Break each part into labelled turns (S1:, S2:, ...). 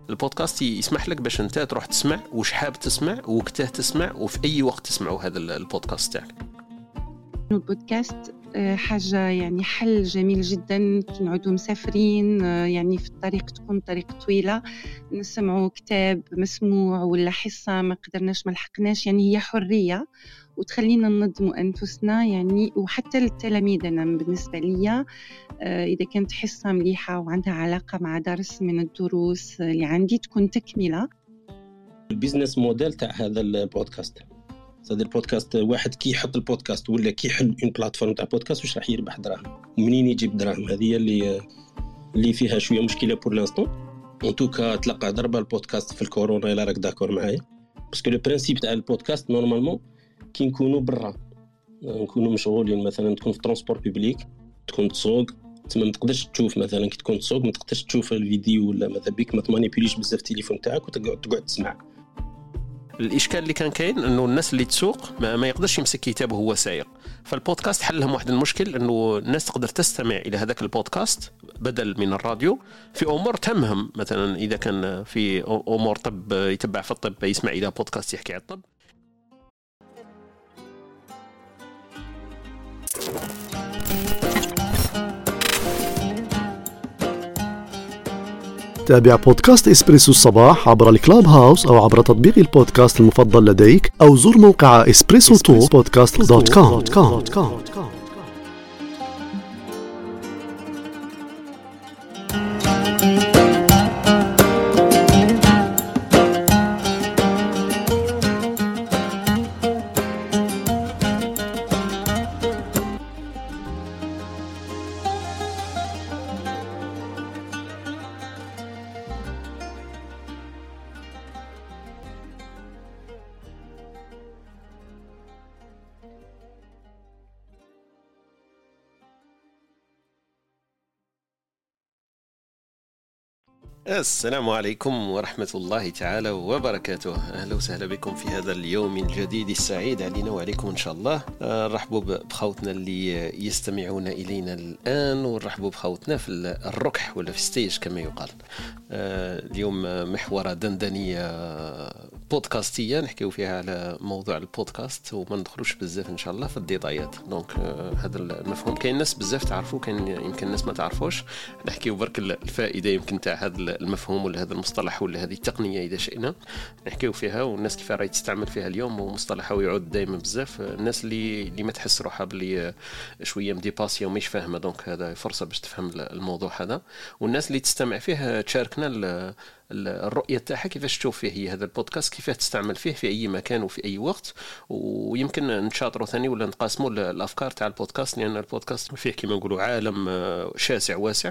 S1: البودكاست يسمح لك باش انت تروح تسمع وش حاب تسمع وقته تسمع وفي اي وقت تسمعوا هذا البودكاست تاعك.
S2: البودكاست حاجة يعني حل جميل جدا كي نعودوا مسافرين، يعني في الطريق تكون طريق طويلة نسمعوا كتاب مسموع ولا حصة ما قدرناش ما لحقناش، يعني هي حرية وتخلينا ننظموا أنفسنا يعني. وحتى للتلاميذ أنا بالنسبة لي إذا كانت حصة مليحة وعندها علاقة مع درس من الدروس اللي عندي تكون تكملة.
S3: البيزنس موديل تاع هذا البودكاست، هذا البودكاست واحد كي يحط البودكاست ولا كي يحل اون بلاتفورم تاع بودكاست واش راح يربح دراهم ومنين يجيب دراهم. هذه اللي فيها شويه مشكله بور لانستون. ان توكا تلقى ضربه البودكاست في الكورونا الا راك داكور معايا، باسكو لو برينسيپ تاع البودكاست نورمالمون كي نكونوا برا نكونوا مشغولين، مثلا تكون في ترونسبور بيبليك تكون تسوق تما ما تقدرش تشوف، مثلا كي تكون تسوق ما تقدرش تشوف الفيديو ولا ماذا بيك ما تمانيبيليش بزاف التليفون تاعك وتقعد تسمع.
S1: الاشكال اللي كان كاين انه الناس اللي تسوق ما يقدرش يمسك كتابه وهو سايق، فالبودكاست حل لهم واحد المشكل انه الناس تقدر تستمع الى هذاك البودكاست بدل من الراديو في امور تهمهم. مثلا اذا كان في امور طب يتبع في الطب يسمع الى بودكاست يحكي على الطب.
S4: تابع بودكاست إسبريسو الصباح عبر الكلاب هاوس أو عبر تطبيق البودكاست المفضل لديك، أو زور موقع espressotalk.com.
S1: السلام عليكم ورحمة الله تعالى وبركاته. أهلا وسهلا بكم في هذا اليوم الجديد السعيد علينا وعليكم إن شاء الله. نرحبوا بخوتنا اللي يستمعون إلينا الآن، ونرحبوا بخوتنا في الركح ولا في ستيج كما يقال. اليوم محور دندنية بودكاستية نحكيو فيها على موضوع البودكاست وما ندخلوش بزاف إن شاء الله في الديتايات. دونك هذا المفهوم كاين ناس بزاف تعرفوا، كاين يمكن ناس ما تعرفوش. نحكيو برك الفائدة يمكن تاع هذا المفهوم ولا هذا المصطلح ولا هذه التقنية إذا شئنا نحكيو فيها، والناس كيف راهي تستعمل فيها اليوم، ومصطلح ويعود دائما بزاف. الناس اللي ما تحس روحها بلي شوية مديباسية ومش فاهمة، دونك هذا فرصة باش تفهم الموضوع هذا. والناس اللي تستمع فيه تشاركنا الرؤية تاعها كيفاش تشوف فيه هي هذا البودكاست، كيفاش تستعمل فيه في أي مكان وفي أي وقت، ويمكن نتشاطروا ثاني ولا نتقاسموا الأفكار تاع البودكاست، لأن البودكاست فيه كما نقولوا عالم شاسع واسع،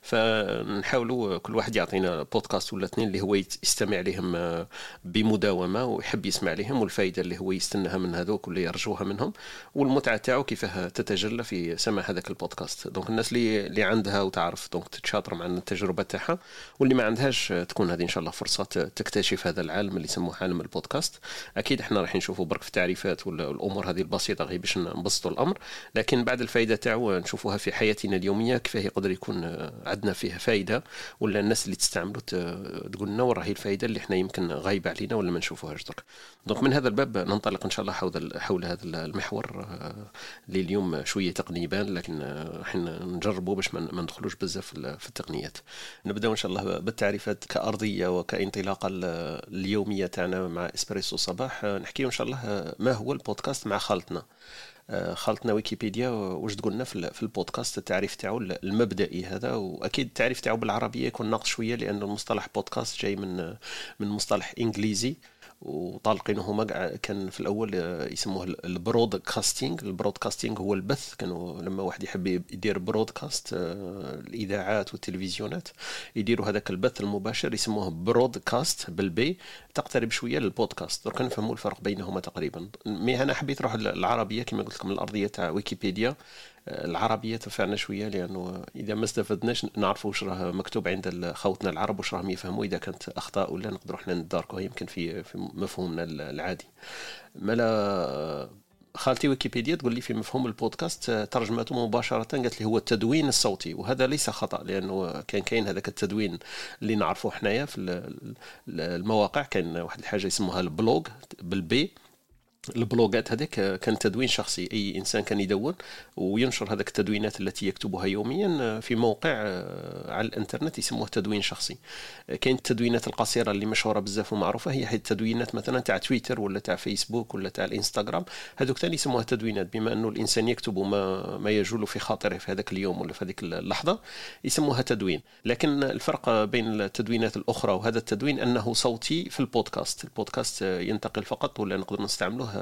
S1: فنحاولوا كل واحد يعطينا بودكاست ولا اثنين اللي هو يستمع لهم بمداومة ويحب يسمع لهم، والفائدة اللي هو يستناها من هذوك واللي يرجوها منهم، والمتعة تاعو كيفاه تتجلى في سماع هذاك البودكاست. دونك الناس اللي عندها وتعرف دونك تتشاطر مع التجربة تاعها، واللي ما عندهاش تكون هذه إن شاء الله فرصة تكتشف هذا العالم اللي يسموه عالم البودكاست. أكيد إحنا راح نشوفوا برك في التعريفات والأمور هذه البسيطة غير باش نبسطوا الأمر، لكن بعد الفائدة تاعو نشوفوها في حياتنا اليومية كيفاه يقدر يكون عندنا فيها فائدة، ولا الناس اللي تستعملوا تقول لنا وراهي الفائدة اللي إحنا يمكن غايبة علينا ولا ما نشوفوهاش درك. دونك من هذا الباب ننطلق إن شاء الله حول هذا المحور اللي اليوم شوية تقني يبان، لكن إحنا نجربوا باش ما ندخلوش بزاف في التقنيات. نبدأ إن شاء الله بالتعريفات كأرضية وكانطلاقة اليومية تاعنا مع إسبريسو الصباح. نحكي إن شاء الله ما هو البودكاست مع خالتنا ويكيبيديا. واش تقولنا في البودكاست التعريف تاعو المبدئي هذا، واكيد التعريف تاعو بالعربيه يكون ناقص شويه لان المصطلح بودكاست جاي من مصطلح انجليزي، وطالقينه هما كان في الاول يسموه البرودكاستينغ هو البث. كانوا لما واحد يحب يدير برودكاست الاذاعات والتلفزيونات يديروا هذاك البث المباشر يسموه برودكاست بالبي، تقترب شويه للبودكاست. درك نفهموا الفرق بينهما تقريبا. مي انا حبيت نروح العربيه كما قلت لكم الارضيه تاع ويكيبيديا. العربيه تنفعنا شويه لانه اذا ما استفدناش نعرفوا واش راه مكتوب عند خوتنا العرب واش راهم يفهموا، اذا كانت اخطاء ولا نقدروا احنا نداركوها يمكن في مفهومنا العادي. مالا خالتي ويكيبيديا تقول لي في مفهوم البودكاست ترجمته مباشرة قالت لي هو التدوين الصوتي، وهذا ليس خطأ، لأنه كاين هذاك التدوين اللي نعرفه حنايا في المواقع. كان واحد الحاجة يسموها البلوج بالبي. البلوجات هذيك كان تدوين شخصي، أي إنسان كان يدون وينشر هذاك التدوينات التي يكتبها يوميا في موقع على الانترنت يسموه تدوين شخصي. كاين التدوينات القصيرة اللي مشهورة بزاف ومعروفة، هي التدوينات مثلا تاع تويتر ولا تاع فيسبوك ولا تاع الانستغرام، هذوك ثاني يسموها تدوينات، بما أنه الإنسان يكتب ما يجول في خاطره في هذاك اليوم ولا في هذيك اللحظة يسموها تدوين. لكن الفرق بين التدوينات الأخرى وهذا التدوين أنه صوتي في البودكاست. البودكاست ينتقل فقط ولا نقدر نستعمله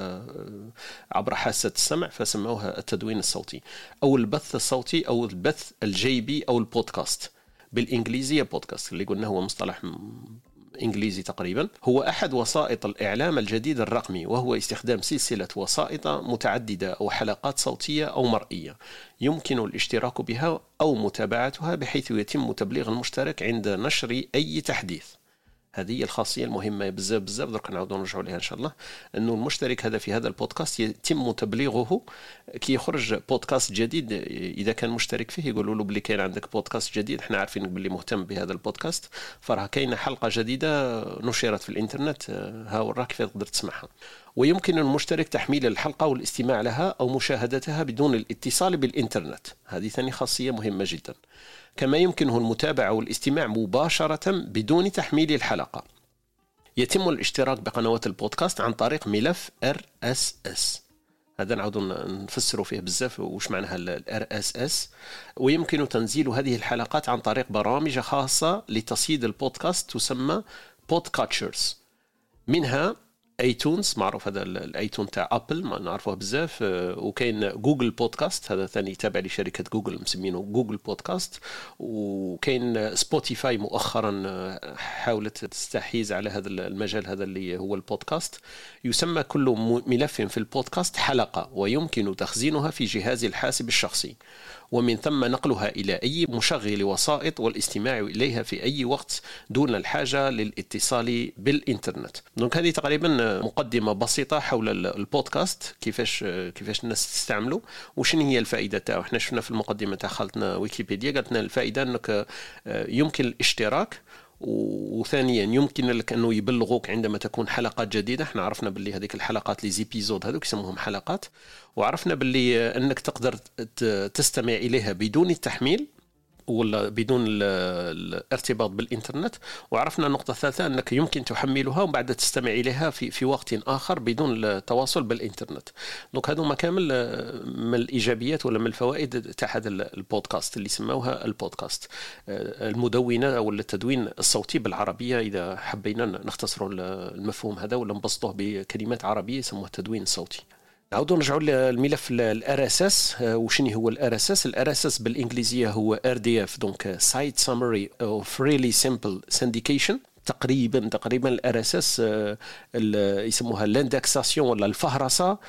S1: عبر حاسة السمع، فسموها التدوين الصوتي أو البث الصوتي أو البث الجيبي أو البودكاست. بالإنجليزية بودكاست اللي قلنا هو مصطلح إنجليزي تقريبا، هو أحد وسائط الإعلام الجديد الرقمي، وهو استخدام سلسلة وسائط متعددة أو حلقات صوتية أو مرئية يمكن الاشتراك بها أو متابعتها بحيث يتم تبليغ المشترك عند نشر أي تحديث. هذه الخاصية المهمة بزاف درك نعاودوا نرجعوا لها إن شاء الله، أنه المشترك هذا في هذا البودكاست يتم تبليغه كي يخرج بودكاست جديد. إذا كان مشترك فيه يقولوا له بلي كاين عندك بودكاست جديد، احنا عارفين بلي مهتم بهذا البودكاست، فراه كاينة حلقة جديدة نشرت في الإنترنت، ها وراك كيف تقدر تسمعها. ويمكن المشترك تحميل الحلقة والاستماع لها أو مشاهدتها بدون الاتصال بالإنترنت، هذه ثاني خاصية مهمة جدا. كما يمكنه المتابعة والاستماع مباشرة بدون تحميل الحلقة. يتم الاشتراك بقنوات البودكاست عن طريق ملف RSS. هذا نعود نفسره فيه بزاف وش معناها ال RSS. ويمكن تنزيل هذه الحلقات عن طريق برامج خاصة لتصيد البودكاست تسمى بودكاتشرز، منها ايتونز، معروف هذا الايتون تاع ابل ما نعرفوه بزاف، وكاين جوجل بودكاست هذا ثاني تابع لشركه جوجل مسمينه جوجل بودكاست، وكاين سبوتيفاي مؤخرا حاولت تستحيز على هذا المجال هذا اللي هو البودكاست. يسمى كل ملف في البودكاست حلقه، ويمكن تخزينها في جهاز الحاسب الشخصي، ومن ثم نقلها إلى أي مشغل وسائط والاستماع إليها في أي وقت دون الحاجة للاتصال بالإنترنت. دونك هذه تقريبا مقدمة بسيطة حول البودكاست، كيفاش الناس تستعمله وشنو هي الفائدة تاعو. احنا شفنا في المقدمة تاع خالتنا ويكيبيديا قالت لنا الفائدة أنك يمكن الاشتراك، وثانيا يمكن لك أنه يبلغوك عندما تكون حلقات جديدة. احنا عرفنا باللي هذيك الحلقات لي زيبيزود هذوك يسموهم حلقات، وعرفنا باللي أنك تقدر تستمع إليها بدون التحميل ولا بدون الارتباط بالإنترنت. وعرفنا النقطة الثالثة أنك يمكن تحملها وبعد تستمع إليها في وقت آخر بدون التواصل بالإنترنت. دونك هذو ما كامل من الإيجابيات ولا من الفوائد تاع هذا البودكاست اللي سموها البودكاست، المدونة أو التدوين الصوتي بالعربية. إذا حبينا نختصروا المفهوم هذا ولا نبسطوه بكلمات عربية يسموه التدوين الصوتي. نعودوا نرجعوا للملف الRSS. وشني هو الRSS؟ الRSS بالإنجليزية هو RDF، دونك Site Summary of Really Simple Syndication. تقريبا الRSS يسموها الاندكساسيون ولا الفهرسة،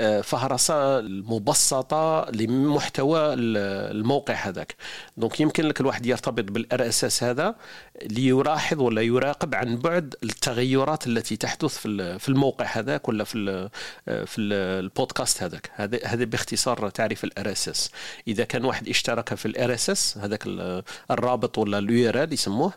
S1: فهرسة المبسطة لمحتوى الموقع هذاك. دونك يمكن لك الواحد يرتبط بالRSS هذا ليلاحظ ولا يراقب عن بعد التغيرات التي تحدث في الموقع هذاك ولا في البودكاست هذاك. هذا باختصار تعريف الRSS. إذا كان واحد اشترك في الRSS هذاك الرابط ولا الURL يسموه،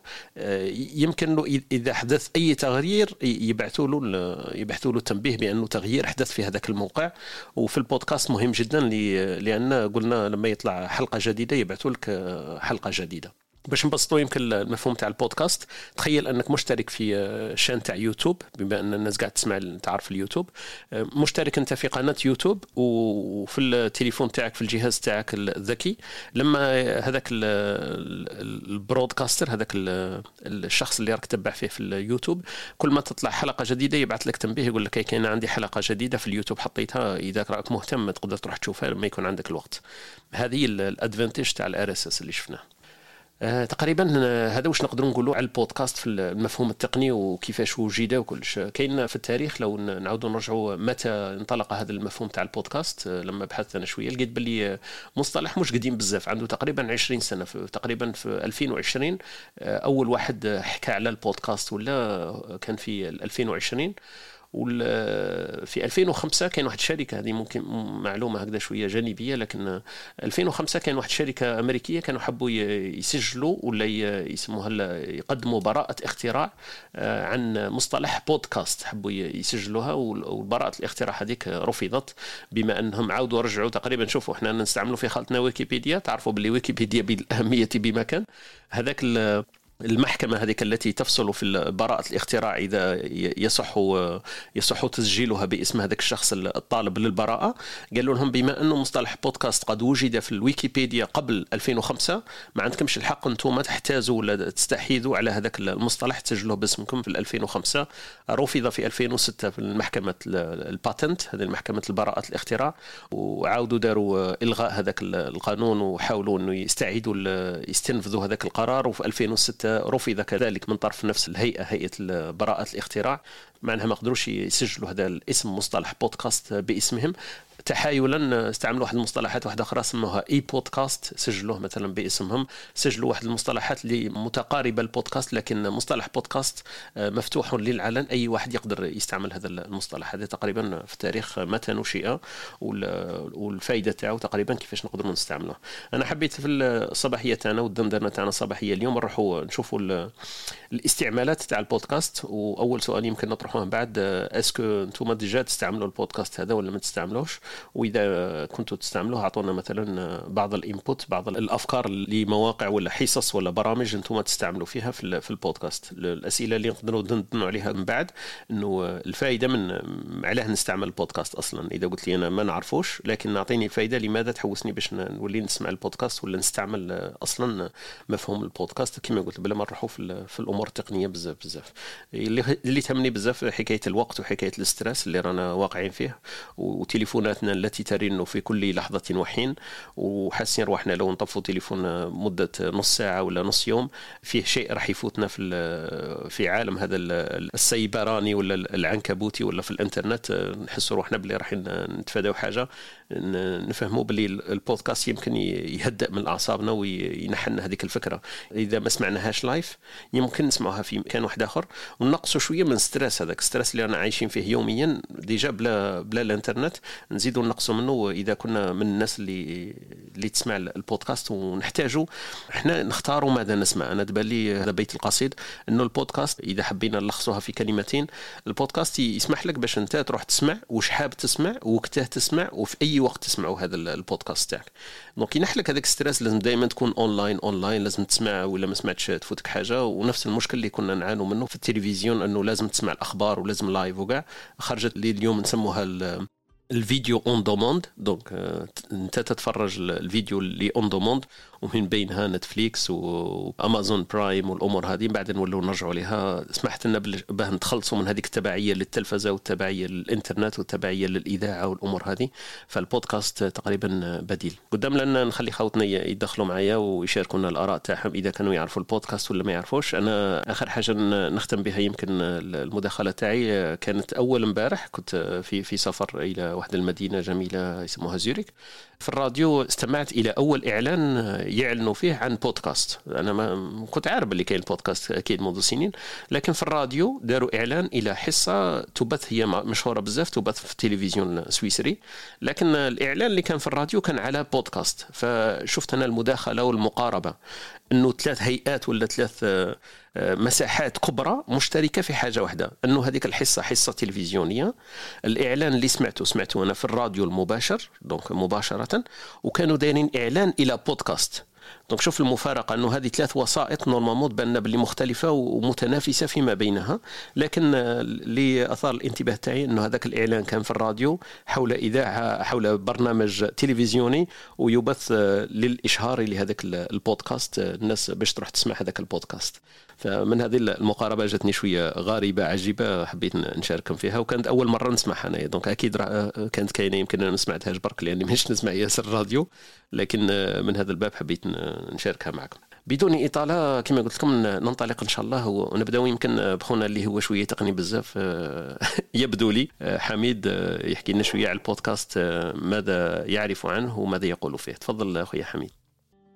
S1: يمكن له إذا حدث أي تغيير يبعثوا له تنبيه بأنه تغيير حدث في هذاك الموقع. وفي البودكاست مهم جدا لأن قلنا لما يطلع حلقة جديدة يبعثوا لك حلقة جديدة. باش نبسطوا يمكن المفهوم تاع البودكاست، تخيل أنك مشترك في شان تاع يوتيوب، بما أن الناس قاعد تسمع تعرف اليوتيوب، مشترك أنت في قناة يوتيوب وفي التليفون تاعك في الجهاز تاعك الذكي، لما هذاك البرودكاستر هذاك الشخص اللي راك تتبع فيه في اليوتيوب كل ما تطلع حلقة جديدة يبعث لك تنبيه يقول لك كاين عندي حلقة جديدة في اليوتيوب حطيتها، إذا راك مهتم تقدر تروح تشوفها لما يكون عندك الوقت. هذه الادفانتج تاع الRSS اللي شفناه. تقريبا هذا واش نقدروا نقولوا على البودكاست في المفهوم التقني وكيفاش وجد وكلش. كاين في التاريخ لو نعاودوا نرجعوا متى انطلق هذا المفهوم تاع البودكاست، لما بحثت انا شويه لقيت باللي مصطلح مش قديم بزاف، عنده تقريبا 20 سنه. تقريبا في 2020 اول واحد حكى على البودكاست ولا كان في 2020، في 2005 كان واحد الشركة، هذه ممكن معلومة هكذا شوية جانبية، لكن 2005 كان واحد الشركة أمريكية كانوا حبوا يسجلوا ولا يسموها يقدموا براءة اختراع عن مصطلح بودكاست، حبوا يسجلوها، وبراءة الاختراع هذيك رفضت بما أنهم عاودوا رجعوا تقريبا. شوفوا احنا نستعملوا في خلطنا ويكيبيديا، تعرفوا باللي ويكيبيديا بالأهمية بمكان. هذاك المحكمة هذيك التي تفصل في براءة الاختراع إذا يصح تسجيلها باسم هذاك الشخص الطالب للبراءة، قالوا لهم بما أنه مصطلح بودكاست قد وجد في الويكيبيديا قبل 2005 ما عندكمش الحق أنتم تحتازوا ولا تستحيذوا على هذاك المصطلح تسجلوه باسمكم في 2005. رفض في 2006 في المحكمة الباتنت، هذه المحكمة البراءة الاختراع، وعاودوا داروا إلغاء هذاك القانون وحاولوا أنه يستنفذوا هذاك القرار، وفي 2006 رفض كذلك من طرف نفس الهيئة، هيئة براءة الاختراع، مع أنها ما قدروش يسجلوا هذا الاسم مصطلح بودكاست باسمهم. تحايلا استعملوا واحد المصطلحات واحدة أخرى سموها إي بودكاست، سجلوه مثلا باسمهم. سجلوا واحد المصطلحات اللي متقاربة البودكاست، لكن مصطلح بودكاست مفتوح للعلن، أي واحد يقدر يستعمل هذا المصطلح. هذا تقريبا في التاريخ متى نشئ والفائدة تاعو تقريبا كيفاش نقدروا نستعمله. أنا حبيت في الصباحية تاعنا والدندنة تاعنا الصباحية اليوم نروحوا نشوفوا الاستعمالات تاع البودكاست. وأول سؤال يمكن نطرحه من بعد، اسكو انتم ديجا تستعملوا البودكاست هذا ولا ما تستعملوش؟ وإذا كنتوا تستعملوا أعطونا مثلا بعض الإنبوت، بعض الأفكار لمواقع ولا حصص ولا برامج أنتم تستعملوا فيها في البودكاست. الأسئلة اللي نقدروا ندندنوا عليها من بعد، إنه الفائدة من علاه نستعمل البودكاست أصلا. إذا قلت لي أنا ما نعرفوش، لكن نعطيني الفائدة لماذا تحوسني باش نولي نسمع البودكاست ولا نستعمل أصلا مفهوم البودكاست. كما قلت بلا ما نروحوا في الأمور التقنية بزاف. اللي تهمني بزاف حكاية الوقت وحكاية الاسترس اللي رانا واقعين فيه، وتليفوناتنا التي ترن في كل لحظة وحين، وحاسين روحنا لو نطفوا تليفون مدة نص ساعة ولا نص يوم فيه شيء راح يفوتنا في عالم هذا السيبراني ولا العنكبوتي ولا في الانترنت. نحس روحنا بلي راح نتفاداو حاجة، نفهموا بلي البودكاست يمكن يهدأ من أعصابنا وينحن هذيك الفكرة. إذا ما سمعناهاش لايف يمكن نسمعها في مكان واحد آخر، وننقصوا شوية من ستريس، هذاك ستريس اللي أنا عايشين فيه يوميا ديجا بلا الانترنت، نزيدوا نقصوا منه. إذا كنا من الناس اللي تسمع البودكاست ونحتاجوا احنا نختاروا ماذا نسمع. أنا دبال لي هذا بيت القصيد إنه البودكاست إذا حبينا نلخصوها في كلمتين، البودكاست يسمح لك باش أنت تروح تسمع وش حاب تسمع وقته تسمع وفي أي وقت تسمعوا هذا البودكاست تاعك. دونك ينحلك هذاك ستريس، لازم دائما تكون أونلاين، لازم تسمع ولا ما سمعتش تفوتك حاجة. ونفس المشكل اللي كنا نعانوا منه في التلفزيون، أنه لازم تسمع الأخبار ولازم لايف وقع. خرجت لي اليوم نسموها الفيديو اون دوموند. دونك انت تتفرج الفيديو اللي اون دوموند، ومن بينها نتفليكس وامازون برايم والامور هذه. بعد نولوا نرجعوا لها. سمحت لنا باه نتخلصوا من هذيك التبعيه للتلفزه والتبعيه للانترنت والتبعيه للاذاعه والامور هذه. فالبودكاست تقريبا بديل. قدام لنا نخلي خوتنا يدخلوا معايا ويشاركونا الاراء تاعهم اذا كانوا يعرفوا البودكاست ولا ما يعرفوش. انا اخر حاجه نختم بها يمكن المداخله تاعي كانت اول امبارح، كنت في سفر الى واحدة المدينة جميلة يسموها زيوريك. في الراديو استمعت إلى أول إعلان يعلنوا فيه عن بودكاست. أنا ما كنت عارف اللي كاين البودكاست أكيد منذ سنين، لكن في الراديو داروا إعلان إلى حصة تبث، هي مشهورة بزاف، تبث في التلفزيون السويسري، لكن الإعلان اللي كان في الراديو كان على بودكاست. فشفت أنا المداخلة والمقاربة، أنه 3 هيئات ولا 3 مساحات كبرى مشتركة في حاجة واحدة، أنه هذيك الحصة حصة تلفزيونية. الإعلان اللي سمعته أنا في الراديو المباشر، دونك مباشرة، وكانوا دايرين إعلان إلى بودكاست. دونك شوف المفارقة، أنه هذه 3 وسائط نورمالمون تبان بلي مختلفة ومتنافسة فيما بينها. لكن اللي أثار الانتباه تاعي أنه هذاك الإعلان كان في الراديو حول إذاعة، حول برنامج تلفزيوني ويبث للإشهار لهذاك البودكاست، الناس باش تروح تسمع هذاك البودكاست. فمن هذه المقاربة جاتني شوية غريبة عجيبة، حبيت نشاركم فيها، وكانت أول مرة نسمعها أنا. دونك أكيد كانت كاينة، يمكن أنا ما سمعتهاش برك لأني مش نسمع ياسر الراديو، لكن من هذا الباب حبيت نشاركها معكم. بدون إطالة كما قلت لكم ننطلق إن شاء الله، ونبدأ يمكن بخونا اللي هو شوية تقني بزاف يبدو لي، حميد يحكي لنا شوية على البودكاست، ماذا يعرف عنه وماذا يقول فيه. تفضل أخوي حميد.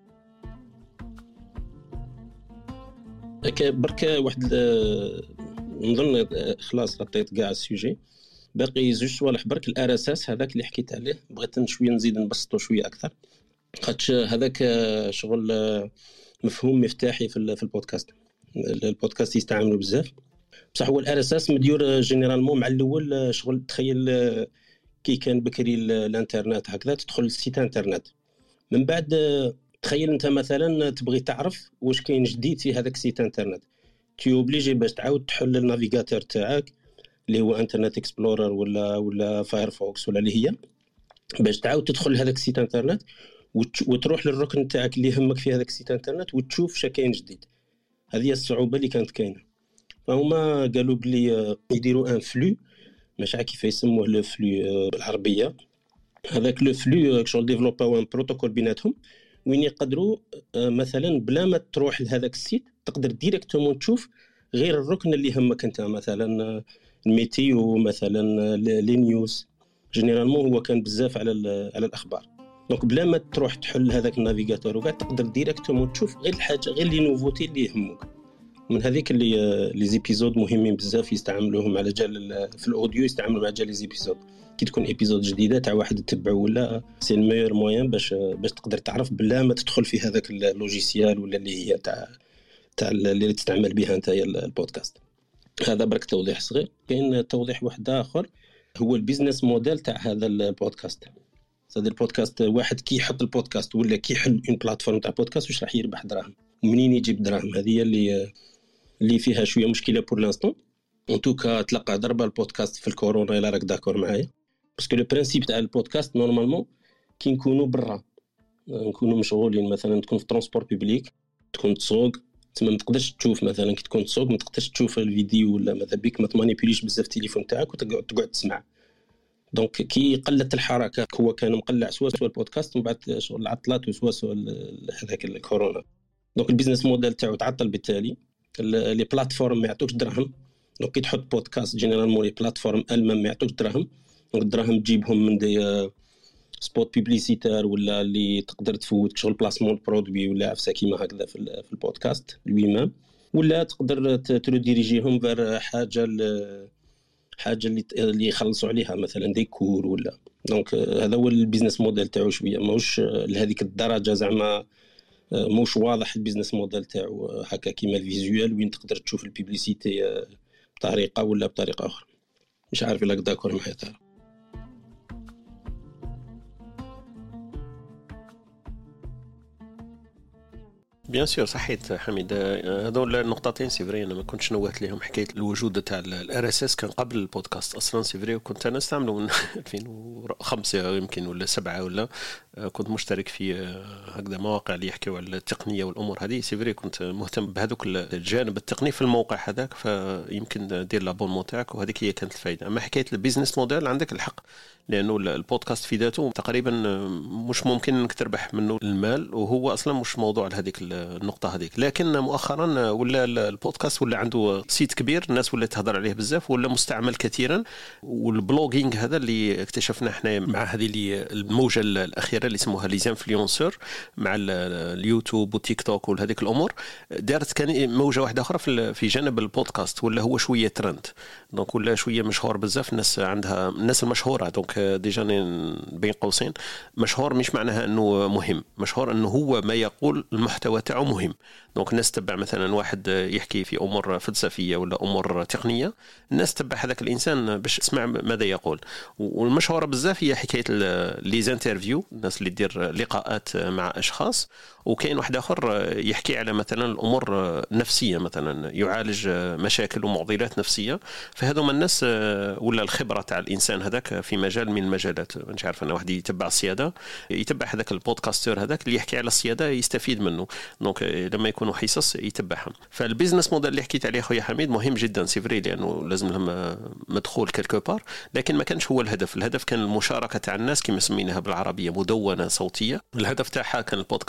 S3: بركة واحد نظن خلاص غطيت كاع السوجي. باقي زوج صوالح برك. الار اس اس هذاك اللي حكيت عليه بغيت شويه نزيد نبسطو شويه اكثر، خاطش هذاك شغل مفهوم مفتاحي في البودكاست. البودكاست يستعملوا بزاف، بصح هو الار اس اس مديور جينيرالمون مع الاول. شغل تخيل كي كان بكري الانترنت هكذا، تدخل السيت انترنت، من بعد تخيل انت مثلا تبغي تعرف واش كاين جديد في هذاك السيت انترنت، تي اوبليجي باش تعاود تحل النافيغاتور تاعك اللي هو انترنت اكسبلورر ولا فايرفوكس ولا اللي هي، باش تعاود تدخل لهذاك السيت انترنت وتروح للركن تاعك اللي يهمك في هذاك السيت انترنت وتشوف شا كاين جديد. هذه الصعوبه اللي كانت كاينه. فهما قالوا بلي يديروا ان فلو، مش عارف كيف يسموه لو فلو بالعربيه. هذاك لو فلو شغل ديفلوباو ان بروتوكول بيناتهم وين يقدروا مثلا بلا ما تروح لهذاك السيت تقدر ديريكتومون تشوف غير الركن اللي يهمك انت، مثلا الميتيو، مثلا لي نيوز. جينيرالمون هو كان بزاف على الاخبار، دونك بلا ما تروح تحل هذاك النافيغاتور وكاع تقدر ديريكتومون تشوف غير الحاجه، غير لي نوفوتي اللي يهموك. من هذيك اللي لي زيبيزود مهمين بزاف يستعملوهم على جال في الاوديو، يستعملوا مع جال لي زيبيزود. كي تكون ايبيزود جديده تاع واحد تتبعه ولا سي الميور موين باش تقدر تعرف بلا ما تدخل في هذاك اللوجيسيال ولا اللي هي تاع اللي تستعمل بها انت البودكاست. هذا برك توضيح صغير. كاين توضيح واحد اخر هو البيزنس موديل تاع هذا البودكاست. هذا البودكاست واحد كي يحط البودكاست ولا كي يحل اون بلاتفورم تاع بودكاست واش راح يربح دراهم، منين يجيب دراهم. هذه اللي فيها شويه مشكله بور لانستون. ان توكا تلقى ضربه البودكاست في الكورونا الا راك داكور معايا، باسكو لو برينسيپ تاع البودكاست نورمالمون كي نكونوا برا، نكونوا مشغولين، مثلا تكون في ترونسبور بيبليك، تكون تسوق، تما ما تقدرش تشوف، مثلا كي تكون تسوق ما تقدرش تشوف الفيديو ولا ماذا بيك ما تمانيبيليش بزاف التليفون تاعك وتقعد تسمع. دونك كي قلت الحركه، هو كان مقلع سوا البودكاست ومن بعد شغل العطلات وسوا هذاك الكورونا. دونك البيزنس موديل تاعو تعطل، بالتالي لي بلاتفورم ما يعطوكش دراهم. دونك كي تحط بودكاست جينيرالمون لي بلاتفورم المام ما يعطوكش دراهم، الدراهم تجيبهم من دي سبوت بيبليسيتار ولا اللي تقدر تفوت شغل بلاسمون برودوي ولا عفسه كيما هكذا في البودكاست لوي، ولا تقدر تروديريجيهم فير حاجه اللي يخلصوا عليها، مثلا ديكور ولا. دونك هذا هو البيزنس موديل تاعو شويه ماهوش لهذيك الدرجه، زعما موش واضح البيزنس موديل تاعو هكا كيما الفيزوال وين تقدر تشوف البيبليسيتي بطريقه ولا بطريقه اخرى. مش عارف الا داكور معايا تاع.
S1: بيان سور صحيت حميد. هذول النقطتين سي فري انا ما كنتش نوهت لهم. حكايه الوجود تاع الار اس اس كان قبل البودكاست اصلا سي فري، وكنت انا استعمله من 2005 يمكن ولا 7 ولا كنت مشترك في هكذا مواقع اللي يحكيوا على التقنيه والامور هذه. سي فري كنت مهتم بهذوك الجانب التقني في الموقع هذاك، فيمكن دير لابونمون تاعك، وهذيك هي كانت الفائده. اما حكايه البيزنس موديل عندك الحق، لانه البودكاست في ذاته تقريبا مش ممكن انك تربح منه المال، وهو اصلا مش موضوع لهذيك النقطه هذيك. لكن مؤخرا ولا البودكاست ولا عنده سيت كبير، الناس ولا تهضر عليه بزاف، ولا مستعمل كثيرا. والبلوغينغ هذا اللي اكتشفنا احنا مع هذه الموجه الاخيره اللي اسمها لي انفلونسور مع اليوتيوب والتيك توك وهذيك الامور، دارت كان موجه واحده اخرى في جانب البودكاست، ولا هو شويه ترند. دونك ولا شويه مشهور بزاف، الناس عندها الناس المشهوره. دونك ديجا بين قوسين مشهور مش معناها انه مهم، مشهور انه هو ما يقول المحتوى تاعو مهم. دونك الناس تتبع مثلا واحد يحكي في امور فلسفيه ولا امور تقنيه، الناس تتبع هذاك الانسان باش تسمع ماذا يقول. والمشهوره بزاف هي حكايه لي انترفيو، الناس اللي دير لقاءات مع اشخاص. وكاين واحد اخر يحكي على مثلا الامور النفسيه، مثلا يعالج مشاكل ومعضلات نفسيه. فهذوما الناس ولا الخبره تاع الانسان هذاك في مجال من المجالات. مش عارف انا واحد يتبع السياده، يتبع هذاك البودكاستر هذاك اللي يحكي على السياده يستفيد منه. دونك لما يكونوا حصص يتبعهم. فالبيزنس موديل اللي حكيت عليه خويا حميد مهم جدا سي فري، لانه لازم لهم مدخول كالكو بار، لكن ما كانش هو الهدف. الهدف كان المشاركه تاع الناس كما سميناها بالعربيه مدونه صوتيه. الهدف تاعها كان البودكاست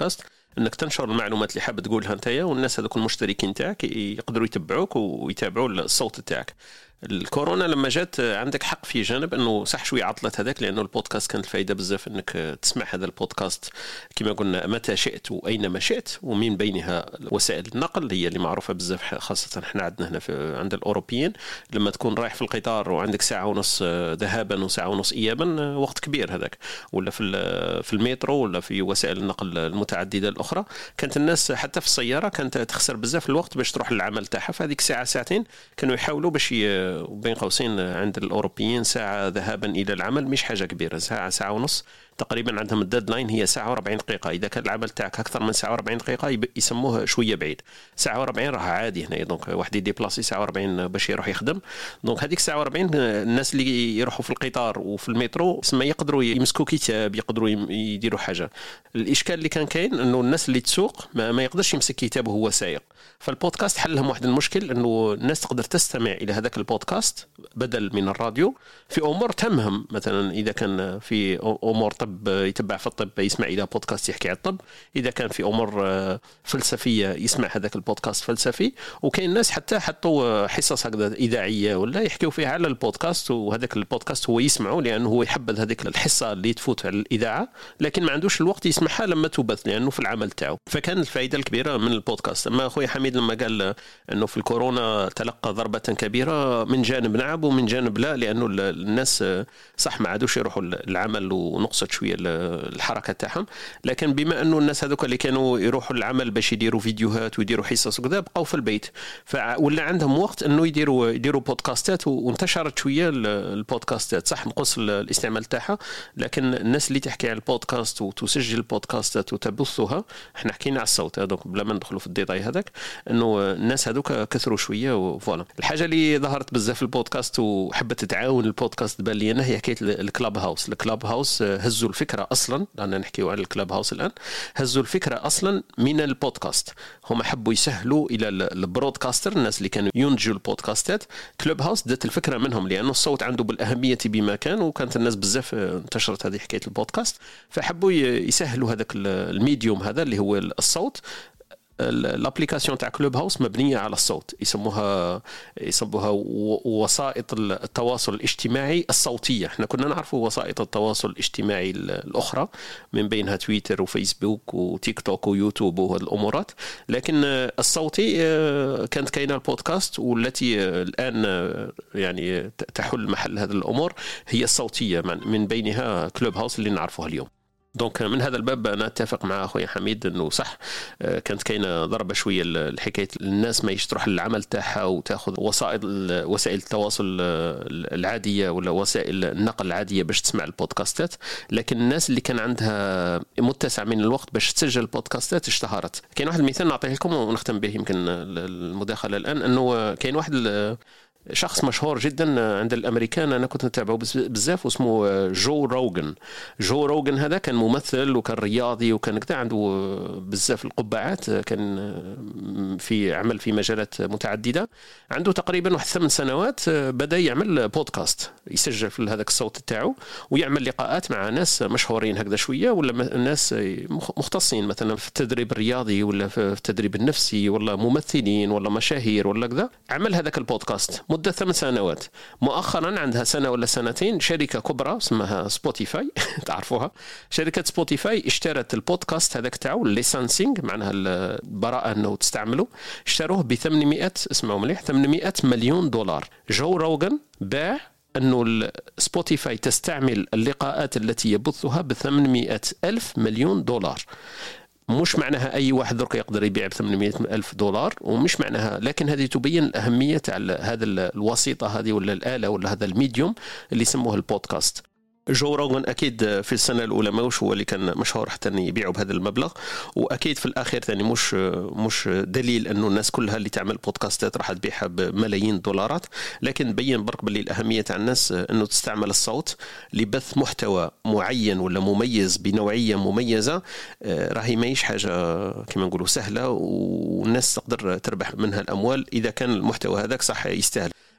S1: انك تنشر المعلومات اللي حاب تقولها نتايا، والناس هذوك المشتركين تاعك يقدروا يتبعوك ويتابعوا الصوت تاعك. الكورونا لما جات عندك حق في جانب انه صح شويه عطلت هذاك، لانه البودكاست كانت الفائده بزاف انك تسمع هذا البودكاست كما قلنا متى شئت واينما شئت، ومن بينها وسائل النقل هي اللي معروفه بزاف، خاصه احنا عندنا هنا عند الاوروبيين لما تكون رايح في القطار وعندك ساعه ونص ذهابا وساعه ونص ايابا، وقت كبير هذاك، ولا في المترو ولا في وسائل النقل المتعدده الاخرى. كانت الناس حتى في السياره كانت تخسر بزاف الوقت باش تروح للعمل تاعها، فهذيك ساعه ساعتين كانوا يحاولوا باش بين قوسين عند الأوروبيين ساعة ذهابا إلى العمل مش حاجة كبيرة، ساعة ونص تقريبا عندهم الديدلاين هي ساعة و40 دقيقة. إذا كان العمل تاعك أكثر من ساعة و40 دقيقة يسموه شوية بعيد. ساعة و40 راه عادي هنا، دونك واحد يديبلاسي ساعة و40 باش يروح يخدم. دونك هذيك ساعة و40 الناس اللي يروحوا في القطار وفي المترو سما يقدروا يمسكوا كتاب، يقدروا يديروا حاجة. الإشكال اللي كان كاين إنه الناس اللي تسوق ما يقدرش يمسك كتاب وهو سايق، فالبودكاست حل لهم واحد المشكل إنه الناس تقدر تستمع إلى هذاك البودكاست بدل من الراديو في أمور تهمهم. مثلا إذا كان في أمور طب يتبع في الطب يسمع إلى بودكاست يحكي عن الطب، إذا كان في أمور فلسفية يسمع هذاك البودكاست فلسفي. وكاين ناس حتى حطوا حصص هكذا إذاعية ولا يحكيوا فيها على البودكاست، وهذاك البودكاست هو يسمعه لأنه هو يحبذ هذيك الحصة اللي تفوت على الإذاعة، لكن ما عندوش الوقت يسمعها لما تبث لأنه في العمل تاعه. فكان الفائدة الكبيرة من البودكاست. أما أخوي حميد لما قال أنه في الكورونا تلقى ضربة كبيرة، من جانب نعم ومن جانب لا، لأنه الناس صح ما عادوش يروحوا العمل ونقصت شوية الحركة تاعهم، لكن بما أنه الناس هذوك اللي كانوا يروحوا العمل باش يديروا فيديوهات ويديروا حصص وكذا بقوا في البيت، فولا عندهم وقت أنه يديروا بودكاستات، وانتشرت شوية البودكاستات. صح نقص الاستعمال تاعها، لكن الناس اللي تحكي على البودكاست وتسجل البودكاستات وتبثها، احنا حكينا على الصوت هذوك بلا ما ندخلوا في الديتاي هذاك، انه الناس هذوك كثروا شويه. وفوالا الحاجه اللي ظهرت بزاف في البودكاست وحبت تعاون البودكاست بان لي انا هي حكايه الكلاب هاوس. الكلاب هاوس هزوا الفكره اصلا، لان نحكيو على الكلاب هاوس الان، هزوا الفكره اصلا من البودكاست. هم حبوا يسهلوا الى البرودكاستر، الناس اللي كانوا ينتجوا البودكاستات. كلاب هاوس دات الفكره منهم، لانه الصوت عنده بالاهميه بما كان، وكانت الناس بزاف انتشرت هذه حكايه البودكاست، فحبوا يسهلوا هذاك الميديوم هذا اللي هو الصوت. الابليكاسيون تاع كلوب هاوس مبنيه على الصوت، يسموها وسائط التواصل الاجتماعي الصوتيه. احنا كنا نعرفوا وسائط التواصل الاجتماعي الاخرى من بينها تويتر وفيسبوك وتيك توك ويوتيوب وهذه الامورات، لكن الصوتي كانت كاينه البودكاست، والتي الان يعني تحل محل هذه الامور هي الصوتيه، من بينها كلوب هاوس اللي نعرفوها اليوم. دونك من هذا الباب أنا أتفق مع أخوي حميد أنه صح كانت كاينة ضربة شوية الحكاية الناس ما يشتروح العمل تاعها وتأخذ وسائل التواصل العادية ولا وسائل النقل العادية باش تسمع البودكاستات، لكن الناس اللي كان عندها متسع من الوقت باش تسجل البودكاستات اشتهرت. كاين واحد المثال نعطيه لكم ونختم به يمكن المداخلة الآن، أنه كاين واحد شخص مشهور جدا عند الامريكان، انا كنت نتابعه بزاف، واسمه جو روغن. هذا كان ممثل وكان رياضي وكان كذا، عنده بزاف القبعات، كان في عمل في مجالات متعدده. عنده تقريبا 8 سنوات بدا يعمل بودكاست، يسجل في هذاك الصوت تاعو ويعمل لقاءات مع ناس مشهورين هكذا شويه، ولا ناس مختصين مثلا في التدريب الرياضي ولا في التدريب النفسي ولا ممثلين ولا مشاهير ولا كذا. عمل هذاك البودكاست مدة 8 سنوات. مؤخرا عندها سنة ولا سنتين شركة كبرى اسمها سبوتيفاي تعرفوها، شركة سبوتيفاي اشترت البودكاست هذاك تاعو الليسانسينج، معناها البراءة أنه تستعمله، اشتروه ب 800 مليون دولار. جو روغن باع أنه سبوتيفاي تستعمل اللقاءات التي يبثها ب 800 مليون دولار. مش معناها أي واحد درك يقدر يبيع $800,000، ومش معناها، لكن هذه تبين الأهمية تاع هذا الوسيطة هذه ولا الآلة ولا هذا الميديوم اللي يسموه البودكاست. جو روغن أكيد في السنة الأولى ماهوش هو اللي كان مشهور حتى يبيعوا بهذا المبلغ، وأكيد في الأخير ثاني مش دليل أنه الناس كلها اللي تعمل بودكاستات راح تبيعها بملايين دولارات، لكن بين برك باللي الأهمية تاع الناس أنه تستعمل الصوت لبث محتوى معين ولا مميز بنوعية مميزة. راهي ماهيش حاجة كما نقولوا سهلة، والناس تقدر تربح منها الأموال إذا كان المحتوى هذاك صح يستاهل.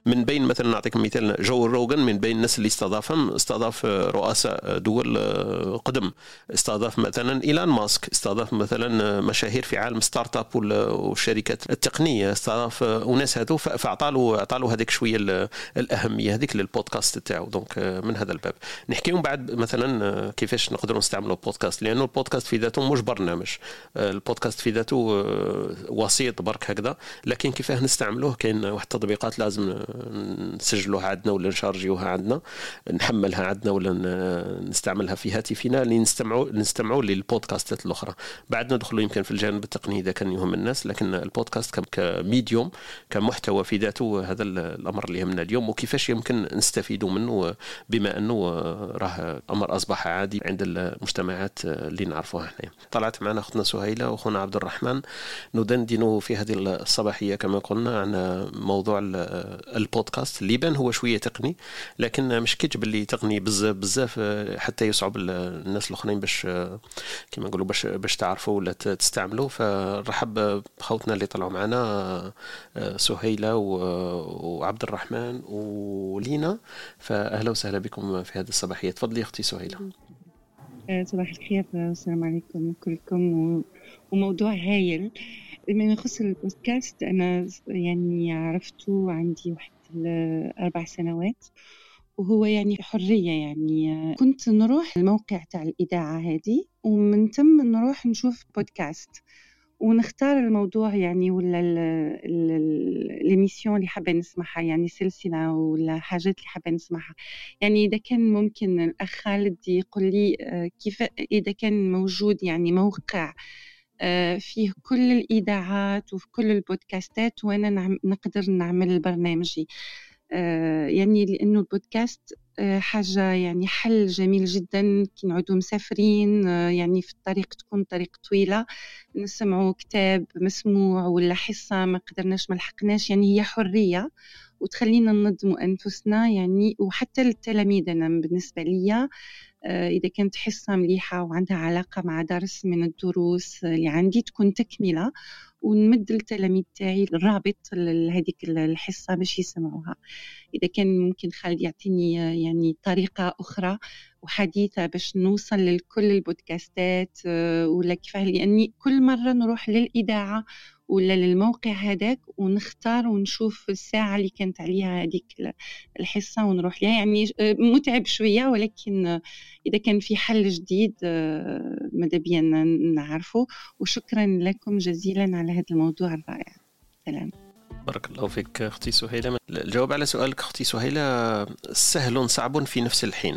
S1: من بين مثلا نعطيك مثال جو روغان، من بين الناس اللي استضاف رؤساء دول قدم، استضاف مثلا إيلان ماسك، استضاف مثلا مشاهير في عالم ستارت اب والشركات التقنيه، استضاف وناس هذو، فاعطالو هذيك شويه الاهميه هذيك للبودكاست تاعو. دونك من هذا الباب نحكيو بعد مثلا كيفاش نقدروا نستعملوا البودكاست، لانه البودكاست في ذاته مش برنامج، البودكاست في ذاته وسيط برك هكذا، لكن كيفاه نستعملوه كاين واحد التطبيقات لازم نسجلوها عندنا ولا نشارجيوها عندنا، نحملها عندنا ولا نستعملها في هاتفنا اللي نستمعوا للبودكاستات الاخرى. بعد ندخلوا يمكن في الجانب التقني اذا كان يهم الناس، لكن البودكاست كميديوم كمحتوى في ذاته هذا الامر اللي يهمنا اليوم، وكيفاش يمكن نستفيدوا منه بما انه راه امر اصبح عادي عند المجتمعات اللي نعرفوها احنا. طلعت معنا اختنا سهيله واخونا عبد الرحمن ندندن في هذه الصباحيه كما قلنا عن موضوع البودكاست اللي يبان هو شويه تقني، لكن مش كتب اللي تقني بزاف حتى يصعب الناس الاخرين باش كما نقولوا باش تعرفوا ولا تستعملوا. فرحب بخوتنا اللي طلعوا معنا سهيله وعبد الرحمن ولينا، فاهلا وسهلا بكم في هذه الصباحيه. تفضلي اختي سهيله.
S2: صباح الخير والسلام عليكم كلكم. وموضوع هايل بما يخص البودكاست، أنا يعني عرفته عندي واحد 4 سنوات، وهو يعني حرية. يعني كنت نروح الموقع تاع الإذاعة هذه ومن ثم نروح نشوف بودكاست ونختار الموضوع يعني ولا الإميسيون اللي حابة نسمعها، يعني سلسلة ولا حاجات اللي حابة نسمعها. يعني إذا كان ممكن الأخ خالد يقول لي كيف إذا كان موجود يعني موقع فيه كل الإذاعات وفي كل البودكاستات وأنا نقدر نعمل برنامجي. يعني لأنه البودكاست حاجة يعني حل جميل جدا كي نعودوا مسافرين، يعني في الطريق تكون طريق طويلة نسمعوا كتاب مسموع ولا حصة ما قدرناش ما لحقناش، يعني هي حرية وتخلينا ننظموا أنفسنا. يعني وحتى للتلاميذ أنا بالنسبة لي إذا كانت حصة مليحة وعندها علاقة مع درس من الدروس اللي عندي تكون تكملة، ونمد التلاميذ تاعي الرابط لهذيك الحصة باش يسمعوها. إذا كان ممكن خالد يعطيني يعني طريقة أخرى وحديثة باش نوصل لكل البودكاستات ولا كيفاه، لأني كل مرة نروح للإذاعة ولا للموقع هذاك ونختار ونشوف الساعة اللي كانت عليها هذيك الحصة ونروح لها. يعني متعب شوية، ولكن إذا كان في حل جديد ماذا بينا نعرفه. وشكرا لكم جزيلا على هذا الموضوع الرائع. سلام.
S1: بارك الله فيك أختي سهيلة. الجواب على سؤالك أختي سهيلة سهل صعب في نفس الحين.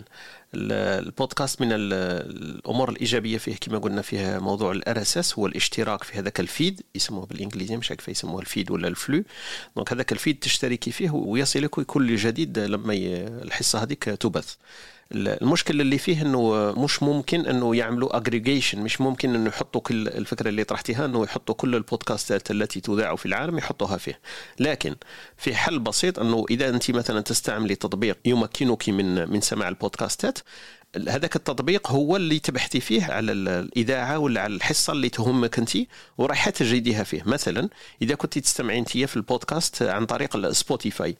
S1: البودكاست من الأمور الإيجابية فيه كما قلنا فيها موضوع الأساس هو الاشتراك في هذاك الفيد، يسموه بالإنجليزية مش عارف يسموه الفيد ولا الفلو. دونك هذاك الفيد تشتركي فيه ويصلك كل جديد لما الحصة هذيك تبث. المشكلة اللي فيه انه مش ممكن انه يعملوا اجريجيشن، مش ممكن انه يحطوا كل الفكرة اللي طرحتها انه يحطوا كل البودكاستات التي تذاع في العالم يحطوها فيه. لكن في حل بسيط انه اذا انت مثلا تستعملي تطبيق يمكنك من سماع البودكاستات، هذاك التطبيق هو اللي تبحثي فيه على الإذاعة ولا على الحصة اللي تهمك أنت ورايحة تجديها فيه. مثلا إذا كنت تستمعين في البودكاست عن طريق سبوتيفاي،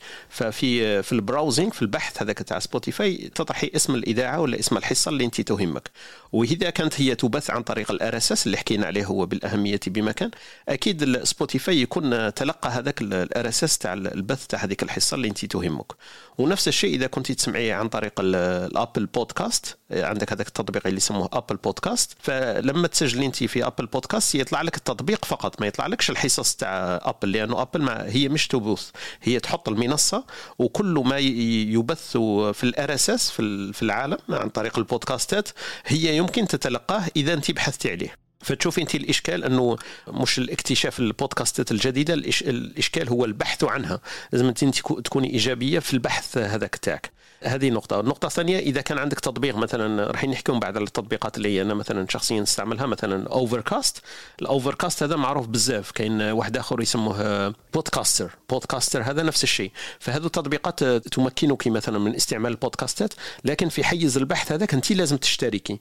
S1: ففي البراوزنج في البحث هذاك تاع سبوتيفاي تطرحي اسم الإذاعة ولا اسم الحصة اللي أنت تهمك، وإذا كانت هي تبث عن طريق الRSS اللي حكينا عليه هو بالأهمية بمكان، أكيد سبوتيفاي يكون تلقى هذاك الRSS تاع البث تاع هذيك الحصة اللي أنت تهمك. ونفس الشيء إذا كنت تسمعي عن طريق الأبل بودكاست، عندك هذاك التطبيق اللي يسموه أبل بودكاست، فلما تسجلي انت في أبل بودكاست يطلع لك التطبيق فقط، ما يطلع لكش الحصص تاع أبل، لأنه أبل هي مش تبث، هي تحط المنصة وكل ما يبث في الRSS في العالم عن طريق البودكاستات هي يمكن تتلقاه إذا انت بحثتي عليه. فتشوفي انت الاشكال انه مش الاكتشاف البودكاستات الجديده، الاشكال هو البحث عنها. لازم انت تكوني ايجابيه في البحث هذاك تاعك. هذه نقطه. النقطه الثانيه، اذا كان عندك تطبيق مثلا، راح نحكيهم بعد على التطبيقات اللي انا مثلا شخصيا نستعملها، مثلا اوفركاست. الاوفركاست هذا معروف بزاف، كاين واحد اخر يسموه بودكاستر هذا نفس الشيء. فهذو تطبيقات تمكنك مثلا من استعمال البودكاستات، لكن في حيز البحث هذاك انت لازم تشتركي.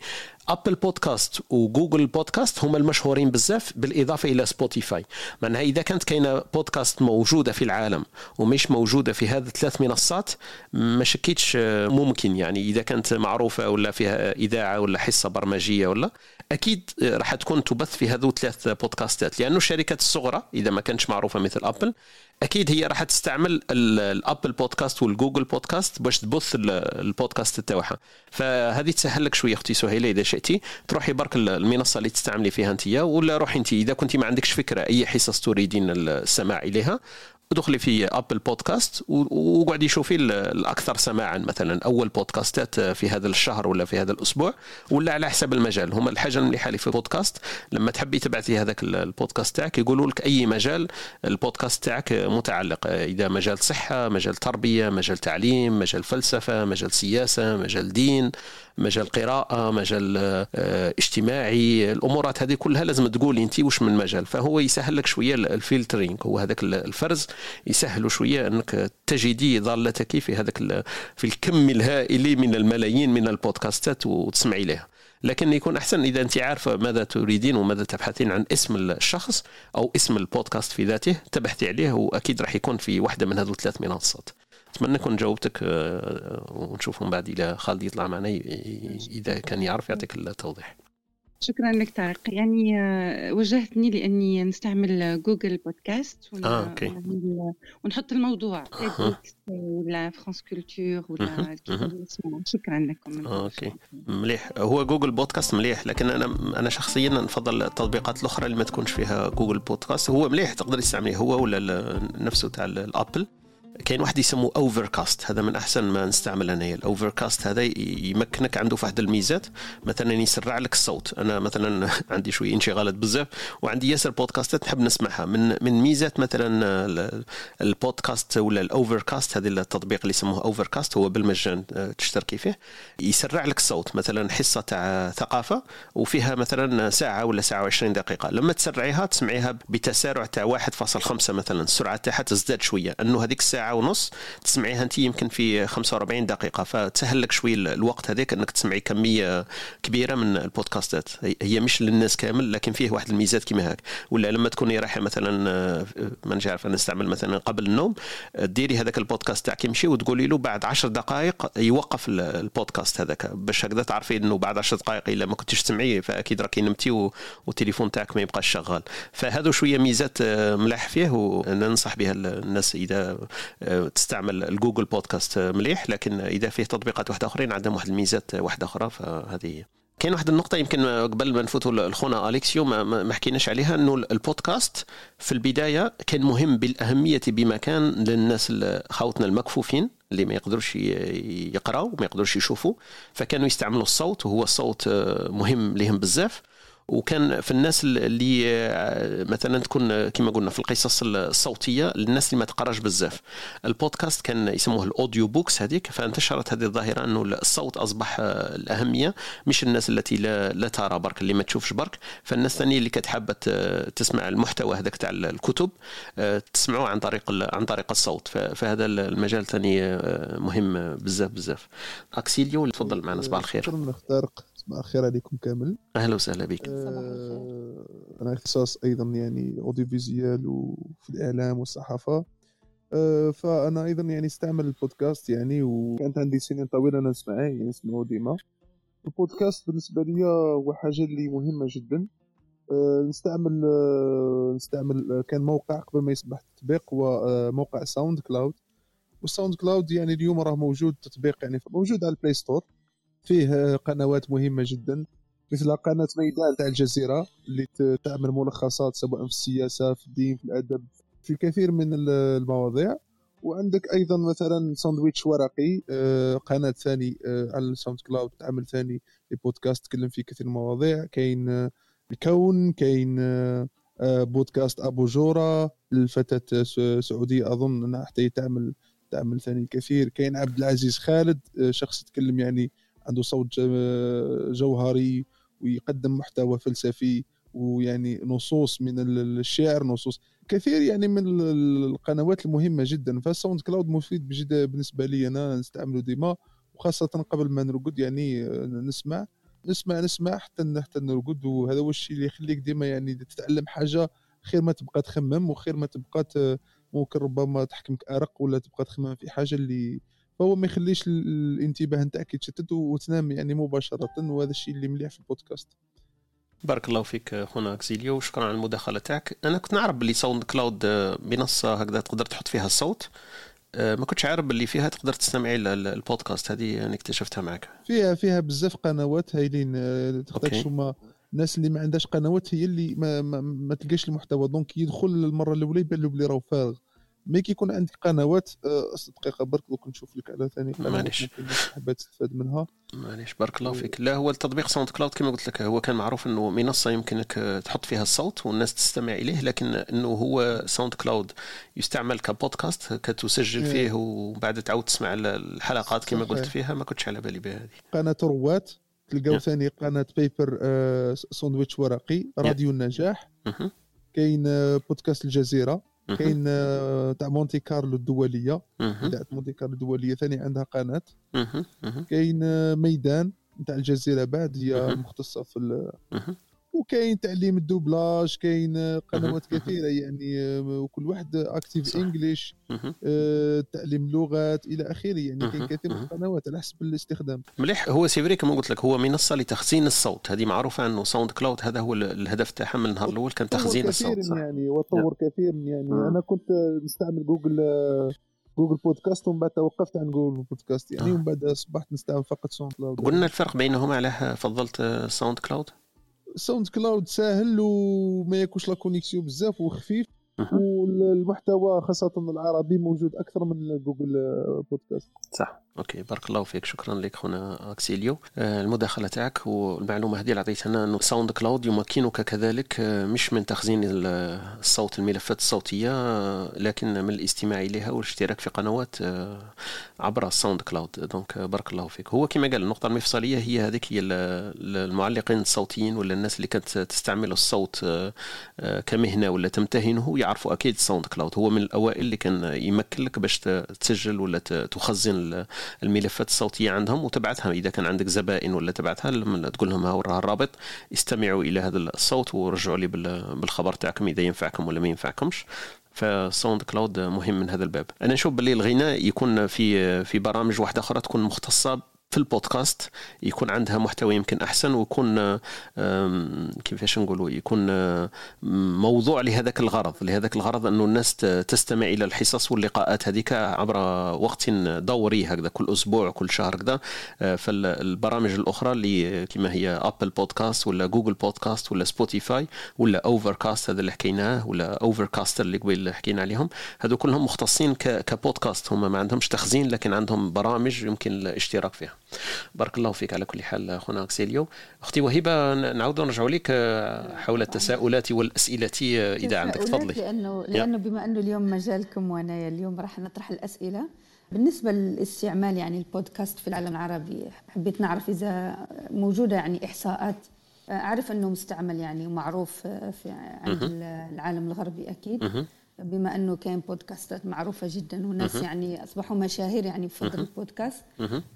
S1: ابل بودكاست وجوجل بودكاست هما المشهورين بزاف بالاضافه الى سبوتيفاي. معناها اذا كانت كاينه بودكاست موجوده في العالم ومش موجوده في هذه الثلاث منصات ما شكيتش ممكن، يعني اذا كانت معروفه ولا فيها اذاعه ولا حصه برمجيه ولا اكيد راح تكون تبث في هذو ثلاث بودكاستات، لانه الشركات الصغرى اذا ما كانتش معروفه مثل ابل اكيد هي راح تستعمل الابل بودكاست والجوجل بودكاست باش تبث البودكاست تاعها. فهذه تسهل لك شويه اختي سهيله اذا شئتي تروحي برك المنصه اللي تستعملي فيها انت، ولا روحي انت اذا كنتي ما عندكش فكره اي حصص تريدين السماع اليها ادخلي في ابل بودكاست وقعدي شوفي الاكثر سماعا، مثلا اول بودكاستات في هذا الشهر ولا في هذا الاسبوع ولا على حسب المجال. هم الحاجه المليحه اللي في البودكاست لما تحبي تبعثي هذاك البودكاست تاعك يقولوا لك اي مجال البودكاست تاعك متعلق، اذا مجال صحه، مجال تربيه، مجال تعليم، مجال فلسفه، مجال سياسه، مجال دين، مجال قراءة، مجال اجتماعي، الأمورات هذه كلها لازم تقولي أنت وش من مجال. فهو يسهل لك شوية الفلترينج، هو هذاك الفرز يسهل شوية أنك تجدي ضالتك في هذاك في الكم الهائل من الملايين من البودكاستات وتسمعي لها. لكن يكون أحسن إذا أنت عارفة ماذا تريدين وماذا تبحثين عن اسم الشخص أو اسم البودكاست في ذاته تبحثي عليه، وأكيد راح يكون في واحدة من هذه الثلاث منصات. أتمنى أكون جاوبتك ونشوفهم بعد إلى خالد يطلع معنا إذا كان يعرف يعطيك التوضيح.
S2: شكرا لك طارق، يعني وجهتني لأني نستعمل جوجل بودكاست ونحط الموضوع ولا فرانس كولتور ولا شكرا لكم.
S1: أوكي مليح، هو جوجل بودكاست مليح، لكن أنا شخصيا نفضل التطبيقات الأخرى اللي ما تكونش فيها جوجل بودكاست. هو مليح تقدر تستعمليه هو ولا نفسه تاع الأبل. كاين واحد يسموه اوفركاست، هذا من احسن ما نستعمل انا. الاوفركاست هذا يمكنك عنده في واحد الميزات، مثلا يسرع لك الصوت. انا مثلا عندي شويه انشغالات بزاف وعندي ياسر بودكاستات نحب نسمعها. من ميزات مثلا البودكاست ولا الاوفركاست، هذا التطبيق اللي يسموه اوفركاست هو بالمجان تشتركي فيه، يسرع لك الصوت. مثلا حصه تاع ثقافه وفيها مثلا ساعه ولا ساعه و20 دقيقه، لما تسرعيها تسمعيها بتسارع تاع 1.5 مثلا، السرعه تاعها تزداد شويه، انه هذيك ساعة ونص تسمعيها انت يمكن في 45 دقيقة، فتسهل لك شوي الوقت هذاك انك تسمعي كمية كبيرة من البودكاستات. هي مش للناس كامل لكن فيه واحد الميزات كما هيك. ولا لما تكوني رايحة مثلا ما نعرف نستعمل مثلا قبل النوم ديري هذاك البودكاست تاعك يمشي وتقولي له بعد 10 دقائق يوقف البودكاست هذاك، باش هكذا تعرفي انه بعد 10 دقائق الا ما كنتيش تسمعيه فاكيد راكي نمتي والتليفون تاعك ما يبقاش شغال. فهذا شوية ميزات ملاح فيه وننصح بها الناس اذا تستعمل الجوجل بودكاست مليح. لكن إذا فيه تطبيقات واحدة أخرين عندهم واحد الميزات واحدة أخرى. فهذه كاين واحد النقطة يمكن قبل ما نفوتوا الخونا أليكسيو ما حكيناش عليها، أنه البودكاست في البداية كان مهم بالأهمية بمكان للناس خوتنا المكفوفين اللي ما يقدرش يقرأوا وما يقدرش يشوفوا، فكانوا يستعملوا الصوت، وهو الصوت مهم لهم بزاف. وكان في الناس اللي مثلا تكون كما قلنا في القصص الصوتيه للناس اللي ما تقراش بزاف، البودكاست كان يسموه الاوديو بوكس هذيك، فانتشرت هذه الظاهره انه الصوت اصبح الاهميه، مش الناس التي لا ترى برك اللي ما تشوفش برك، فالناس الثانيه اللي كتحب تسمع المحتوى هذاك تاع الكتب تسمعوه عن طريق الصوت. فهذا المجال الثاني مهم بزاف. اكسيليو تفضل معنا. صباح الخير.
S5: صباح الخير عليكم كامل.
S1: اهلا وسهلا بك.
S5: انا اختصاص ايضا يعني اوديو فيزيال وفي الاعلام والصحافه، فانا ايضا يعني استعمل البودكاست يعني، وكانت عندي سنين طويله انا نسمعه يعني نسمعه ديما. البودكاست بالنسبه لي هو حاجه اللي مهمه جدا. نستعمل كان موقع قبل ما يصبح تطبيق هو موقع ساوند كلاود. والساوند كلاود يعني اليوم راه موجود تطبيق يعني موجود على البلاي ستور، فيه قنوات مهمة جدا مثل قناة ميدان تاع الجزيرة اللي تعمل ملخصات سواء في السياسة، في الدين، في الأدب، في كثير من المواضيع. وعندك أيضا مثلا ساندويتش ورقي، قناة ثاني على الساوند كلاود تعمل ثاني البودكاست تكلم فيه كثير مواضيع. كاين الكون، كاين بودكاست أبو جورة الفتاة سعودية أظن أنها حتى تعمل ثاني الكثير. كاين عبد العزيز خالد، شخص يتكلم يعني عنده صوت جوهري ويقدم محتوى فلسفي ويعني نصوص من الشعر، نصوص كثير يعني من القنوات المهمة جدا. فالساوند كلاود مفيد بجد بالنسبة لي، أنا نستعمله ديما، وخاصة قبل ما نرقد يعني نسمع. نسمع حتى نرقد، وهذا هو الشيء اللي يخليك ديما يعني تتعلم حاجه. خير ما تبقى تخمم، وخير ما تبقى ممكن ربما تحكمك ارق، ولا تبقى تخمم في حاجه اللي فهو ما يخليش الانتباه نتاعك يتشتت وتنام يعني مباشره. وهذا الشيء اللي مليح في البودكاست.
S1: بارك الله فيك خونا اكسيليو، وشكرا على المداخله تاعك. انا كنت نعرف باللي ساوند كلاود منصه هكذا تقدر تحط فيها الصوت، ما كنتش عارف باللي فيها تقدر تستمعي للبودكاست. هذه يعني اكتشفتها معك.
S5: فيها بزاف قنوات هايلين. تقدرش هما الناس اللي ما عندهاش قنوات هي اللي ما تلقاش المحتوى، دونك يدخل المره الاولى يبان له بلي راهو فارغ. مي كي يكون عندك قنوات دقيقه برك دوك نشوف لك على ثاني قناه ممكن حابه تستفاد منها.
S1: معليش بارك الله فيك. لا هو التطبيق ساوند كلاود كما قلت لك هو كان معروف انه منصه يمكنك تحط فيها الصوت والناس تستمع اليه، لكن انه هو ساوند كلاود يستعمل كبودكاست كتسجل فيه وبعد تعاود تسمع الحلقات كما قلت فيها. ما كنتش على بالي بهذه.
S5: قناه روات تلقاو ثاني قناه بيبر ساندويتش ورقي، راديو النجاح، كاين بودكاست الجزيره، كاين تاع مونتي كارلو الدوليه، تاع مونتي كارلو الدوليه ثاني عندها قناه، كاين ميدان تاع الجزيره بعد هي مختصه في وكاين تعليم الدوبلاج، كاين قنوات كثيره يعني، وكل واحد اكتيف انجليش، تعليم لغات الى اخره يعني. كاين كثير من القنوات على حسب الاستخدام.
S1: مليح. هو سيفري كما قلت لك هو منصه لتخزين الصوت، هذه معروفه انه ساوند كلاود هذا هو الهدف تاعها من النهار الاول كان تخزين الصوت
S5: صح؟ يعني وطور كثير يعني. انا كنت نستعمل جوجل بودكاست ومن بعد توقفت عن جوجل بودكاست يعني، ومن بعد اصبحت نستعمل فقط ساوند كلاود.
S1: قلنا الفرق بينهما، علاه فضلت ساوند كلاود؟
S5: ساوند كلاود سهل وما يكونش لا كونيكسيون بزاف وخفيف، والمحتوى خاصة العربي موجود أكثر من جوجل بودكاست.
S1: صح. اوكي بارك الله فيك، شكرا لك خونا اكسيليو المداخله تاعك والمعلومه هذه اللي عطيتنا انه ساوند كلاود يمكنك كذلك مش من تخزين الصوت الملفات الصوتيه، لكن من الاستماع اليها والاشتراك في قنوات عبر الساوند كلاود. دونك بارك الله فيك. هو كما قال النقطه المفصليه هي هذيك، هي المعلقين الصوتيين ولا الناس اللي كانت تستعمل الصوت كمهنه ولا تمتهنه يعرفوا اكيد ساوند كلاود. هو من الاوائل اللي كان يمكن لك باش تسجل ولا تخزن الملفات الصوتية عندهم وتبعتها إذا كان عندك زبائن ولا تبعتها لما تقول لهم ها الرابط استمعوا إلى هذا الصوت ورجعوا لي بالخبر تاعكم إذا ينفعكم ولا ما ينفعكمش. فساوند كلاود مهم من هذا الباب. أنا نشوف باللي الغناء يكون في برامج واحدة أخرى تكون مختصة في البودكاست، يكون عندها محتوى يمكن أحسن ويكون كيفاش نقولوا يكون موضوع لهذاك الغرض أنه الناس تستمع إلى الحصص واللقاءات هذيك عبر وقت دوري هكذا كل أسبوع كل شهر كذا. فالبرامج الأخرى اللي كما هي أبل بودكاست ولا جوجل بودكاست ولا سبوتيفاي ولا أوفركاست هذا اللي حكيناه ولا أوفركاستر اللي قبل حكينا عليهم، هذو كلهم مختصين كبودكاست، هم ما عندهمش تخزين لكن عندهم برامج يمكن الاشتراك فيها. بارك الله فيك. على كل حال خونا اكسيليو. اختي وهبه نعود نرجع لك حول التساؤلات والاسئله اذا عندك، تفضلي.
S6: لانه بما انه اليوم مجالكم وانا اليوم راح نطرح الاسئله بالنسبه للاستعمال يعني البودكاست في العالم العربي. حبيت نعرف اذا موجوده يعني احصاءات. اعرف انه مستعمل يعني ومعروف في عند العالم الغربي اكيد، بما أنه كان بودكاستات معروفة جدا والناس يعني أصبحوا مشاهير يعني بفضل البودكاست.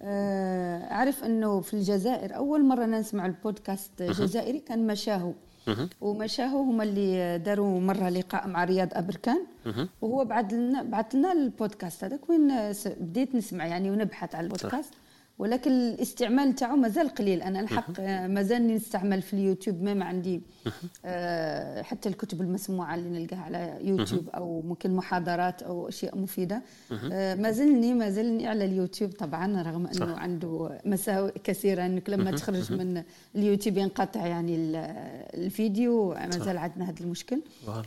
S6: أعرف أنه في الجزائر أول مرة نسمع البودكاست جزائري كان مشاهو، ومشاهو هم اللي داروا مرة لقاء مع رياض أبركان، وهو بعث لنا البودكاست هذاك وين بديت نسمع يعني ونبحث على البودكاست. ولكن الاستعمال تاعو مازال قليل. انا الحق مازال نستعمل في اليوتيوب، ما عندي حتى الكتب المسموعه اللي نلقاها على يوتيوب او ممكن محاضرات او اشياء مفيده. مازلني على اليوتيوب طبعا، رغم انه عنده مساوئ كثيره انك لما تخرج من اليوتيوب ينقطع يعني الفيديو. مازال عندنا هذا المشكل.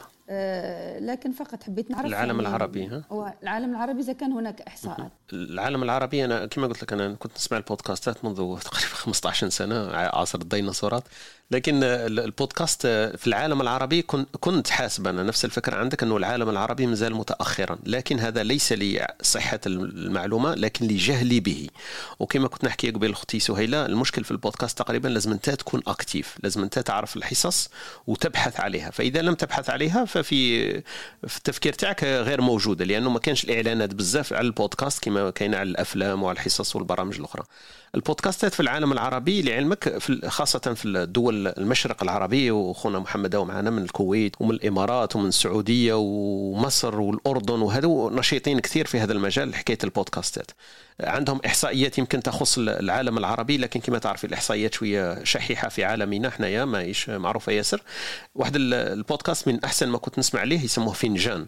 S6: لكن فقط حبيت نعرف
S1: العالم
S6: يعني
S1: العربي.
S6: العالم العربي اذا كان هناك احصاءات.
S1: العالم العربي انا كما قلت لك انا كنت نسمع البودكاستات منذ تقريبا 15 سنه عصر الديناصورات، لكن البودكاست في العالم العربي كنت حاسب أنا نفس الفكرة عندك أنه العالم العربي مازال متأخرا، لكن هذا ليس لصحة المعلومة لكن لجهلي به. وكما كنت نحكي قبل أختي سهيلة، المشكل في البودكاست تقريبا لازم أنت تكون أكتيف، لازم أنت تعرف الحصص وتبحث عليها. فإذا لم تبحث عليها ففي التفكير تاعك غير موجودة، لأنه ما كانش الإعلانات بزاف على البودكاست كما كاين على الافلام وعلى الحصص والبرامج الاخرى. البودكاستات في العالم العربي لعلمك خاصة في الدول المشرق العربي، وخونا محمد معنا من الكويت ومن الإمارات ومن السعودية ومصر والأردن، وهذو نشيطين كثير في هذا المجال حكاية البودكاستات. عندهم إحصائيات يمكن تخص العالم العربي، لكن كما تعرفي الإحصائيات شوية شحيحة في عالمنا حنايا، ما إيش معروفة ياسر. واحد البودكاست من أحسن ما كنت نسمع عليه يسموه فنجان،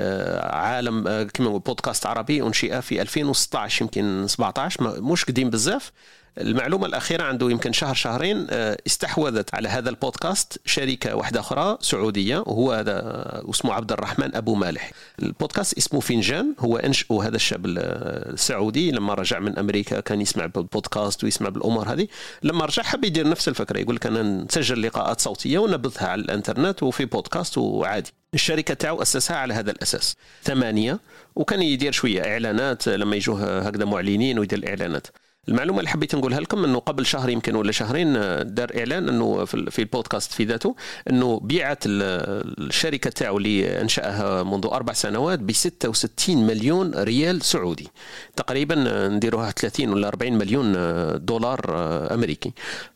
S1: عالم كما بودكاست عربي أنشئ في 2016 يمكن 17، مش قديم بزاف. المعلومة الأخيرة عنده يمكن شهرين استحوذت على هذا البودكاست شركة واحدة أخرى سعودية، وهو هذا اسمه عبد الرحمن أبو مالح. البودكاست اسمه فنجان، هو أنشأه هذا الشاب السعودي لما رجع من أمريكا، كان يسمع بالبودكاست ويسمع بالأمور هذه. لما رجع حب يدير نفس الفكرة، يقول لك أنا نسجل لقاءات صوتية ونبثها على الانترنت وفي بودكاست وعادي. الشركة تاعو أسسها على هذا الأساس 8، وكان يدير شوية إعلانات لما يجوه هكذا معلنين ويدير الإعلانات. المعلومة اللي حبيت نقولها لكم أنه قبل شهر يمكن ولا شهرين دار إعلان أنه في البودكاست في ذاته أنه بيعت الشركة تاعو اللي أنشأها منذ 4 سنوات ب66 مليون ريال سعودي، تقريبا نديروها 30 ولا 40 مليون دولار أمريكي.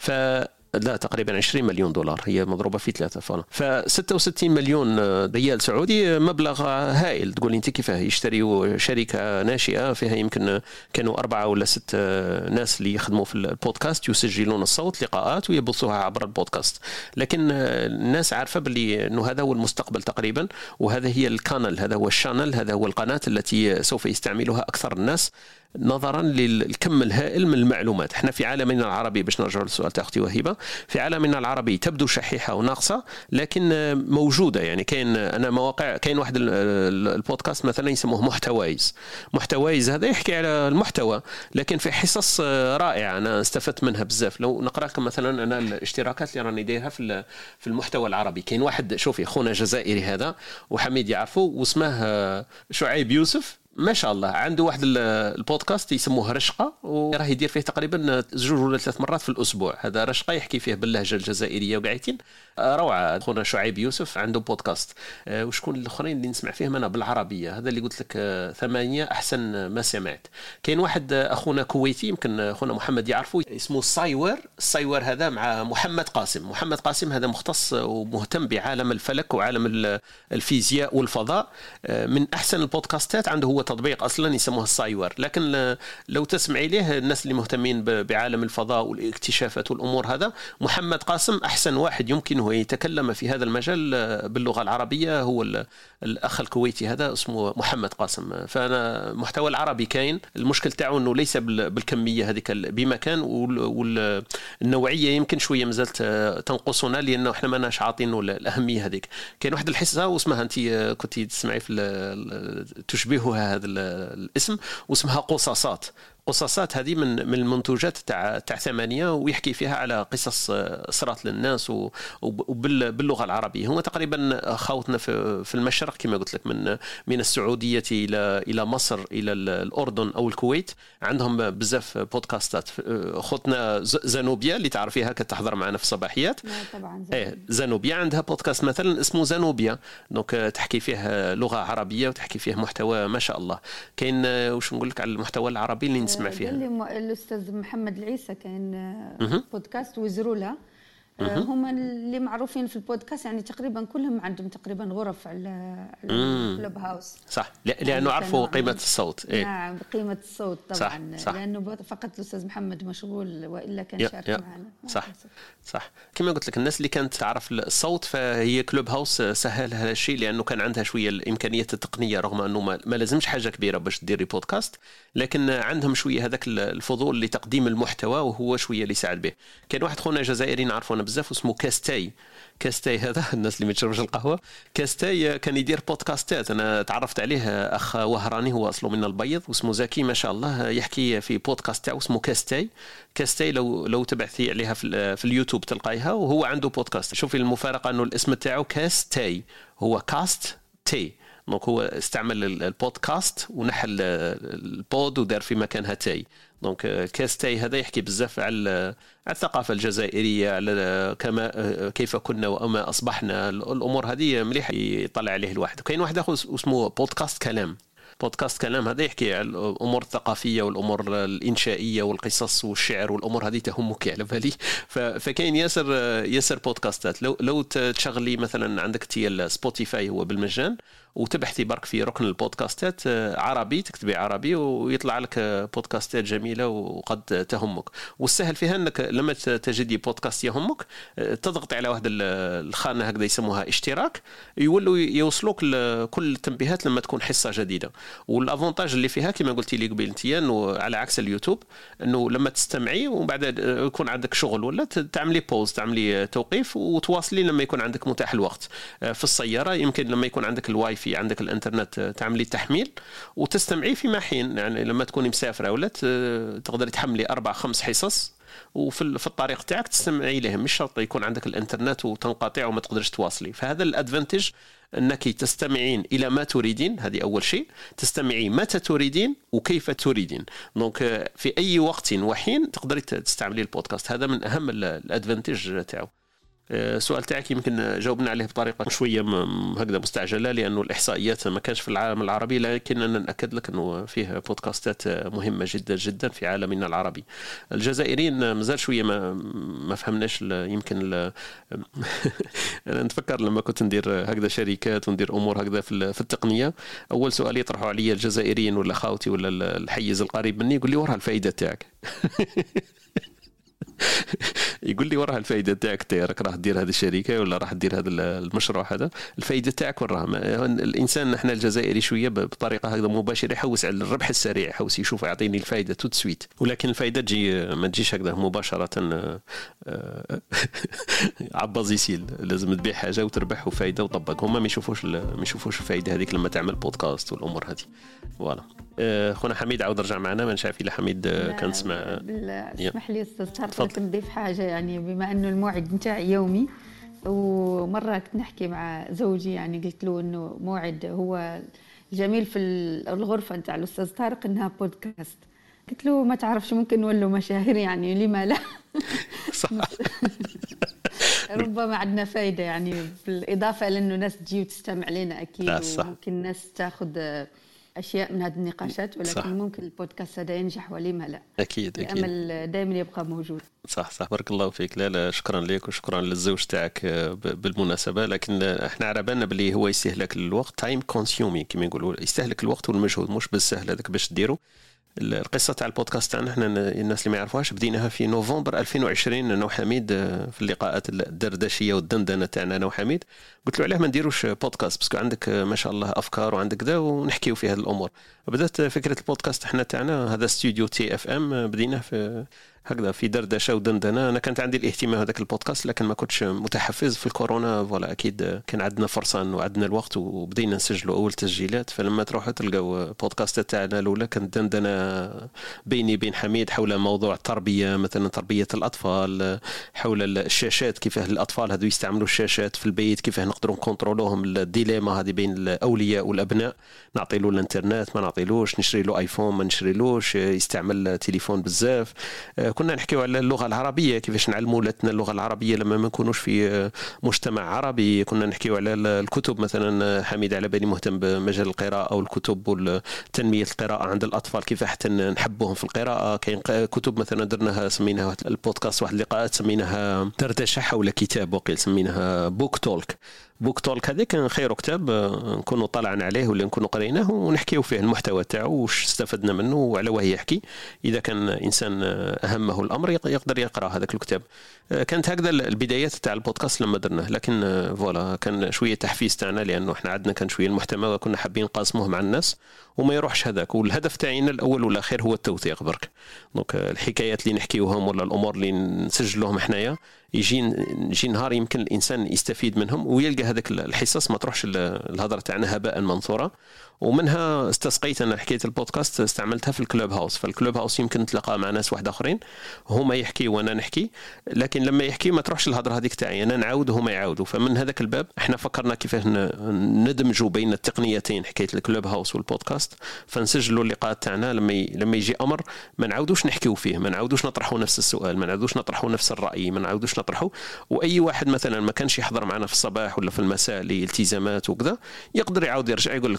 S1: لا تقريبا 20 مليون دولار، هي مضروبة في 3 فعلا. ف66 مليون ريال سعودي مبلغ هائل. تقول انت كيف يشتريوا شركة ناشئة فيها يمكن كانوا 4 ولا 6 ناس اللي يخدموا في البودكاست يسجلون الصوت لقاءات ويبثوها عبر البودكاست، لكن الناس عارفة باللي انه هذا هو المستقبل تقريبا، وهذا هي الكانال، هذا هو الشانل، هذا هو القناة التي سوف يستعملها أكثر الناس نظرا للكم الهائل من المعلومات. احنا في عالمنا العربي، باش نرجع للسؤال تاع اختي وهبه، في عالمنا العربي تبدو شحيحه وناقصه لكن موجوده. يعني كاين انا مواقع، كاين واحد البودكاست مثلا يسموه محتوايز هذا يحكي على المحتوى، لكن في حصص رائعه انا استفدت منها بزاف. لو نقرا لكم مثلا انا الاشتراكات اللي راني دايرها في المحتوى العربي، كاين واحد شوفي خونا جزائري هذا وحميد يعرفه، واسمه شعيب يوسف، ما شاء الله عنده واحد البودكاست يسموه رشقة، وراه يدير فيه تقريبا 2 ولا 3 مرات في الأسبوع. هذا رشقة يحكي فيه باللهجة الجزائرية وقاعدين روعة. أخونا شعيب يوسف عنده بودكاست. وشكون الآخرين اللي نسمع فيهم أنا بالعربية؟ هذا اللي قلت لك 8 أحسن ما سمعت. كاين واحد أخونا كويتي يمكن أخونا محمد يعرفه، اسمه الصايور هذا مع محمد قاسم هذا مختص ومهتم بعالم الفلك وعالم الفيزياء والفضاء. من أحسن البودكاستات عنده هو تطبيق أصلا يسموه الصايور، لكن لو تسمعي له الناس اللي مهتمين بعالم الفضاء والاكتشافات والأمور، هذا محمد قاسم أحسن واحد يمكنه يتكلم في هذا المجال باللغة العربية، هو الأخ الكويتي هذا اسمه محمد قاسم. فأنا محتوى العربي كاين، المشكل تاعه أنه ليس بالكمية هذيك بمكان، والنوعية يمكن شوية مازالت تنقصنا لأنه إحنا ما ناش عاطينه الأهمية هذيك. كاين واحد الحصة واسمها أنت كنت تسمعي في تشبهها هذا الاسم، واسمها قصاصات. هذه من المنتوجات تاع 8، ويحكي فيها على قصص صارت للناس وباللغة العربية. هو تقريبا خوتنا في المشرق كما قلت لك، من السعودية إلى مصر إلى الأردن أو الكويت، عندهم بزاف بودكاستات. خوتنا زانوبيا اللي تعرفيها كتحضر معنا في الصباحيات،
S6: طبعا
S1: زانوبيا عندها بودكاست مثلا اسمه زانوبيا، دونك تحكي فيه لغة عربية وتحكي فيه محتوى ما شاء الله. كاين وش نقول لك على المحتوى العربي اللي نسمع فيها،
S6: الأستاذ محمد العيسى كان بودكاست وزرولة، هم اللي معروفين في البودكاست، يعني تقريبا كلهم عندهم تقريبا غرف على الكلوب هاوس.
S1: صح، لأنه عرفوا قيمة الصوت.
S6: نعم، قيمة الصوت طبعا. صح. لأنه فقط الأستاذ محمد مشغول، وإلا كان شارك معنا.
S1: صح. كما قلت لك الناس اللي كانت تعرف الصوت، فهي كلوب هاوس سهل هذا الشيء، لأنه كان عندها شوية الإمكانيات التقنية، رغم أنه ما لازمش حاجة كبيرة باش تديري بودكاست، لكن عندهم شوية هذاك الفضول لتقديم المحتوى، وهو شوية اللي يساعد به. كان واحد خونا جزائري نعرفه بزاف اسمه كاستاي هذا، الناس اللي ما تشربش القهوه، كاستاي كان يدير بودكاستات. انا تعرفت عليه اخ وهراني، هو اصله من البيض واسمه زكي ما شاء الله، يحكي في بودكاست تاعو اسمه كاستاي. لو تبعثي عليها في اليوتيوب تلقايها، وهو عنده بودكاست. شوفي المفارقه انه الاسم تاعو كاستاي، هو كاست تي، دونك هو استعمل البودكاست ونحل البود ودار في مكانها تاي. دونك كاستاي هذا يحكي بزاف على الثقافة الجزائرية، على كيف كنا وما أصبحنا، الأمور هذه مليح يطلع عليه الواحد. وكاين واحد أخو اسمه بودكاست كلام. بودكاست كلام هذا يحكي على الامور الثقافيه والامور الانشائيه والقصص والشعر والامور هذه تهمك على بالي. فكاين ياسر بودكاستات. لو تشغلي مثلا عندك تي سبوتيفاي هو بالمجان، وتبحثي برك في ركن البودكاستات عربي، تكتبي عربي ويطلع لك بودكاستات جميلة وقد تهمك. والسهل فيها أنك لما تجدي بودكاست يهمك تضغط على واحد الخانة هكذا يسموها اشتراك، يولوا يوصلوك كل التنبيهات لما تكون حصة جديدة. والأفونتاج اللي فيها كما قلتي لي قبل انتيا، أنه على عكس اليوتيوب أنه لما تستمعي وبعد يكون عندك شغل ولا تعملي بوز، تعملي توقيف وتواصلي لما يكون عندك متاح الوقت. في السيارة يمكن لما يكون عندك الواي في عندك الانترنت تعملي تحميل وتستمعي فيما حين، يعني لما تكوني مسافرة ولا تقدري تحملي 4-5 حصص وفي الطريق تاعك تستمعي لهم، مش شرط يكون عندك الانترنت وتنقطع وما تقدرش تواصلي. فهذا الادفانتج انك تستمعين الى ما تريدين، هذه اول شيء. تستمعي متى تريدين وكيف تريدين، دونك في اي وقت وحين تقدري تستعملي البودكاست. هذا من اهم الادفانتج تاعو. السؤال تاعك يمكن جاوبنا عليه بطريقه شويه هكذا مستعجله، لانه الاحصائيات ما كانش في العالم العربي، لكن انا ناكد لك انه فيه بودكاستات مهمه جدا جدا في عالمنا العربي. الجزائريين مازال شويه ما فهمناش يمكن انا نتفكر لما كنت ندير هكذا شركات وندير امور هكذا في التقنيه، اول سؤال يطرحوا علي الجزائريين ولا خاوتي ولا الحيز القريب مني، يقول لي وراها الفائده تاعك. يقول لي وراها الفائده تاعك، تيرك راح تدير هذه الشركه ولا راح تدير هذا المشروع، هذا الفائده تاعك وراها. الانسان احنا الجزائري شويه بطريقه هكذا مباشره يحوس على الربح السريع، يحوس يشوف يعطيني الفائده توت سويت، ولكن الفائده تجي ما تجيش هكذا مباشره. عباز يسيل لازم تبيع حاجه وتربح وفائده وطبق. هما ما يشوفوش الفائده هذيك لما تعمل بودكاست والامور هذه. فوالا خونا حميد عاود رجع معنا، ما نعرف الا حميد كان سمع.
S6: اسمح لي استاذ طارق لك نضيف حاجه، يعني بما انه الموعد نتاعي يومي، ومره كنت نحكي مع زوجي، يعني قلت له انه موعد هو الجميل في الغرفه نتاع الاستاذ طارق انها بودكاست. قلت له ما تعرفش ممكن نولوا مشاهير، يعني لما لا.
S1: صح.
S6: ربما عندنا فايده، يعني بالاضافه لانه ناس تجي وتستمع لنا اكيد، وممكن الناس تاخذ أشياء من هذه النقاشات، ولكن صح. ممكن البودكاست هذا ينجح ولما لا.
S1: أكيد
S6: الأمل دائما يبقى موجود.
S1: صح بارك الله فيك. لا شكرا لك وشكرا للزوج تاعك بالمناسبة. لكن احنا على بالنا بلي هو يستهلك الوقت، تايم كونسيومي كما يقولوا، يستهلك الوقت والمجهود، مش بالسهل هذاك باش تديروا. القصة تاع البودكاست تاعنا احنا الناس اللي ما يعرفوهاش بديناها في نوفمبر 2020 انا وحميد في اللقاءات الدردشية والدندنة تاعنا انا وحميد. قلت له علاه ما نديروش بودكاست، باسكو عندك ما شاء الله افكار وعندك كذا ونحكيو في هذه الامور. بدات فكرة البودكاست احنا تاعنا هذا استوديو TFM بديناه في هكذا في دردشه ودندنه. انا كانت عندي الاهتمام هذاك البودكاست لكن ما كنتش متحفز. في الكورونا ولا اكيد كان عندنا فرصه وعندنا الوقت وبدينا نسجلوا اول تسجيلات. فلما تروحوا تلقاو بودكاست تاعنا الاولى كانت دندنه بيني بين حميد حول موضوع التربيه، مثلا تربيه الاطفال، حول الشاشات، كيف الاطفال هذو يستعملوا الشاشات في البيت، كيف نقدروا نكونترولوهم، الديليما هذه بين الاولياء والابناء، نعطي له الانترنت ما نعطيلوش، نشري له ايفون ما نشريلوش، يستعمل تليفون بزاف. كنا نحكيو على اللغة العربية، كيفاش نعلموا ولادنا اللغة العربية لما ما نكونوش في مجتمع عربي. كنا نحكيو على الكتب، مثلا حميد على بالي مهتم بمجال القراءة والكتب والتنمية القراءة عند الأطفال، كيف حتى نحبوهم في القراءة. كاين كتب مثلا درناها سميناها البودكاست واحد اللقاءات سميناها دردشة حول كتاب وقيل سميناها بوك تولك. هذا كان خير كتاب نكونوا طلعنا عليه ولا نكونوا قريناه ونحكيو فيه المحتوى تاعو واش استفدنا منه وعلى وهي يحكي. إذا كان إنسان أهمه الأمر يقدر يقرأ هذاك الكتاب. كانت هكذا البدايات تاع البودكاست لما درناه. لكن فوالا كان شوية تحفيز تاعنا لأنه احنا عندنا كان شوية المحتوى كنا حابين نقاسموه مع الناس وما يروحش هذاك. والهدف تاعنا الأول والأخير هو التوثيق برك. دونك الحكايات اللي نحكيوهم ولا الأمور اللي نسجلوهم حنايا يجي نهار يمكن الإنسان يستفيد منهم ويلقى هذاك الحصص ما تروحش الهضرة تاعنا هباء منثورة. ومنها استسقيت أنا حكاية البودكاست استعملتها في الكلوب هاوس. فالكلوب هاوس يمكن تلقى مع ناس واحد آخرين هما يحكي وأنا نحكي، لكن لما يحكي ما تروحش الهضرة هذيك تاعي أنا نعاود وهما يعاودوا. فمن هذاك الباب احنا فكرنا كيف ندمجوا بين التقنيتين حكاية الكلوب هاوس والبودكاست. فنسجلوا اللقاءات تاعنا لما يجي أمر ما نعاودوش نحكيو فيه، ما نعاودوش نطرحوا نفس السؤال، ما نعاودوش نطرحوا نفس الرأي، ما نعاودوش نطرحوا. وأي واحد مثلا ما كانش يحضر معنا في الصباح ولا في المساء لالتزامات وكذا يقدر يعاود يرجع يقول لك فوالا أنا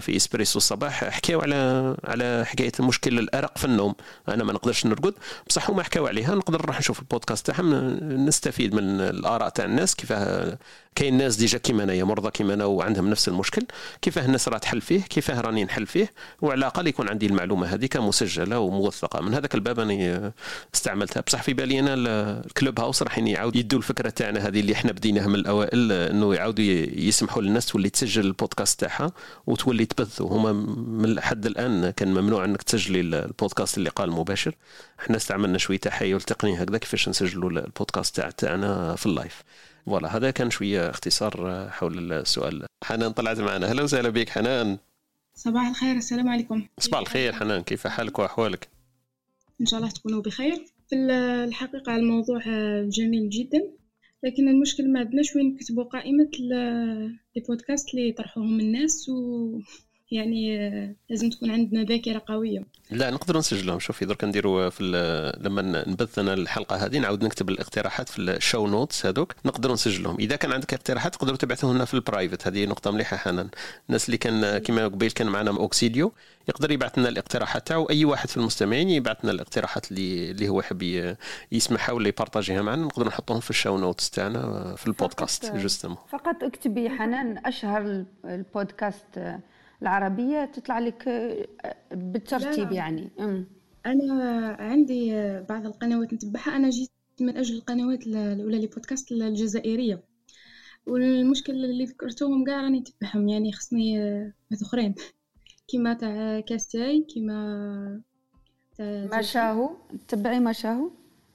S1: في إسبريسو الصباح حكاوا على حكاية المشكل الأرق في النوم. أنا ما نقدرش نرقد بصح هما حكاوا عليها، نقدر نروح نشوف البودكاست تاعهم نستفيد من الآراء تاع الناس، كيفاه كاين ناس ديجا كيما انايا مرضى كيما انا وعندهم نفس المشكل، كيفاه الناس راه تحل فيه، كيفاه راني نحل فيه، وعلى الاقل يكون عندي المعلومه هذيك مسجله وموثقه. من هذاك الباب انا استعملتها. بصح في بالي انا الكلوب هاوس راح يعاود يدوا الفكره تاعنا هذه اللي احنا بديناها من الاوائل، انه يعاودوا يسمحوا للناس تولي تسجل البودكاست تاعها وتولي تبث. وهما من لحد الان كان ممنوع انك تسجلي البودكاست اللي قال مباشر. احنا استعملنا شويه تحيل تقني هكذا كيفاش نسجلوا البودكاست تاعنا في اللايف. فوالا هذا كان شويه اختصار حول السؤال. حنان طلعت معنا، اهلا وسهلا بك حنان.
S7: صباح الخير، السلام عليكم.
S1: صباح الخير حنان، كيف حالك واحوالك؟
S7: ان شاء الله تكونوا بخير. في الحقيقه الموضوع جميل جدا، لكن المشكل ما عندناش وين نكتبوا قائمه البودكاست اللي يطرحوهم الناس، يعني لازم تكون عندنا ذاكره قويه.
S1: لا نقدر نسجلهم. شوفي درك نديروا لما نبثنا الحلقه هذه نعاود نكتب الاقتراحات في الشو نوتس هذوك، نقدر نسجلهم. اذا كان عندك اقتراحات تقدروا تبعثوه لنا في البرايفت. هذه نقطه مليحه حنان. الناس اللي كان كما قبيل كان معنا اوكسيديو يقدر يبعث لنا الاقتراحات تاعو، اي واحد في المستمعين يبعث لنا الاقتراحات اللي هو يحب يسمعها ولا يبارطاجيها معنا، نقدر نحطهم في الشو نوتس تاعنا في البودكاست. جوستمون
S6: فقط اكتبي حنان اشهر البودكاست العربية تطلع لك بالترتيب.
S7: لا.
S6: يعني
S7: أنا عندي بعض القنوات نتبعها. أنا جيت من أجل القنوات الأولى لبودكاست الجزائرية، والمشكل اللي ذكرتوهم كاع راني نتبعهم، يعني خصني أخرين كيما تاع كاستاي، كيما تاع
S6: ما شاهو. تتبعي ما شاهو؟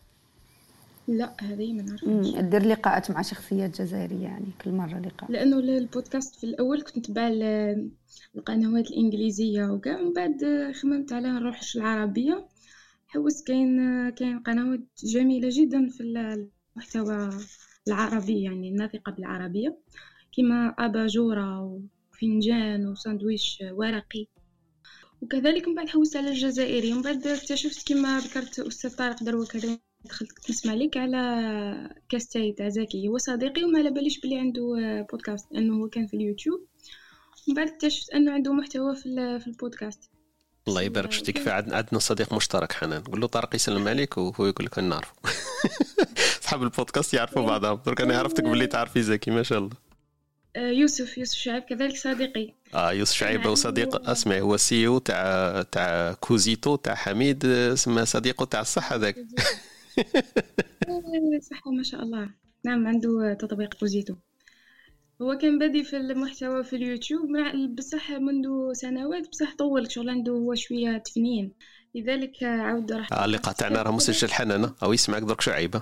S7: لا هذه ما نعرفش.
S6: دير لقاءات مع شخصيات جزائرية، يعني كل مرة لقاء.
S7: لأنه البودكاست في الأول كنت نتبع القنوات الإنجليزية وكاع، من بعد خممت على نروح العربية. حوست كاين قنوات جميلة جدا في المحتوى العربي، يعني الناطقة بالعربية، كما أباجورة وفنجان وساندويش ورقي. وكذلك من بعد حوست على الجزائري، ومن بعد اكتشفت كما ذكرت أستاذ طارق دروكري، دخلت نسمع لك على كاستاي تاع زكي، هو صديقي وما على باليش بلي عنده بودكاست لانه هو كان في اليوتيوب. ومن بعد اكتشفت انه عنده محتوى في البودكاست.
S1: الله يبارك فيك. كيف عندنا صديق مشترك حنان، قول له طارق يسلم عليك وهو يقول لك نعرفه. اصحاب البودكاست يعرفوا بعضهم. درك انا عرفتك باللي تعرفي زكي ما شاء الله.
S7: يوسف شعيب كذلك صديقي.
S1: يوسف شعيب هو صديق اسمع، هو سيو تاع كوزيتو تاع حميد، اسمه صديقه تاع الصحه ذاك.
S7: صح ما شاء الله. نعم عنده تطبيق كوزيتو. هو كان بادي في المحتوى في اليوتيوب بصح منذ سنوات، بصح طول شغل عنده هو شويه تفنين، لذلك عاود راح
S1: اللقاء تاعنا راه مسجل حنانه او يسمعك درك شعيبه.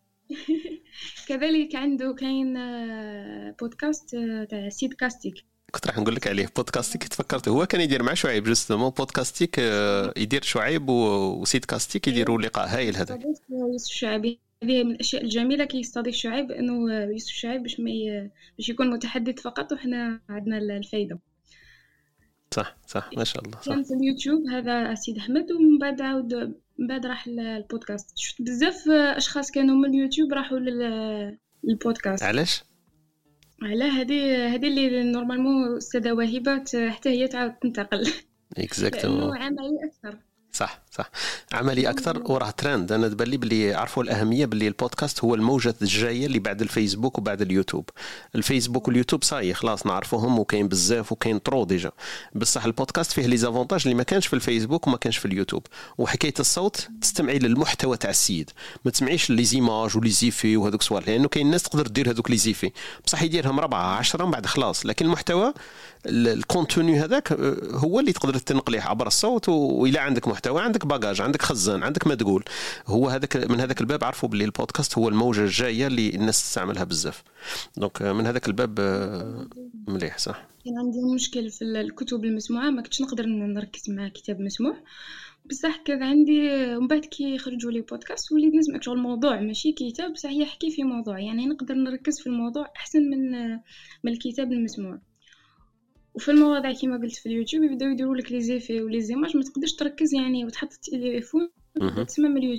S7: كذلك عنده كاين بودكاست تاع سيد كاستيك،
S1: كنت راح نقول لك عليه. بودكاستيك تفكرت هو كان يدير مع شعيب جوستمون. بودكاستيك يدير شعيب وسيد كاستيك يديروا لقاء هايل هذاك.
S7: يوسف شعيب هذه من الاشياء الجميله كي يستضيف شعيب، انه يوسف شعيب باش يكون متحدث فقط وحنا عندنا الفايده.
S1: صح ما شاء الله. صح.
S7: كان في اليوتيوب هذا سيد احمد، ومن بعد عاود من بعد راح البودكاست. شفت بزاف اشخاص كانوا من اليوتيوب راحوا للبودكاست.
S1: علاش؟
S7: على هذه اللي نورمالمون استاذه وهبات حتى هي تعاود تنتقل.
S1: اكزاكتومون.
S7: عملي اكثر.
S1: صح عملي اكثر وراه ترند. انا تبان لي بلي عرفوا الاهميه بلي البودكاست هو الموجه الجايه اللي بعد الفيسبوك وبعد اليوتيوب. الفيسبوك واليوتيوب صاي خلاص نعرفوهم وكاين بزاف وكاين طرو ديجا، بصح البودكاست فيه لي زافونتاج اللي ما كانش في الفيسبوك وما كانش في اليوتيوب. وحكايه الصوت تستمعي للمحتوى تاع السيد، ما تسمعيش لي زيماج ولي زيفي وهذوك الصوالح، لانه كاين ناس تقدر دير هذوك لي زيفي بصح يديرهم 4-10 من بعد خلاص. لكن المحتوى الكونتوني هذاك هو اللي تقدر تنقليه عبر الصوت، وإلا عندك محتوى عندك باجاج عندك خزان عندك ما تقول. هو هذاك من هذاك الباب عرفوا باللي البودكاست هو الموجة الجاية اللي الناس تستعملها بزاف. دونك من هذاك الباب مليح. صح.
S7: كان عندي مشكل في الكتب المسموعة، ما كنتش نقدر نركز مع كتاب مسموع، بصح كان عندي ومن بعد كي يخرجوا لي بودكاست وليت نسمع شغل الموضوع ماشي كتاب بصح يحكي في موضوع، يعني نقدر نركز في الموضوع احسن من الكتاب المسموع. وفي المواضيع كما قلت في اليوتيوب يبداو يديروا لك لي زيفي ولي زيماج، ما تقدرش تركز يعني وتحط التليفون تسمع من اليوتيوب.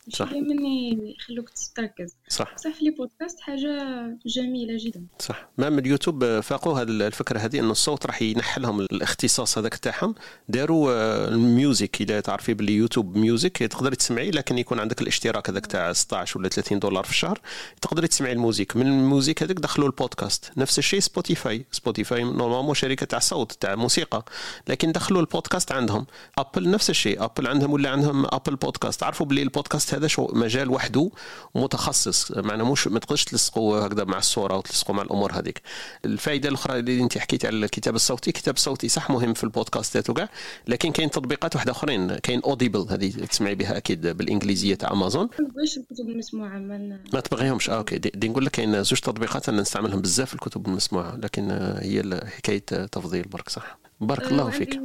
S1: صح.
S7: دائما يخلوك تركز.
S1: صح
S7: في لي بودكاست حاجه جميله جدا.
S1: صح. ما من اليوتيوب فاقوا هذه الفكره هذه انه الصوت راح ينحلهم الاختصاص هذاك تاعهم. داروا الميوزك، اذا تعرفي باللي يوتيوب ميوزك تقدري تسمعي، لكن يكون عندك الاشتراك هذاك تاع 16 ولا $30 في الشهر تقدري تسمعي الموزيك. من الموزيك هذاك دخلوا البودكاست. نفس الشيء سبوتيفاي نورمالمون شركه تاع صوت تاع موسيقى، لكن دخلوا البودكاست عندهم. ابل نفس الشيء، ابل عندهم ولا عندهم ابل بودكاست. عرفوا باللي البودكاست هذا شو مجال وحده متخصص، معناه مش ما تقدرش تلصقوا هكذا مع الصوره وتلصقوا مع الامور هذيك. الفائده الاخرى اللي انت حكيتي على الكتاب الصوتي، الكتاب الصوتي صح مهم في البودكاستات وكاع، لكن كاين تطبيقات واحده اخرين. كاين اوديبل هذه تسمعي بها اكيد بالانجليزيه تاع امازون.
S7: واش الكتب المسموعه
S1: ما تبغيهمش؟ اوكي دي نقول لك كاين زوج تطبيقات انا نستعملهم بزاف في الكتب المسموعه، لكن هي حكايه تفضيل برك. صح بارك الله فيك.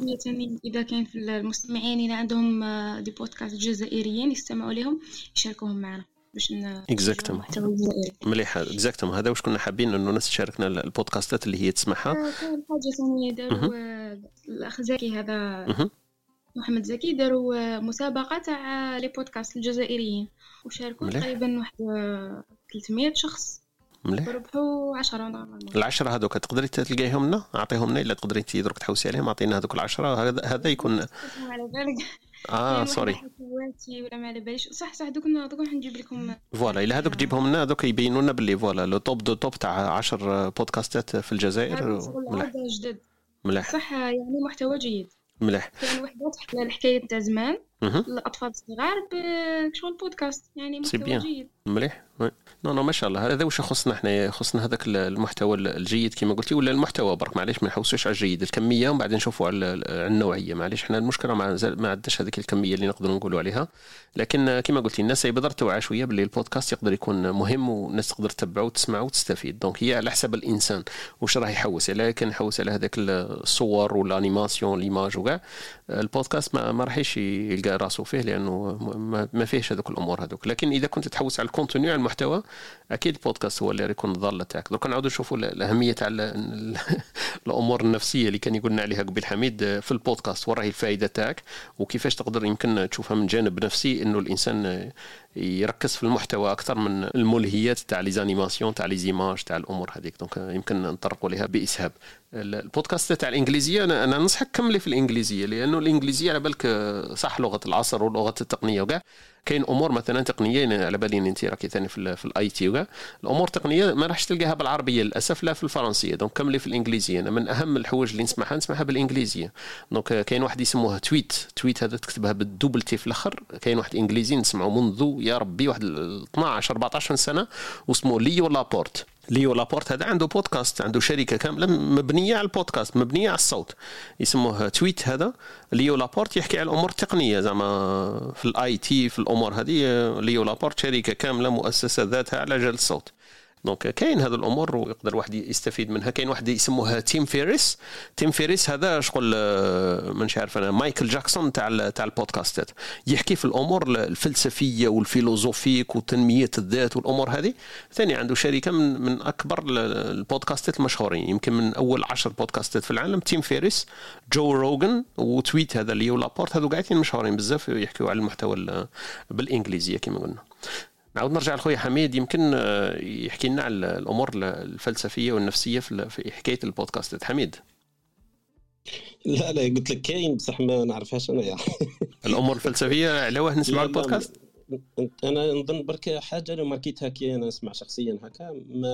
S7: اذا كان في المستمعين اللي عندهم دي بودكاست جزائريين يستمعوا لهم يشاركوهم معنا باش
S1: اكزاكتوم مليح. اكزاكتوم هذا واش كنا حابين انه الناس تشاركنا البودكاستات اللي هي تسمعها.
S7: كاين حاجه ثانيه داروا الاخ زكي هذا محمد زكي، داروا مسابقه تاع لي بودكاست الجزائريين وشاركوا تقريبا واحد 300 شخص.
S1: مليح.
S7: ربحوا 10 نورمالمون.
S1: ال10 هذوك تقدري تلقايهم لنا، اعطيهم لنا الا تقدري انت دروك تحوسي عليهم. اعطينا هذوك ال10. هذا يكون
S7: على بالك
S1: سوري
S7: ولا ما على باليش. صح دوك نجيب لكم
S1: فوالا. الا هذوك تجيبهم لنا هذوك يبينوا لنا باللي فوالا لو توب دو توب تاع 10 بودكاستات في الجزائر.
S7: مليح جدد.
S1: مليح
S7: صح يعني محتوى جيد.
S1: مليح.
S7: كاين وحدات على الحكايه تاع زمان الاطفال الصغار بشغل بودكاست يعني محتوى جيد.
S1: مليح. نو ما شاء الله. هذا واش خصنا احنا، يخصنا هذاك المحتوى الجيد كما قلتي، ولا المحتوى برك معليش ما نحوسوش على الجيد، الكميه ومن بعد نشوفوا على النوعيه. معليش احنا المشكله ما عندناش هذيك الكميه اللي نقدر نقولوا عليها، لكن كما قلتي الناس يقدر توعى شويه باللي البودكاست يقدر يكون مهم والناس تقدر تتبعه وتسمعه وتستفيد. دونك هي على حسب الانسان واش راه يحوس عليه. لكن يحوس على هذاك الصور والانيماسيون ليماج وكاع، البودكاست ما راحش يلقى راسه فيه لانه ما فيهش هذوك الامور هذوك. لكن اذا كنت تحوس على الكونتوني على المحتوى اكيد البودكاست هو اللي يكون الضاله تاعك. دوك نعاودوا نشوفوا الاهميه تاع الامور النفسيه اللي كان يقولنا عليها قبل حميد في البودكاست، وراهي الفائده تاعك وكيفاش تقدر يمكن تشوفها من جانب نفسي، انه الانسان يركز في المحتوى اكثر من الملهيات تاع لي زانيماسيون تاع لي زيماج تاع الامور هذيك. دونك يمكن نطرقوا لها باسهاب. البودكاست تاع الانجليزيه انا ننصحك كملي في الانجليزيه، لانه الانجليزيه على بالك صح لغه العصر ولغه التقنيه وكاع. كاين امور مثلا تقنيه على بالي انت راكي ثاني في الاي تي وكاع، الامور التقنيه ما راحش تلقاها بالعربيه للاسف، لا في الفرنسيه. دونك كملي في الانجليزيه. انا من اهم الحوايج اللي نسمعها بالانجليزيه. دونك كاين واحد يسموها تويت هذا تكتبها بالدوبل تي في الاخر. كاين واحد انجليزي نسمعه منذ يا ربي واحد 12 14 سنه واسمه ليو لابورت. هذا عنده بودكاست، عنده شركه كامله مبنيه على البودكاست، مبنيه على الصوت، يسموه تويت. هذا ليو لابورت يحكي على الامور التقنيه زعما في الاي تي في الامور هذه. ليو لابورت شركه كامله مؤسسه ذاتها على جال الصوت. دونك كاين هذه الامور ويقدر واحد يستفيد منها. كاين واحد يسموها تيم فيريس هذا شغل مانيش عارف انا مايكل جاكسون تاع البودكاستات، يحكي في الامور الفلسفيه والفيلوزوفيك وتنميه الذات والامور هذه. ثاني عنده شركه من اكبر البودكاستات المشهورين، يمكن من اول 10 بودكاستات في العالم. تيم فيريس، جو روغن وتويت هذا ليو لابورت، هذو قاعدين مشهورين بزاف يحكيوا على المحتوى بالانجليزيه كما قلنا. نعود نرجع لخويا حميد يمكن يحكي لنا على الامور الفلسفيه والنفسيه في حكايه البودكاست. حميد
S3: لا قلت لك كاين بصح ما نعرفهاش انا يعني.
S1: الامور الفلسفيه على واه نسمع البودكاست.
S3: انا نظن برك حاجه لو ماركيتها كي انا نسمع شخصيا هكا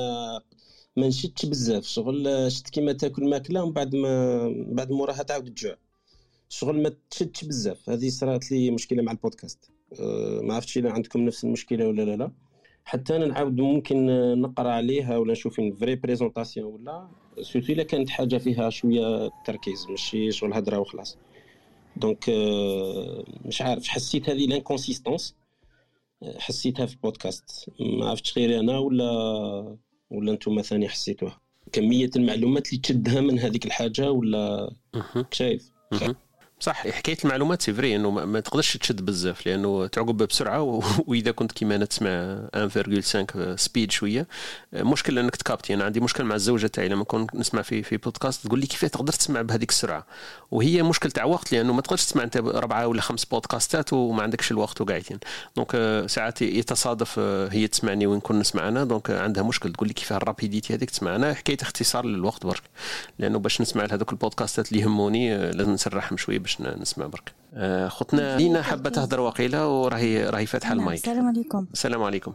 S3: ما نشدش بزاف. شغل شت كيما تاكل ماكله ومن بعد موراها تعاود تجوع. شغل ما تشدش بزاف. هذه صارت لي مشكله مع البودكاست. ما عرفتش اذا عندكم نفس المشكله ولا لا. حتى انا نعاود ممكن نقرا عليها ولا نشوف ان فري بريزونطاسيون ولا سورتو الا كانت حاجه فيها شويه تركيز ماشي شغل هضره وخلاص. دونك مش عارف، حسيت هذه لانكونسيستونس حسيتها في البودكاست. ما عرفتش غير انا ولا انتم ثاني حسيتوها. كميه المعلومات اللي تشدها من هذيك الحاجه ولا شايف
S1: صح. حكايه المعلومات سي فري انه ما تقدرش تشد بزاف لانه تعقب بسرعه واذا كنت كيما انا تسمع 1.5 سبيد شويه مشكل انك تكابتي. انا عندي مشكل مع الزوجه تاعي لما نكون نسمع في بودكاست تقول لي كيف تقدر تسمع بهذيك السرعه، وهي مشكل تاع وقت لانه ما تقدرش تسمع انت 4 ولا 5 بودكاستات وما عندكش الوقت وقاعدين. دونك ساعات يتصادف هي تسمعني وين كنا نسمع انا، دونك عندها مشكل تقول لي كيف الرابيديتي هذيك تسمع. انا حكايه اختصار للوقت برك لانه باش نسمع هذوك البودكاستات اللي يهموني لازم نسرحهم شويه باش نسمع برك. خطنا لينا حابه تهضر وقيله وراهي فاتحه المايك.
S8: السلام عليكم.
S1: السلام عليكم.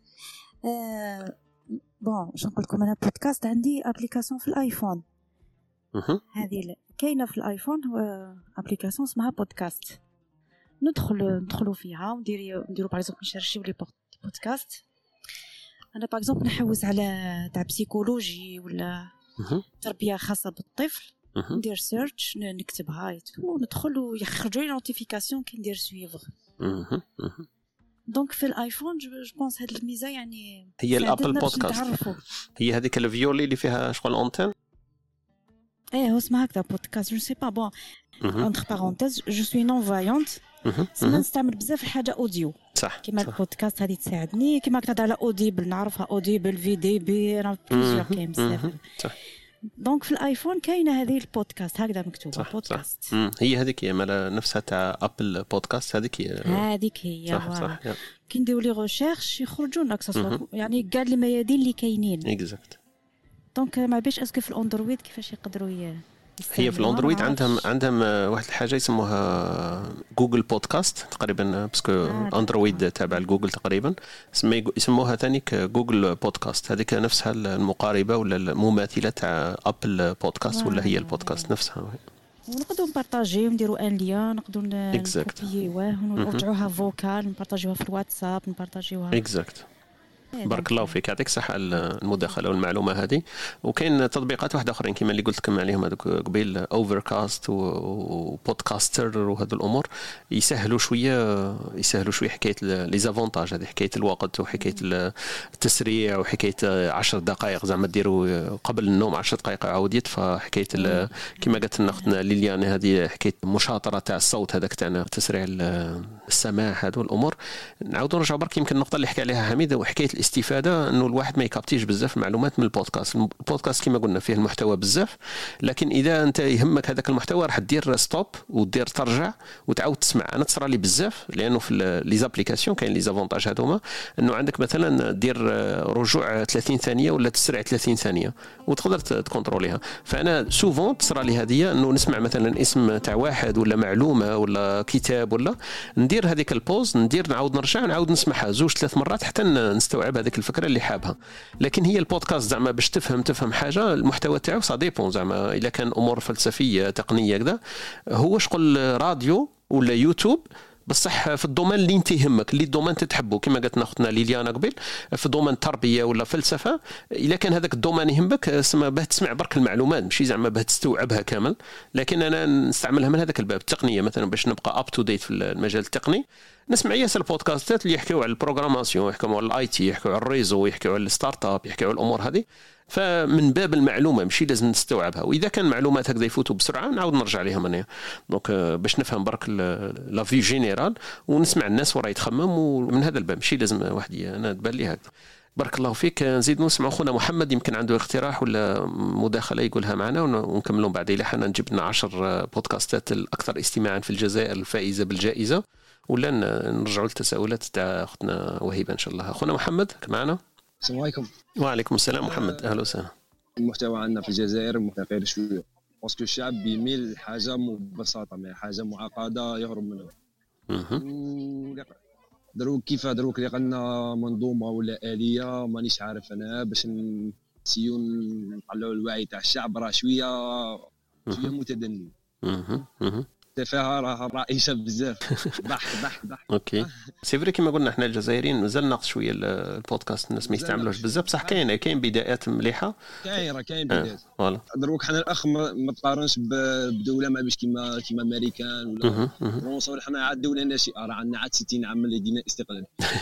S8: بون جو نقول لكم انا بودكاست عندي ابليكاسيون في الايفون. هذه كاينه في الايفون ابليكاسيون اسمها بودكاست. ندخلوا فيها ونديروا باغ اكزومبل نشرشيو لي بودكاست. انا باغ اكزومبل نحوس على تاع بسيكولوجي ولا تربيه خاصه بالطفل، ندير سيرش نكتبها وندخل ويخرجوا لي نوتيفيكاسيون كي ندير سويفر. دونك في الايفون جو بونس هاد الميزه يعني
S1: هي الابل بودكاست، هي هذيك الفيولي اللي فيها شغل اونتين.
S8: هو اسمها هكذا بودكاست. جو سي با بون اونتر بارونتيز جو سوي نون فايونت سما نستعمل بزاف الحاجه اوديو
S1: صح
S8: كيما البودكاست هذه تساعدني كيما كنهضر على اوديبل نعرفها اوديبل في دي بي راه بليزيور كاين بزاف. دونك في الايفون كاينه هذه البودكاست هكذا مكتوبه بودكاست.
S1: هي هذيك هي مالا نفسها تاع ابل بودكاست هذيك
S8: هي
S1: صح.
S8: كي نديروا لي ريشيرش يخرجوا لنا يعني كاع الميادين اللي كاينين
S1: اكزاكت.
S8: دونك ما بيش اسكو في الاندرويد كيفاش يقدروا
S1: هي في الاندرويد عندهم واحد الحاجه يسموها جوجل بودكاست تقريبا باسكو اندرويد تابع لجوجل تقريبا يسموها ثانيك جوجل بودكاست. هذيك نفسها المقاربه ولا المماثله تاع ابل بودكاست ولا هي البودكاست نفسها.
S8: ونقدروا نبارطاجيو نديروا ان ليان نقدروا نكوبيوه ونرجعوها فوكال نبارطاجيوها في الواتساب نبارطاجيوها
S1: اكزاكت. بارك الله فيك يعطيك الصحه المداخله والمعلومه هذه. وكاين تطبيقات واحده اخرين كما اللي قلت لكم عليهم هذوك قبيل اوفركاست وبودكاستر وهذو الامور يسهلوا شويه حكايه لي زافونتاج هذه حكايه الوقت وحكايه التسريع وحكايه 10 دقائق زعما ديروا قبل النوم 10 دقائق عاود يطفى حكايه كما قالت لنا اختنا ليليان هذه حكايه المشاطره تاع الصوت هذاك تاعنا تسريع السماع هذو الامور. نعاودوا نرجعوا برك يمكن النقطه اللي حكى عليها حميد وحكايه الاستفاده انه الواحد ما يكابتيش بزاف المعلومات من البودكاست كما قلنا فيه المحتوى بزاف، لكن اذا انت يهمك هذاك المحتوى راح دير ستوب ودير ترجع وتعاود تسمع. انا تصرى لي بزاف لانه في لي زابليكاسيون كاين لي زافونتاج هذوما انه عندك مثلا دير رجوع 30 ثانيه ولا تسرع 30 ثانيه وتقدر تكنتروليها. فانا سوفون تصرى لي هذه انه نسمع مثلا اسم تاع واحد ولا معلومه ولا كتاب ولا ندير هذيك البوز ندير نعاود نرجع نعاود نسمعها 2-3 مرات حتى نستوعب هذيك الفكره اللي حابها. لكن هي البودكاست زعما باش تفهم حاجه المحتوى تاعو سا ديبون زعما اذا كان امور فلسفيه تقنيه كذا هو شغل راديو ولا يوتيوب بصح في الدومين اللي انت يهمك اللي الدومين تحبه كما قالت اختنا ليليانا قبل في دومين تربيه ولا فلسفه. اذا كان هذاك الدومين يهمك باه تسمع برك المعلومات ماشي زعما باه تستوعبها كامل، لكن انا نستعملها من هذاك الباب التقنيه مثلا باش نبقى اب تو ديت في المجال التقني. نسمع ياسر البودكاستات اللي يحكيوا على البروغراماسيون يحكيوا على الاي تي يحكيوا على الريزو يحكيوا على الستارت اب يحكيوا على الامور هذه. فمن باب المعلومه ماشي لازم نستوعبها، واذا كان معلومات هكذا يفوتوا بسرعه نعاود نرجع لهم انا دونك باش نفهم برك لا في جينيرال ونسمع الناس وراه يتخمم ومن هذا الباب ماشي لازم واحد انا تبان لي هكذا. بارك الله فيك. نزيد نسمع اخونا محمد يمكن عنده اقتراح ولا مداخله يقولها معنا ونكملون بعد الى حنا نجيب لنا 10 بودكاستات الاكثر استماعا في الجزائر الفائزه بالجائزه ولا نرجعوا للتساؤلات تاع اختنا وهيبه ان شاء الله. اخونا محمد معنا.
S9: السلام عليكم.
S1: وعليكم السلام محمد اهلا وسهلا.
S9: المحتوى عندنا في الجزائر متغير شويه باسكو الشعب بيميل حاجه ببساطه ما حاجه معقده يهرب منها. دروك لقنا منظومه ولا آلية مانيش عارف انا باش نسيو نطلعوا الوعي تاع الشعب راه شويه متدني. تفاهه راه رائشه بزاف ضحك
S1: اوكي سي فري كما قلنا احنا الجزائريين مازال ناقص شويه البودكاست الناس ما يستعملوش بزاف بصح كاين بدايات مليحه كاين
S9: بدايات دروك حنا الاخ ما تقارنش بدوله ما بيش كيما امريكان ولا فرنسا ولا حنا عاد دوله ناشئه راه عندنا عاد 60 عام اللي دينا استقلال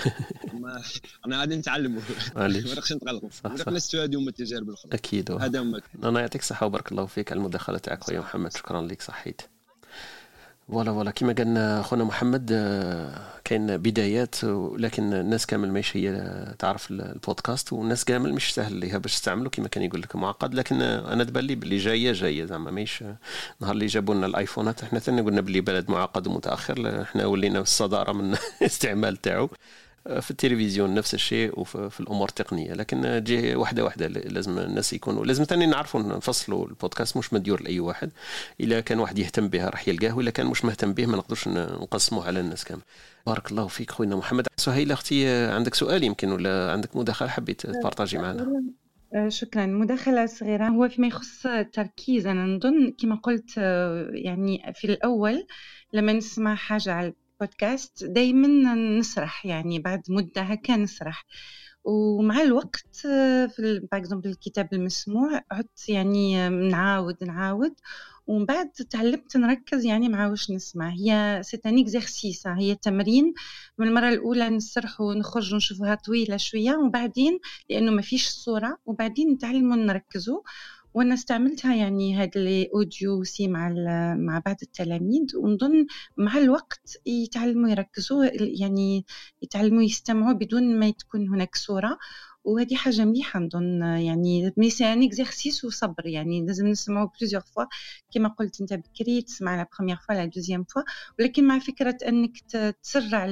S9: انا غادي نتعلموا ما نقدرش نتغلقوا ولكن نستفادوا من التجارب الاخرى
S1: اكيد.
S9: هذا
S1: انا يعطيك الصحه وبارك الله فيك على المداخله تاعك خويا محمد شكرا لك صحيت. ولا كما قالنا خونا محمد، كاين بدايات، لكن الناس كامل ماشي هي تعرف البودكاست، والناس كامل مش سهل ليها باش تستعمله كما كان يقول لك معقد. لكن انا تبان لي باللي جايه زعما ماهيش نهار اللي جابوا لنا الايفونات احنا ثاني قلنا باللي بلد معقد ومتاخر، احنا ولينا في الصداره من الاستعمال تاعو. في التلفزيون نفس الشيء وفي الامور التقنيه، لكن جي واحده لازم الناس يكونوا، لازم ثاني نعرفوا نفصلوا البودكاست، مش مديور لاي واحد. الا كان واحد يهتم بها راح يلقاه، ولا كان مش مهتم به ما نقدرش نقسموه على الناس كامل. بارك الله فيك خوينا محمد. سهيلة اختي، عندك سؤال يمكن ولا عندك مداخله حبيت تبارطاجي معنا؟
S2: شكرا. مداخلة صغيرة. هو فيما يخص التركيز، أنا نظن كما قلت يعني في الأول لما نسمع حاجة على البودكاست دايما نسرح، يعني بعد مدة هكا نسرح، ومع الوقت في الكتاب المسموع عدت يعني نعاود ومن بعد تعلمت نركز يعني مع واش نسمع. هي سيتان اكزرسيس، هي تمرين. من المره الاولى نسرح ونخرج ونشوفها طويله شويه، وبعدين لانه ما فيش الصوره، وبعدين نتعلموا نركزوا. وانا استعملتها يعني هاد الاوديو سي مع بعض التلاميذ، ونظن مع الوقت يتعلموا يركزوا، يعني يتعلموا يستمعوا بدون ما تكون هناك صوره. وهذه حاجه مليحه نظن، يعني مي سي ان اكزرسيس وصبر، يعني لازم نسمعوا بليزيور فوا كما قلت انت بكري، تسمع لا بروميير فوا لا دوزيام فوا، ولكن مع فكره انك تسرع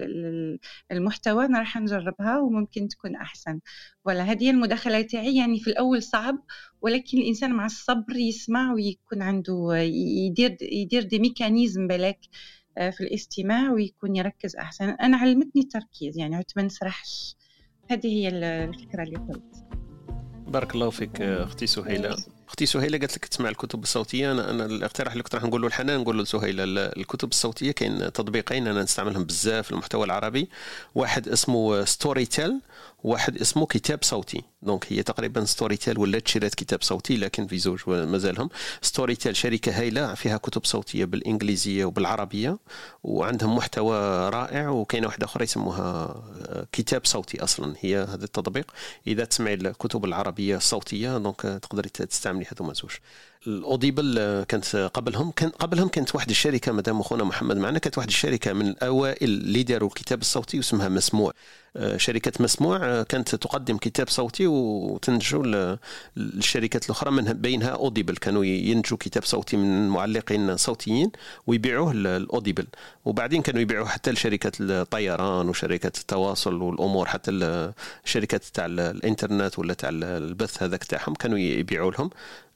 S2: المحتوى انا راح نجربها وممكن تكون احسن. ولا هذه المداخله تاعي، يعني في الاول صعب، ولكن الانسان مع الصبر يسمع ويكون عنده يدير دي ميكانيزم بالك في الاستماع ويكون يركز احسن. انا علمتني التركيز، يعني عدت ما نسرحش. هذه هي الفكرة اللي قلت.
S1: بارك الله فيك اختي سهيلة. اختي سهيلة قالت لك تسمع الكتب الصوتية. انا الاقتراح اللي كنت راح نقول له الحنان، نقول له لسهيلة الكتب الصوتية كاين تطبيقين انا نستعملهم بزاف في المحتوى العربي، واحد اسمه ستوري تيل، واحد اسمه كتاب صوتي. دونك هي تقريبا ستوري تيل ولات شرات كتاب صوتي، لكن في زوج مازالهم. ستوري تيل شركة هايلة فيها كتب صوتية بالإنجليزية وبالعربية، وعندهم محتوى رائع. وكاينة واحدة أخرى يسموها كتاب صوتي أصلا، هي هذا التطبيق إذا تسمعي الكتب العربية الصوتية دونك تقدري تستعملي هذوما زوج. الأوديبل كانت قبلهم كانت واحد الشركة، مدام أخونا محمد معنا، كانت واحد الشركة من الأوائل اللي داروا الكتاب الصوتي واسمها مسموع. شركة مسموع كانت تقدم كتاب صوتي وتنتجوا الشركات الأخرى من بينها أوديبل، كانوا ينتجوا كتاب صوتي من معلقين صوتيين ويبيعوه الأوديبل، وبعدين كانوا يبيعوه حتى لشركات الطيران وشركات التواصل والأمور، حتى الشركات تاع الإنترنت ولا تاع البث هذاك تاعهم كانوا يبيعوا لهم.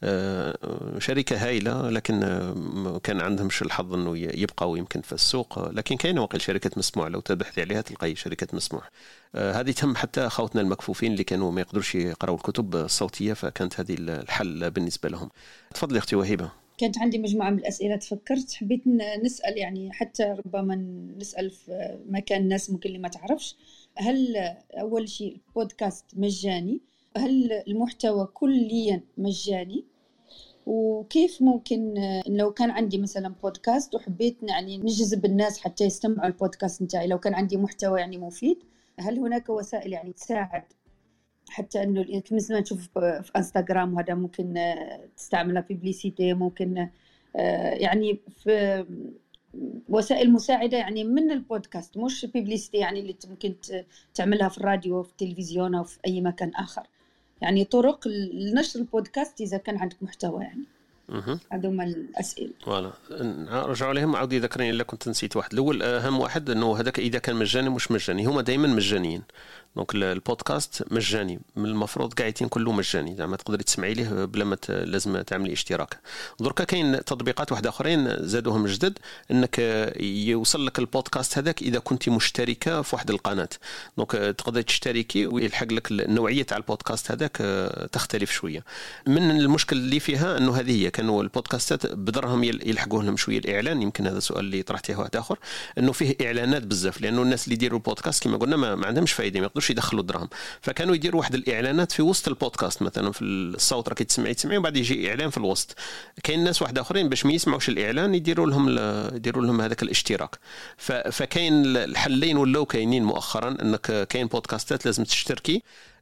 S1: شركة هايلة، لكن كان عندهمش الحظ أنه يبقوا يمكن في السوق. لكن كاين وقت شركة مسموع، لو تبحثي عليها تلقاي شركة مسموع. هذه تم حتى خوتنا المكفوفين اللي كانوا ما يقدروش يقرأوا الكتب الصوتية، فكانت هذه الحل بالنسبة لهم. تفضلي أختي وهيبة.
S6: كانت عندي مجموعة من الأسئلة تفكرت حبيت نسأل، يعني حتى ربما نسأل في مكان الناس ممكن اللي ما تعرفش. هل أول شيء البودكاست مجاني؟ هل المحتوى كليا مجاني؟ وكيف ممكن لو كان عندي مثلا بودكاست وحبيت يعني نجذب الناس حتى يستمعوا البودكاست نتاعي، لو كان عندي محتوى يعني مفيد، هل هناك وسائل يعني تساعد حتى انه مثل ما نشوف في انستغرام وهذا ممكن تستعملها بيبليسيتي، ممكن يعني في وسائل مساعدة يعني من البودكاست، مش بيبليسيتي يعني اللي ممكن تعملها في الراديو أو في التلفزيون أو في أي مكان آخر، يعني طرق لنشر البودكاست إذا كان عندك محتوى يعني. هذوما الأسئلة.
S1: فوالا نرجعوا عليهم. عاودي ذكرني إلا كنت نسيت واحد. الأول أهم واحد إنه هذاك إذا كان مجاني مش مجاني، هما دائما مجانيين. دونك البودكاست مجاني، من المفروض قاعدين كله مجاني، زعما تقدري تسمعي ليه بلا ما لازم تعملي اشتراك. دركا كاين تطبيقات واحده اخرين زادوهم جدد، انك يوصل لك البودكاست هذاك اذا كنتي مشتركه في واحد القناه. دونك تقدري تشتركي ويلحق لك النوعيه تاع البودكاست هذاك تختلف شويه. من المشكل اللي فيها انه هذه هي، كانوا البودكاستات بدرهم يلحقوا لهم شويه الاعلان. يمكن هذا السؤال اللي طرحته واحد اخر، انه فيه اعلانات بزاف، لانه الناس اللي يديروا البودكاست كما قلنا ما عندهمش فايده، ما يقدروش يدخلوا دراهم، فكانوا يديروا واحد الاعلانات في وسط البودكاست. مثلا في الصوت راكي تسمعي وبعد يجي اعلان في الوسط. كاين ناس واحد اخرين باش ما يسمعوش الاعلان يديروا لهم هذاك الاشتراك. فكاين الحلين ولاو كاينين مؤخرا، انك كاين بودكاستات لازم تشتركي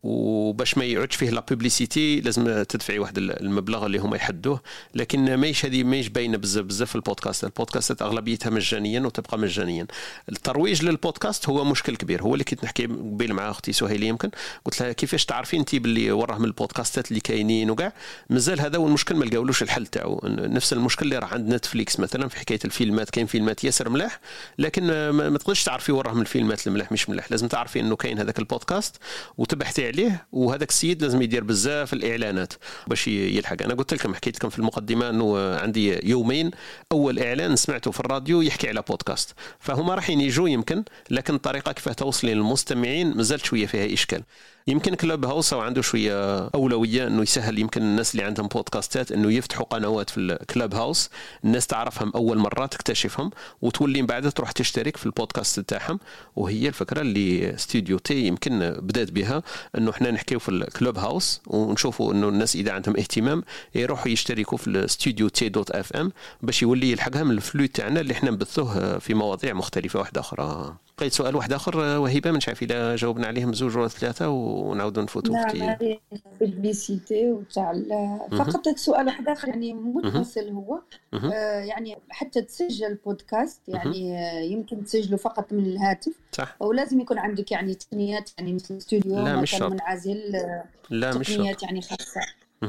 S1: وباش ما يعودش فيه لا بوبليسيتي لازم تدفعي واحد المبلغ اللي هما يحدوه، لكن ماهيش هذه ماهيش باينه بزاف في البودكاستات اغلبيتها مجانيا وتبقى مجانيا. الترويج للبودكاست هو مشكل كبير، هو اللي كنت نحكي قبيل مع اختي سهيله يمكن قلت لها كيفاش تعرفي انت باللي وراه من البودكاستات اللي كاينين وكاع، مازال هذا هو المشكل ما لقاولوش الحل تاعو. نفس المشكل اللي راه عند نتفليكس مثلا في حكايه الفيلمات، كاين فيلمات ياسر ملاح لكن ما تقدرش تعرفي وراه من الفيلمات الملاح مش ملاح، لازم تعرفي انه كاين هذاك البودكاست وتبحثي عليه، وهذاك السيد لازم يدير بزاف الاعلانات باش يلحق. انا قلت لكم حكيت لكم في المقدمه انه عندي يومين اول اعلان سمعته في الراديو يحكي على بودكاست، فهما راح يجوا يمكن، لكن الطريقه كيف توصل للمستمعين مازالت شويه فيها اشكال. يمكن كلوب هاوس عنده شويه اولويه انه يسهل يمكن الناس اللي عندهم بودكاستات انه يفتحوا قنوات في الكلوب هاوس، الناس تعرفهم اول مره تكتشفهم وتولي من بعد تروح تشترك في البودكاست تاعهم. وهي الفكره اللي ستوديو تي يمكن بدات بها، انه احنا نحكيو في الكلوب هاوس ونشوفوا انه الناس اذا عندهم اهتمام يروحوا يشتركوا في الستوديو تي دوت اف ام باش يولي يلحقها من الفلو تاعنا اللي احنا نبثوه في مواضيع مختلفه واحده اخرى. بقيت سؤال واحد اخر وهبه، من شايف اذا جاوبنا عليهم زوج ولا ثلاثه ونعاودوا نفوتوا
S6: في البيسيتي وتاع فقط سؤال واحد اخر يعني متصل هو يعني حتى تسجل بودكاست يعني يمكن تسجله فقط من الهاتف
S1: صح،
S6: او لازم يكون عندك يعني تقنيات يعني مثل استوديو مثلا منعزل،
S1: لا مش
S6: تقنيات يعني خاصه؟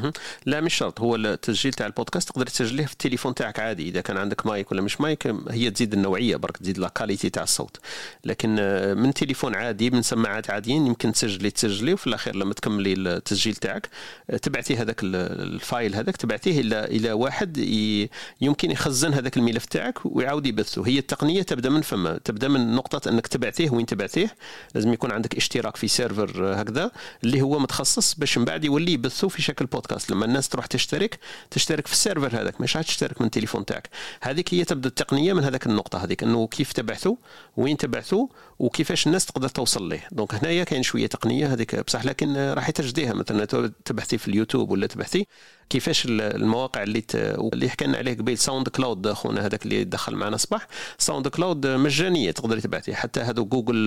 S1: لا مش شرط. هو التسجيل تاع البودكاست تقدر تسجله في التليفون تاعك عادي، اذا كان عندك مايك ولا مش مايك هي تزيد النوعيه برك، تزيد لا كاليتي تاع الصوت. لكن من تليفون عادي من سماعات عاديين يمكن تسجلي وفي الاخير لما تكملي التسجيل تاعك تبعتي هذاك الفايل هذاك تبعتيه الى واحد يمكن يخزن هذاك الملف تاعك ويعاود يبثه. هي التقنيه تبدا من فما، تبدا من نقطه انك تبعتيه وين تبعتيه، لازم يكون عندك اشتراك في سيرفر هكذا اللي هو متخصص باش من بعد يولي يبثه في شكل بودكاست. لما الناس تروح تشترك في السيرفر هذاك، مش تشترك من التليفون تاعك. هذيك هي تبدا التقنيه من هذاك النقطه هذيك، انه كيف تبعثوا وين تبعثوا وكيفاش الناس تقدر توصل له. دونك هنايا كاين شويه تقنيه هذيك بصح، لكن راح تجديها مثلا تبحثي في اليوتيوب ولا تبحثي كيفاش المواقع اللي حكينا عليه قبيل. ساوند كلاود اخونا هذاك اللي دخل معنا صباح، ساوند كلاود مجانيه تقدري تبعثي، حتى هذو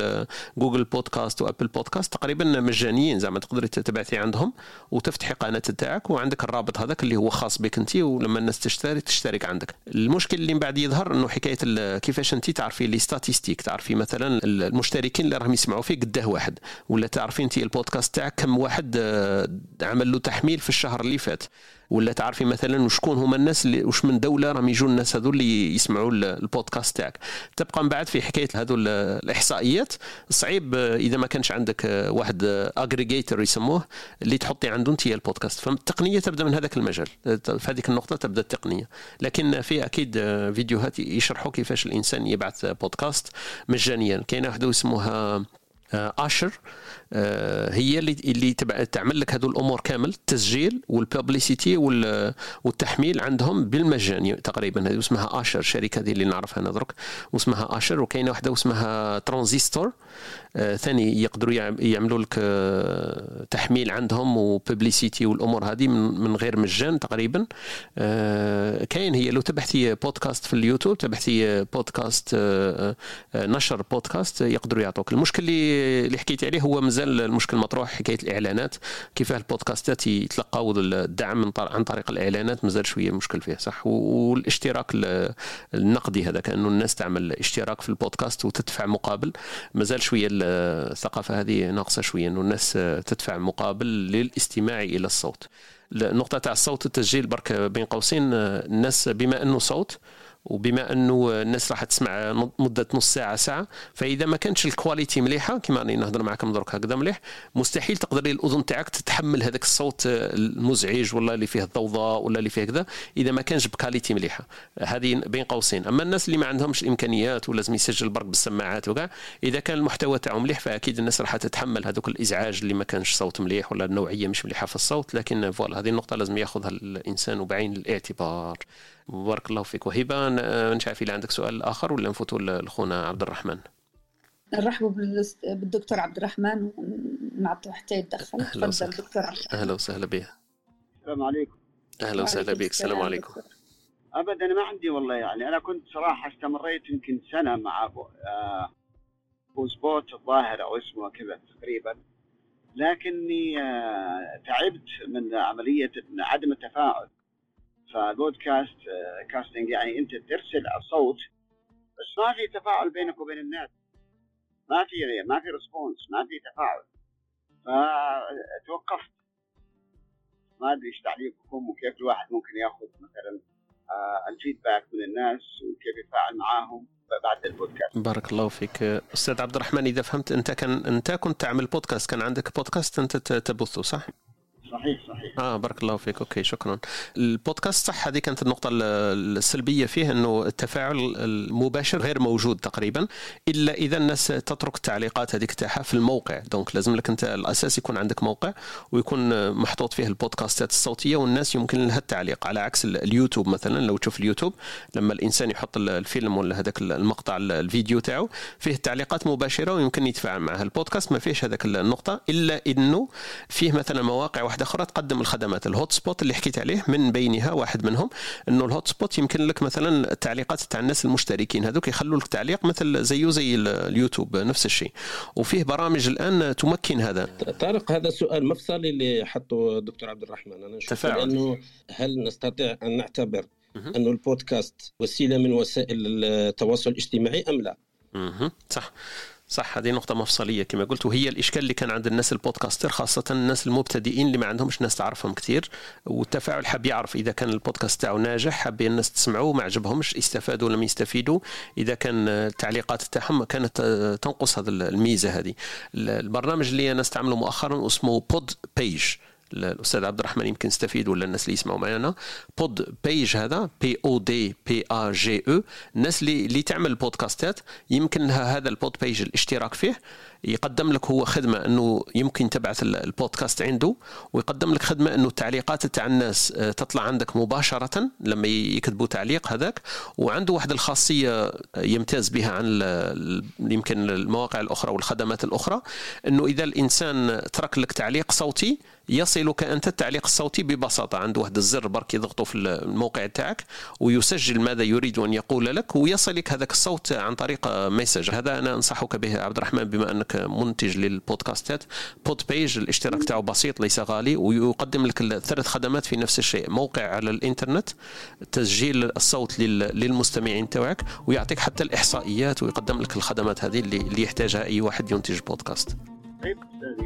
S1: جوجل بودكاست وابل بودكاست تقريبا مجانيين، زعما تقدري تبعثي عندهم وتفتحي قناه تاعك وعندك الرابط هذاك اللي هو خاص بك انت، ولما الناس تشترك عندك. المشكل اللي من بعد يظهر انه حكايه كيفاش انت تعرفي لي ستاتيستيك، تعرفي مثلا المشتركين اللي راهم يسمعوا فيه قداه واحد، ولا تعرفي انت البودكاست تاعك كم واحد عمل له تحميل في الشهر اللي فات، ولا تعرفي مثلا وشكون هما الناس اللي وش من دوله راهم يجوا الناس هذو اللي يسمعوا البودكاست تاعك. تبقى من بعد في حكايه هذو الاحصائيات صعيب اذا ما كانش عندك واحد اجريجيتور يسموه اللي تحطي عنده انت البودكاست. فالتقنيه تبدا من هذاك المجال، في هذيك النقطه تبدا التقنيه. لكن في اكيد فيديوهات يشرحوا كيفاش الانسان يبعث بودكاست مجانيا. كاينه واحده اسمها آشر، هي اللي تعمل لك هذو الامور كامل، التسجيل والببليسيتي والتحميل عندهم بالمجاني تقريبا. هذه اسمها آشر، الشركه هذه اللي نعرفها انا درك واسمها آشر. وكاينه واحده اسمها ترانزستور ثاني يقدروا يعملوا لك تحميل عندهم وببليسيتي والامور هذه من غير مجان تقريبا. كاين هي لو تبحثي بودكاست في اليوتيوب، تبحثي بودكاست نشر بودكاست يقدروا يعطوك. المشكل اللي حكيت عليه هو مازال المشكل مطروح، حكايه الاعلانات، كيف البودكاستات يتلقاو الدعم عن طريق الاعلانات مازال شويه مشكل فيه صح. والاشتراك النقدي هذا، كانه الناس تعمل اشتراك في البودكاست وتدفع مقابل، مازال شويه الثقافه هذه ناقصه شويه، انه الناس تدفع مقابل للاستماع الى الصوت. النقطه تاع الصوت التسجيل برك بين قوسين، الناس بما انه صوت وبما انه الناس راح تسمع مده نص ساعه، فاذا ما كانتش الكواليتي مليحه كما راني نهضر معكم درك هكذا مليح، مستحيل تقدري الاذن تاعك تتحمل هذاك الصوت المزعج ولا اللي فيه الضوضاء ولا اللي فيه كذا اذا ما كانش بكاليتي مليحه. هذه بين قوسين. اما الناس اللي ما عندهمش الامكانيات ولازم يسجل برك بالسماعات وكاع، اذا كان المحتوى تاعهم مليح فاكيد الناس راح تتحمل هذوك الازعاج اللي ما كانش صوت مليح ولا النوعيه مش مليحه في الصوت. لكن فوالا هذه النقطه لازم ياخذها الانسان بعين الاعتبار. بارك الله فيك. وهبه مش عارف إذا عندك سؤال آخر ولا نفوتوا لأخونا عبد الرحمن.
S6: نرحبوا بالدكتور عبد الرحمن ونعطيه حتى يتدخل. تفضل دكتور.
S1: أهلا وسهلا به.
S10: السلام عليكم.
S1: أهلا وسهلا بك. السلام عليكم.
S10: أبدا ما عندي والله، يعني أنا كنت صراحة استمريت يمكن سنة مع بوسبوت الظاهر أو اسمه كذا تقريبا، لكني تعبت من عملية عدم التفاعل. فبودكاست كاستنج يعني أنت ترسل الصوت بس ما في تفاعل بينك وبين الناس، ما في ريسبونس، ما في تفاعل. فتوقفت. ما أدري إيش تعليقكم وكيف الواحد ممكن يأخذ مثلا الفيدباك من الناس وكيف يتفاعل معاهم بعد البودكاست.
S1: بارك الله فيك أستاذ عبد الرحمن. إذا فهمت أنت كنت تعمل بودكاست، كان عندك بودكاست أنت تبثه صح؟
S10: صحيح.
S1: بارك الله فيك. أوكي شكرا. البودكاست صح، هذه كانت النقطة السلبية فيه، أنه التفاعل المباشر غير موجود تقريبا إلا إذا الناس تترك التعليقات هذيك تاعها في الموقع. دونك لازم لك أنت الأساس يكون عندك موقع ويكون محطوط فيه البودكاستات الصوتية والناس يمكن لها التعليق، على عكس اليوتيوب مثلا. لو تشوف اليوتيوب لما الإنسان يحط الفيلم ولا هذاك المقطع الفيديو تاعه فيه تعليقات مباشرة ويمكن يتفاعل معها. البودكاست ما فيش هذاك النقطة، إلا إنه فيه مثلا مواقع واحدة أخرى تقدم الخدمات. الهوت سبوت اللي حكيت عليه من بينها واحد منهم، إنه الهوت سبوت يمكن لك مثلا التعليقات تاع الناس المشتركين هذوك يخلوا لك تعليق مثل زي اليوتيوب نفس الشيء. وفيه برامج الآن تمكن هذا.
S3: طارق، هذا سؤال مفصلي اللي حطه الدكتور عبد الرحمن. أنا أشوف أنه هل نستطيع أن نعتبر أنه البودكاست وسيلة من وسائل التواصل الاجتماعي أم لا؟
S1: صح، هذه نقطة مفصلية كما قلت، وهي الإشكال اللي كان عند الناس البودكاستر، خاصة الناس المبتدئين اللي ما عندهمش ناس تعرفهم كتير. والتفاعل حاب يعرف إذا كان البودكاست تاعه ناجح، حاب الناس تسمعوه، ما عجبهمش استفادوا لم يستفيدوا، إذا كان التعليقات تاعهم كانت تنقص هذه الميزة. هذه البرنامج اللي أنا استعمله مؤخرا اسمه بود بيج. الأستاذ عبد الرحمن يمكن يستفيد ولا الناس اللي يسمعوا معنا. بود بيج هذا PODPAGE. الناس اللي تعمل بودكاستات يمكن لها هذا البود بيج الاشتراك فيه. يقدم لك هو خدمة أنه يمكن تبعث البودكاست عنده، ويقدم لك خدمة أنه التعليقات تاع الناس تطلع عندك مباشرة لما يكتبوا تعليق هذاك. وعنده واحد الخاصية يمتاز بها عن يمكن المواقع الأخرى والخدمات الأخرى، أنه إذا الإنسان ترك لك تعليق صوتي يصلك أنت التعليق الصوتي ببساطة. عنده واحد الزر برك يضغطه في الموقع تاعك ويسجل ماذا يريد أن يقول لك ويصلك هذاك الصوت عن طريق ميسج. هذا أنا أنصحك به عبد الرحمن بما أنك منتج للبودكاستات. بود بيج الاشتراك تاعه بسيط ليس غالي، ويقدم لك 3 خدمات في نفس الشيء: موقع على الإنترنت، تسجيل الصوت للمستمعين تاعك، ويعطيك حتى الإحصائيات، ويقدم لك الخدمات هذه اللي يحتاجها أي واحد ينتج بودكاست.
S10: طيب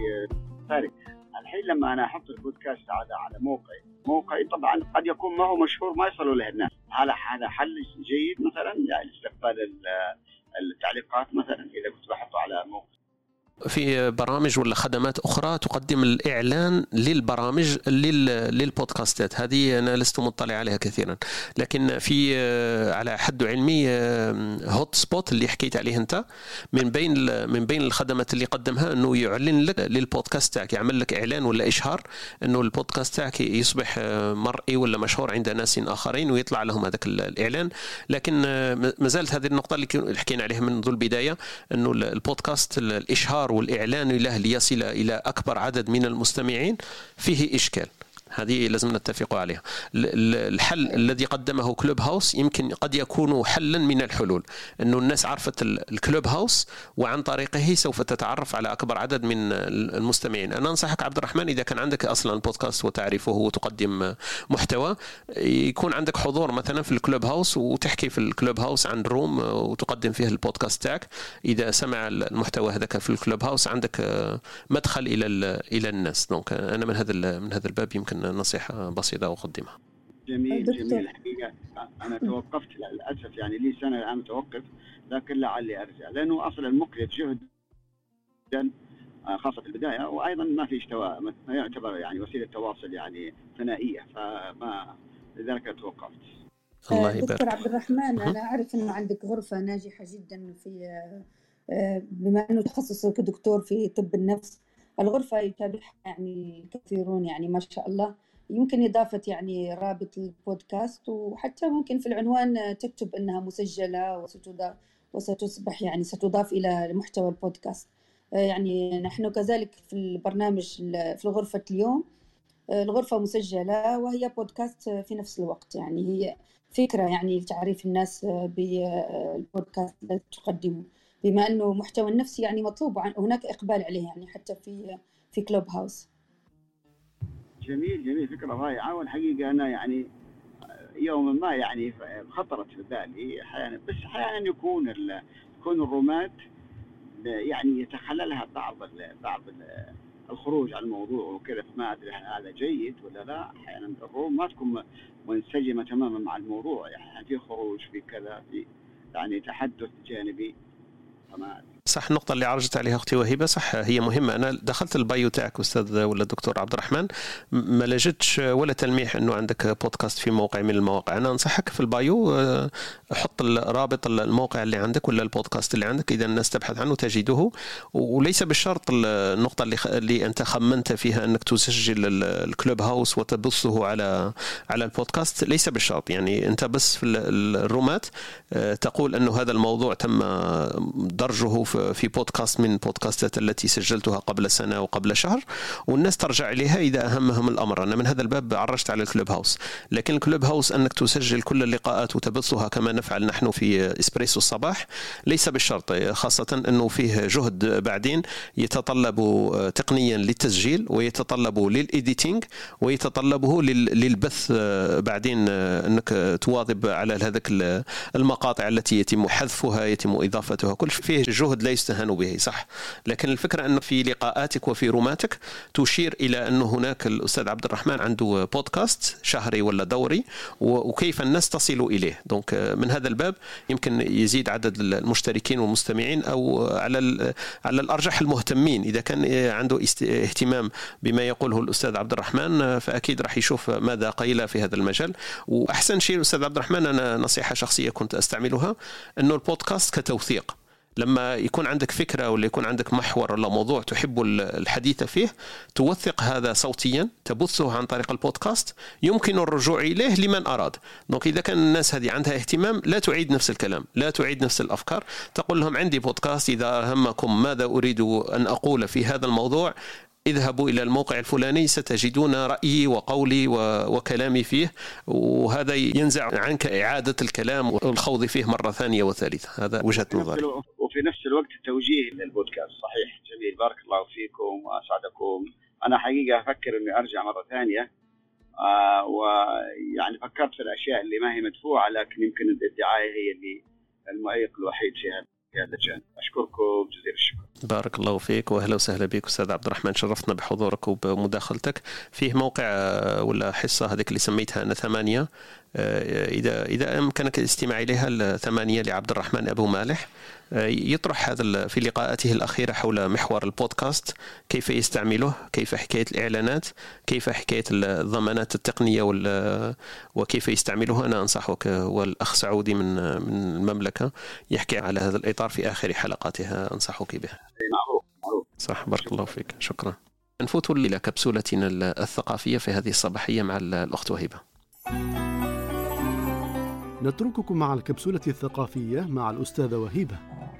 S10: طارق، الحين لما أنا أحط البودكاست على موقعي طبعا قد يكون ما هو مشهور، ما يصلوا له الناس. هذا حل جيد مثلا يعني استقبال التعليقات مثلا إذا كنت بحطه على موقع.
S1: في برامج ولا خدمات أخرى تقدم الإعلان للبرامج للبودكاستات، هذه أنا لست مطلع عليها كثيرا. لكن في على حد علمي هوت سبوت اللي حكيت عليه أنت، من بين الخدمات اللي قدمها أنه يعلن لك للبودكاست تاعك، يعمل لك إعلان ولا إشهار أنه البودكاست تاعك يصبح مرئي ولا مشهور عند ناس آخرين، ويطلع لهم هذاك الإعلان. لكن ما زالت هذه النقطة اللي حكينا عليها منذ البداية، أنه البودكاست الإشهار والإعلان له ليصل إلى أكبر عدد من المستمعين فيه إشكال. هذه لازم نتفق عليها. الحل الذي قدمه كلوب هاوس يمكن قد يكون حلا من الحلول، أنه الناس عرفت الكلوب هاوس وعن طريقه سوف تتعرف على أكبر عدد من المستمعين. أنا أنصحك عبد الرحمن إذا كان عندك أصلا بودكاست وتعرفه وتقدم محتوى، يكون عندك حضور مثلا في الكلوب هاوس وتحكي في الكلوب هاوس عن روم وتقدم فيه البودكاست تاعك. إذا سمع المحتوى هذاك في الكلوب هاوس عندك مدخل إلى الناس. دونك أنا من هذا الباب يمكن نصيحة بسيطة أقدمها.
S10: جميل. الحقيقة أنا توقفت للأسف، يعني لي سنة الآن متوقف، لكن لعلي أرجع، لأنه أصلا مكلف جهدا خاصة في البداية، وأيضا ما في ما يعتبر يعني وسيلة تواصل يعني ثنائية، فما لذلك توقفت.
S1: الله يبارك.
S6: دكتور عبد الرحمن، أنا أعرف أنه عندك غرفة ناجحة جدا في بما أنه تخصصك كدكتور في طب النفس. الغرفة يتابعها يعني كثيرون، يعني ما شاء الله. يمكن إضافة يعني رابط البودكاست، وحتى ممكن في العنوان تكتب أنها مسجلة وستصبح يعني ستضاف إلى محتوى البودكاست. يعني نحن كذلك في البرنامج في غرفة اليوم، الغرفة مسجلة وهي بودكاست في نفس الوقت. يعني هي فكرة يعني لتعريف الناس بالبودكاست الذي تقدمه، بما أنه محتوى النفسي يعني مطلوب، هناك إقبال عليه يعني حتى في في كلوب هاوس.
S10: جميل، فكرة رائعة. والحقيقة أنا يعني يوما ما يعني خطرت في بالي أحيانا، بس أحيانا يكون الرومات يعني يتخللها بعض الخروج عن الموضوع وكذا، فما أدري هذا جيد ولا لا. أحيانا الروم ما تكون منسجمة تماما مع الموضوع، يعني في خروج، في كذا، في يعني تحدث جانبي.
S1: صح، النقطة اللي عرجت عليها أختي وهبة صح، هي مهمة. أنا دخلت البايو تاعك أستاذ ولا الدكتور عبد الرحمن، ما لجتش ولا تلميح أنه عندك بودكاست في موقع من المواقع. أنا أنصحك في البايو حط رابط الموقع اللي عندك ولا البودكاست اللي عندك، إذا الناس تبحث عنه تجده. وليس بالشرط النقطة اللي أنت خمنت فيها أنك تسجل الكلوب هاوس وتبثه على البودكاست، ليس بالشرط. يعني أنت بس في الرومات تقول أنه هذا الموضوع تم درجه في بودكاست من بودكاستات التي سجلتها قبل سنة وقبل شهر، والناس ترجع إليها إذا أهمهم الأمر. أنا من هذا الباب عرجت على الكلوب هاوس. لكن الكلوب هاوس أنك تسجل كل اللقاءات وتبثها كما نفعل نحن في إسبريسو الصباح ليس بالشرط، خاصة أنه فيه جهد بعدين يتطلب تقنيا للتسجيل، ويتطلب للإديتينج، ويتطلبه للبث بعدين، أنك تواظب على هذاك المقاطع التي يتم حذفها، يتم إضافتها، كل فيه جهد لا يستهان به. صح، لكن الفكرة أنه في لقاءاتك وفي روماتك تشير إلى أنه هناك الأستاذ عبد الرحمن عنده بودكاست شهري ولا دوري، وكيف الناس تصل إليه. دونك من هذا الباب يمكن يزيد عدد المشتركين والمستمعين، أو على الأرجح المهتمين. إذا كان عنده اهتمام بما يقوله الأستاذ عبد الرحمن فأكيد راح يشوف ماذا قيل في هذا المجال. وأحسن شيء الأستاذ عبد الرحمن، أنا نصيحة شخصية كنت أستعملها، أنه البودكاست كتوثيق. لما يكون عندك فكرة ولا يكون عندك محور ولا موضوع تحب الحديث فيه، توثق هذا صوتيا، تبثه عن طريق البودكاست، يمكن الرجوع إليه لمن أراد. دونك إذا كان الناس هذه عندها اهتمام، لا تعيد نفس الكلام، لا تعيد نفس الأفكار، تقول لهم عندي بودكاست، إذا همكم ماذا أريد أن أقول في هذا الموضوع اذهبوا إلى الموقع الفلاني ستجدون رأيي وقولي وكلامي فيه، وهذا ينزع عنك إعادة الكلام والخوض فيه مرة ثانية وثالثة. هذا وجهة نظري.
S10: وفي نفس الوقت توجيه للبودكاست. صحيح، جميل، بارك الله فيكم وأسعدكم. أنا حقيقة أفكر أني أرجع مرة ثانية، ويعني فكرت في الأشياء اللي ما هي مدفوعة، لكن يمكن الدعاية هي اللي المعيق الوحيد في هذا الجانب. أشكركم جزيل الشكر.
S1: بارك الله فيك، واهلا وسهلا بك أستاذ عبد الرحمن، شرفتنا بحضورك وبمداخلتك. فيه موقع ولا حصة هذيك اللي سميتها أنا 8، إذا أمكنك الاستماع إليها، 8 لعبد الرحمن أبو مالح، يطرح هذا في لقاءاته الأخيرة حول محور البودكاست، كيف يستعمله، كيف حكاية الإعلانات، كيف حكاية الضمانات التقنية وكيف يستعمله. أنا أنصحك، والأخ سعودي من المملكة يحكي على هذا الإطار في آخر حلقاتها، أنصحك به.
S10: معروف.
S1: صح، بارك الله فيك، شكرا. نفوت إلى كبسولتنا الثقافية في هذه الصباحية مع الأخت وهبة.
S4: نترككم مع الكبسولة الثقافية مع الأستاذة وهبة.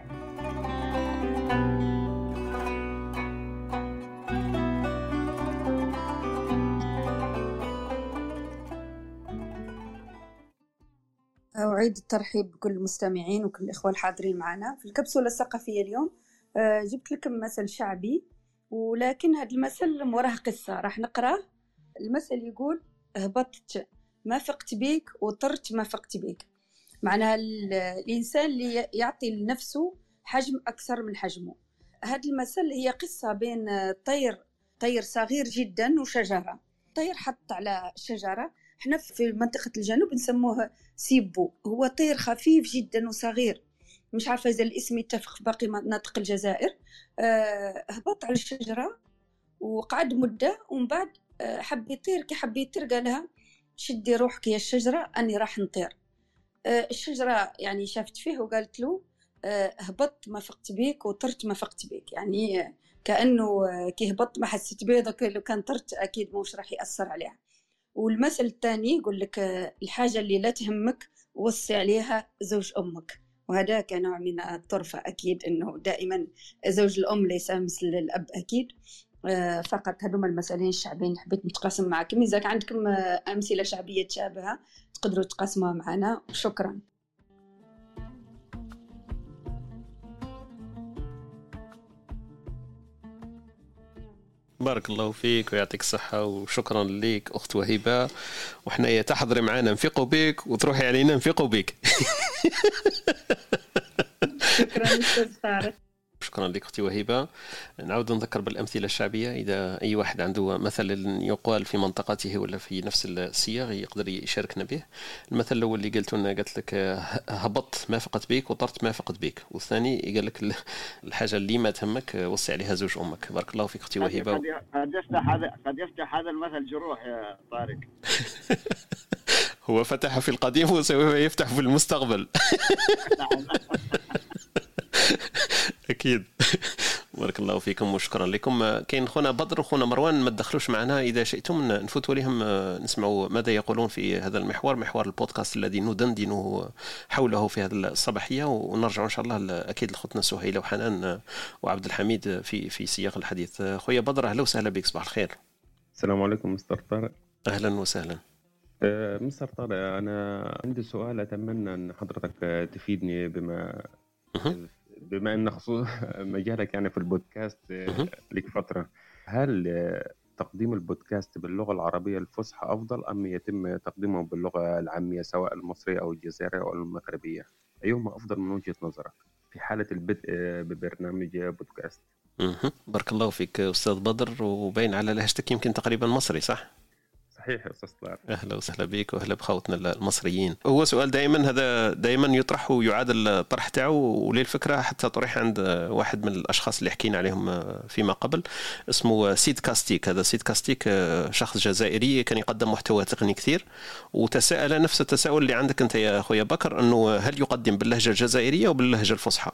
S6: أعيد الترحيب بكل المستمعين وكل الإخوة الحاضرين معنا في الكبسولة الثقافية اليوم. جبت لكم مثل شعبي، ولكن هذا المثل وراه قصة راح نقرأه. المثل يقول: هبطت ما فقت بيك وطرت ما فقت بيك. معناها الإنسان اللي يعطي لنفسه حجم أكثر من حجمه. هذا المثل هي قصة بين طير صغير جدا وشجرة. طير حط على شجرة، احنا في منطقة الجنوب نسموه سيبو، هو طير خفيف جدا وصغير، مش عارفة إذا الاسم يتفق في باقي مناطق الجزائر. هبط على الشجرة وقعد مدة، ومن بعد حب يطير. كي حب يطير قالها: شدي روحك يا الشجرة أني راح نطير. الشجرة يعني شافت فيه وقالت له: هبطت ما فقت بيك وطرت ما فقت بيك. يعني كأنه كي هبط ما حسيت بيه، لو كان طرت أكيد موش راح يأثر عليها. والمثل الثاني يقول لك: الحاجة اللي لا تهمك وصي عليها زوج أمك. وهذا كنوع من الطرفة، أكيد أنه دائما زوج الأم ليس مثل الأب أكيد. فقط هذوما المثلين الشعبيين حبيت نتقاسم معكم. إذا عندكم أمثلة شعبية تشابهة تقدروا تقاسموها معنا. شكرا.
S1: بارك الله فيك ويعطيك الصحة، وشكرا لك أخت وهبة، وحنا تحضري معنا نفيقوا بك وتروحي علينا نفيقوا بك.
S6: شكرا أستاذ طارق.
S1: شكرا لك أختي وهبة. نعود نذكر بالأمثلة الشعبية، إذا أي واحد عنده مثل يقال في منطقته ولا في نفس السياق يقدر يشاركنا به. المثل الأول اللي قلت لنا، قالت لك هبطت ما فقت بيك وطرت ما فقت بيك، والثاني قال لك الحاجة اللي ما تهمك وصي عليها زوج أمك. بارك الله فيك أختي وهبة.
S10: قد يفتح هذا المثل جروح يا طارق.
S1: هو فتح في القديم وسوف يفتح في المستقبل. أكيد. بارك الله فيكم وشكرا لكم. كاين خونا بدر وخونا مروان ما تدخلوش معنا، إذا شئتم نفوت لهم نسمعوا ماذا يقولون في هذا المحور، محور البودكاست الذي ندندن حوله في هذه الصباحية، ونرجع إن شاء الله أكيد لخوتنا سهيلة وحنان وعبد الحميد في سياق الحديث. خويا بدر أهلا وسهلا بك، صباح الخير.
S11: السلام عليكم مستر طارق.
S1: أهلا وسهلا.
S11: مستر طارق، أنا عندي سؤال أتمنى أن حضرتك تفيدني بما أن خصوص مجالك يعني في البودكاست لك فترة. هل تقديم البودكاست باللغة العربية الفصحى أفضل أم يتم تقديمه باللغة العامية سواء المصرية أو الجزائرية أو المغربية؟ أيهما أفضل من وجهة نظرك في حالة البدء ببرنامج بودكاست؟
S1: بارك الله فيك أستاذ بدر، وبين على لهجتك يمكن تقريبا مصري صح؟
S11: صحيح يا أستاذ طارق.
S1: أهلا وسهلا بك وأهلا بخوتنا المصريين. هو سؤال دائما هذا دائما يطرح ويعاد الطرح تاعو، وللفكرة حتى طرح عند واحد من الأشخاص اللي حكينا عليهم فيما قبل اسمه سيد كاستيك. هذا سيد كاستيك شخص جزائري كان يقدم محتوى تقني كثير، وتساءل نفس التساؤل اللي عندك أنت يا أخويا بكر، أنه هل يقدم باللهجة الجزائرية وباللهجة الفصحى؟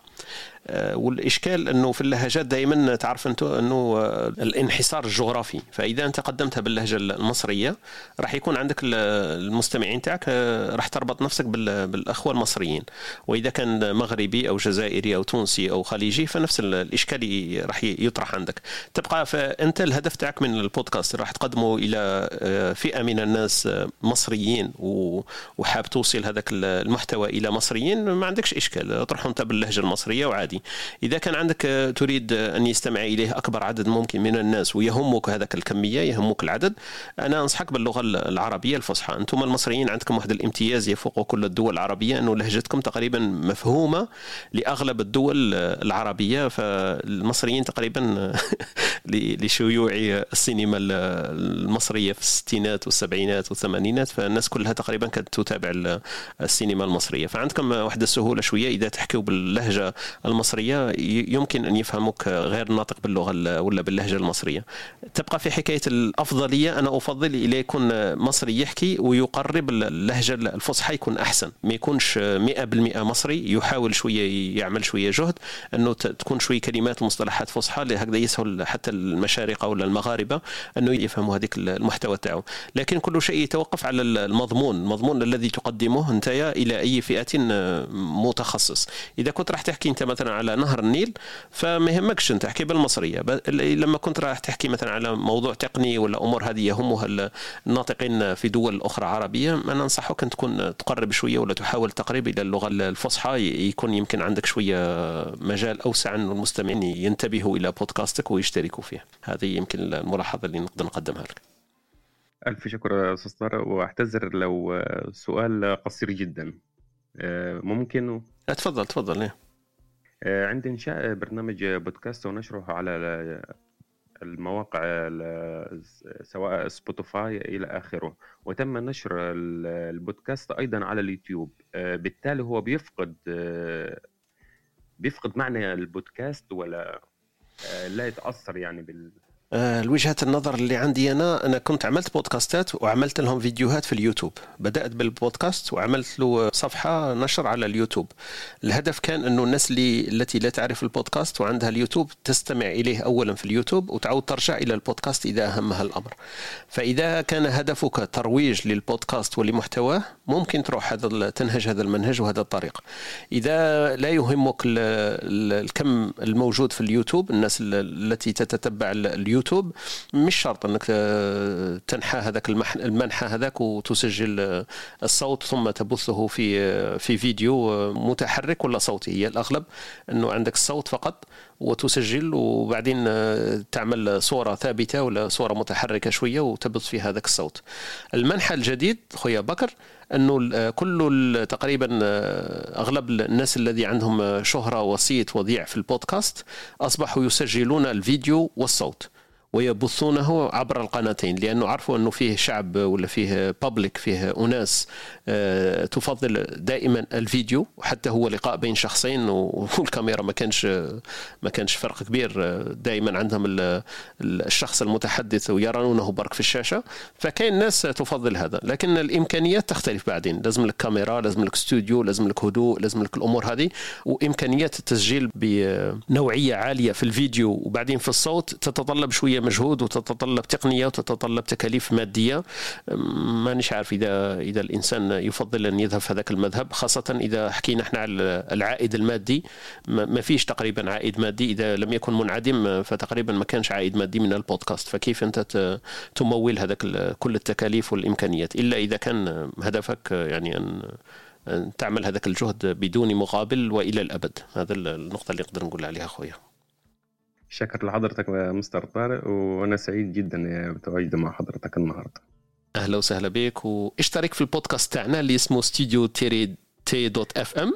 S1: والإشكال أنه في اللهجات دائما تعرف أنه الانحصار الجغرافي، فإذا أنت قدمتها باللهجة المصرية راح يكون عندك المستمعين تاعك راح تربط نفسك بالأخوة المصريين، وإذا كان مغربي أو جزائري أو تونسي أو خليجي فنفس الإشكال راح يطرح عندك. تبقى فأنت الهدف تاعك من البودكاست راح تقدمه إلى فئة من الناس مصريين وحاب توصل هذاك المحتوى إلى مصريين، ما عندكش إشكال اطرحه أنت باللهجة المصرية وعادي. إذا كان عندك تريد أن يستمع إليه أكبر عدد ممكن من الناس ويهمك هذاك الكمية يهمك العدد، أنا أنصحك باللغة العربية الفصحى. أنتم المصريين عندكم واحد الامتياز يفوق كل الدول العربية، أنه لهجتكم تقريبا مفهومة لأغلب الدول العربية، فالمصريين تقريبا لشيوع السينما المصرية في الستينات والسبعينات والثمانينات، فالناس كلها تقريبا كانت تتابع السينما المصرية، فعندكم واحد السهولة شوية. إذا تحكيوا باللهجة المصرية يمكن أن يفهموك غير ناطق باللغة ولا باللهجة المصرية. تبقى في حكاية الأفضلية، أنا أفضل إلى يكون مصري يحكي ويقرب اللهجة الفصحى يكون أحسن، ما يكونش 100% مصري، يحاول شوية يعمل شوية جهد أنه تكون شوية كلمات ومصطلحات فصحى، لهكذا يسهل حتى المشارقة ولا المغاربة أنه يفهموا هذيك المحتوى تاعه. لكن كل شيء يتوقف على المضمون الذي تقدمه أنت إلى أي فئة متخصص. إذا كنت راح تحكي أنت مثلا على نهر النيل فما يهمكش أنت تحكي بالمصرية، لما كنت راح تحكي مثلا على موضوع تقني ولا أمور هذه يهمها الناطقين في دول أخرى عربية، أنا أنصحك أن تكون تقرب شوية ولا تحاول تقريب إلى اللغة الفصحى، يكون يمكن عندك شوية مجال أوسع أن المستمعين ينتبهوا إلى بودكاستك ويشتركوا فيه. هذه يمكن الملاحظة اللي نقدر نقدمها لك.
S11: ألف شكر أستاذ طارق، وأعتذر لو سؤال قصير جدا ممكن؟
S1: تفضل.
S11: عند إنشاء برنامج بودكاست ونشره على المواقع سواء سبوتيفاي إلى آخره، وتم نشر البودكاست أيضا على اليوتيوب، بالتالي هو بيفقد معنى البودكاست ولا لا يتأثر يعني
S1: الوجهة النظر اللي عندي أنا كنت عملت بودكاستات وعملت لهم فيديوهات في اليوتيوب. بدأت بالبودكاست وعملت له صفحة نشر على اليوتيوب. الهدف كان أنه الناس التي لا تعرف البودكاست وعندها اليوتيوب تستمع إليه أولا في اليوتيوب وتعود ترجع إلى البودكاست إذا أهمها الأمر. فإذا كان هدفك ترويج للبودكاست ولمحتواه ممكن تروح تنهج هذا المنهج وهذا الطريق. إذا لا يهمك الكم الموجود في اليوتيوب، الناس التي تتتبع اليوتيوب يوتيوب مش شرط انك تنحى هذاك المنحى هذاك وتسجل الصوت ثم تبثه في فيديو متحرك ولا صوتي. هي الاغلب انه عندك الصوت فقط وتسجل وبعدين تعمل صورة ثابتة ولا صورة متحركة شوية وتبث في هذاك الصوت. المنحى الجديد خويا بكر أنه كل تقريبا أغلب الناس الذي عندهم شهرة وصيت وضيع في البودكاست أصبحوا يسجلون الفيديو والصوت ويبثونه عبر القناتين، لأنه عرفوا أنه فيه شعب ولا فيه بابليك، فيه أناس تفضل دائما الفيديو، وحتى هو لقاء بين شخصين والكاميرا ما كانش فرق كبير، دائما عندهم الشخص المتحدث ويرونه برك في الشاشة، فكاين ناس تفضل هذا. لكن الإمكانيات تختلف بعدين، لازم لك كاميرا، لازم لك استوديو، لازم لك هدوء، لازم لك الأمور هذه، وإمكانيات التسجيل بنوعية عالية في الفيديو وبعدين في الصوت تتطلب شوية مجهود وتتطلب تقنية وتتطلب تكاليف مادية. مانيش عارف إذا الإنسان يفضل أن يذهب في هذاك المذهب، خاصة إذا حكينا احنا على العائد المادي. ما فيش تقريبا عائد مادي، إذا لم يكن منعدم فتقريبا ما كانش عائد مادي من البودكاست. فكيف أنت تمول هذاك كل التكاليف والإمكانيات إلا إذا كان هدفك يعني أن تعمل هذاك الجهد بدون مقابل وإلى الأبد. هذا النقطة اللي نقدر نقول عليها خويا.
S11: شكر لحضرتك مستر طارق، وأنا سعيد جدا بتواجد مع حضرتك النهاردة.
S1: أهلا وسهلا بك، واشترك في البودكاست تاعنا اللي اسمه ستوديو t.fm.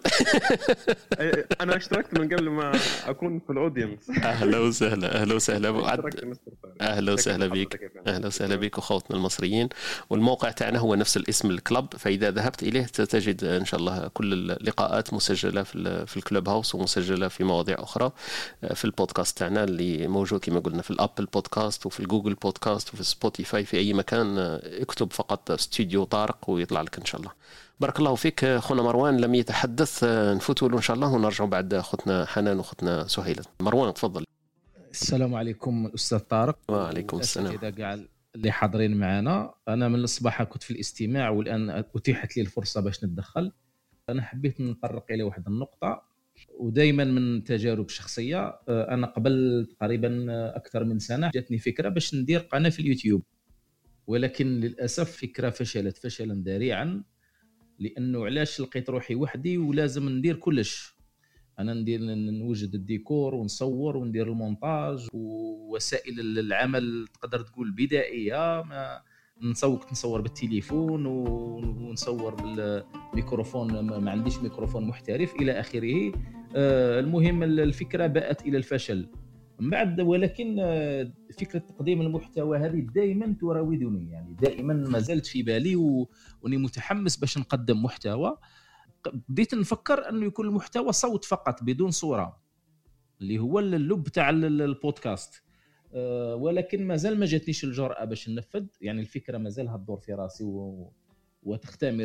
S11: أنا اشتركت من قبل ما أكون في الأودينس.
S1: أهلا وسهلا أهلا وسهلا أهلا وسهلا بك أهلا وسهلا بك وخوتنا المصريين. والموقع تاعنا هو نفس الاسم الكلب، فإذا ذهبت إليه تجد إن شاء الله كل اللقاءات مسجلة في الكلوب هاوس ومسجلة في مواضيع أخرى في البودكاست تاعنا اللي موجود كما قلنا في الأبل بودكاست وفي الجوجل بودكاست وفي سبوتيفاي. في أي مكان اكتب فقط استوديو طارق ويطلع لك إن شاء الله. بارك الله فيك خونا مروان، لم يتحدث نفوتوا له إن شاء الله ونرجع بعد خوتنا حنان وخوتنا سهيلة. مروان تفضل.
S12: السلام عليكم أستاذ طارق.
S1: وعليكم السلام.
S12: إذا قاعد اللي حاضرين معنا، أنا من الصباح كنت في الاستماع والآن أتيحت لي الفرصة باش نتدخل. أنا حبيت نطرق إلى واحد النقطة، ودائما من تجارب شخصية. أنا قبل تقريبا أكثر من سنة جاتني فكرة باش ندير قناة في اليوتيوب، ولكن للأسف فكرة فشلت فشلا ذريعا، لأنه علاش لقيت روحي وحدي ولازم ندير كلش. أنا نوجد الديكور ونصور وندير المونتاج ووسائل العمل تقدر تقول بدائية، ما نصور بالتليفون ونصور بالميكروفون، ما عنديش ميكروفون محترف إلى آخره. المهم الفكرة بأت إلى الفشل من بعد، ولكن فكرة تقديم المحتوى هذه دائما تراودني، يعني دائما ما زالت في بالي واني متحمس باش نقدم محتوى. بديت نفكر انه يكون المحتوى صوت فقط بدون صورة، اللي هو اللب تاع البودكاست، ولكن ما زال ما جاتنيش الجرأة باش ننفذ. يعني الفكرة ما زالها تدور في راسي وتختمر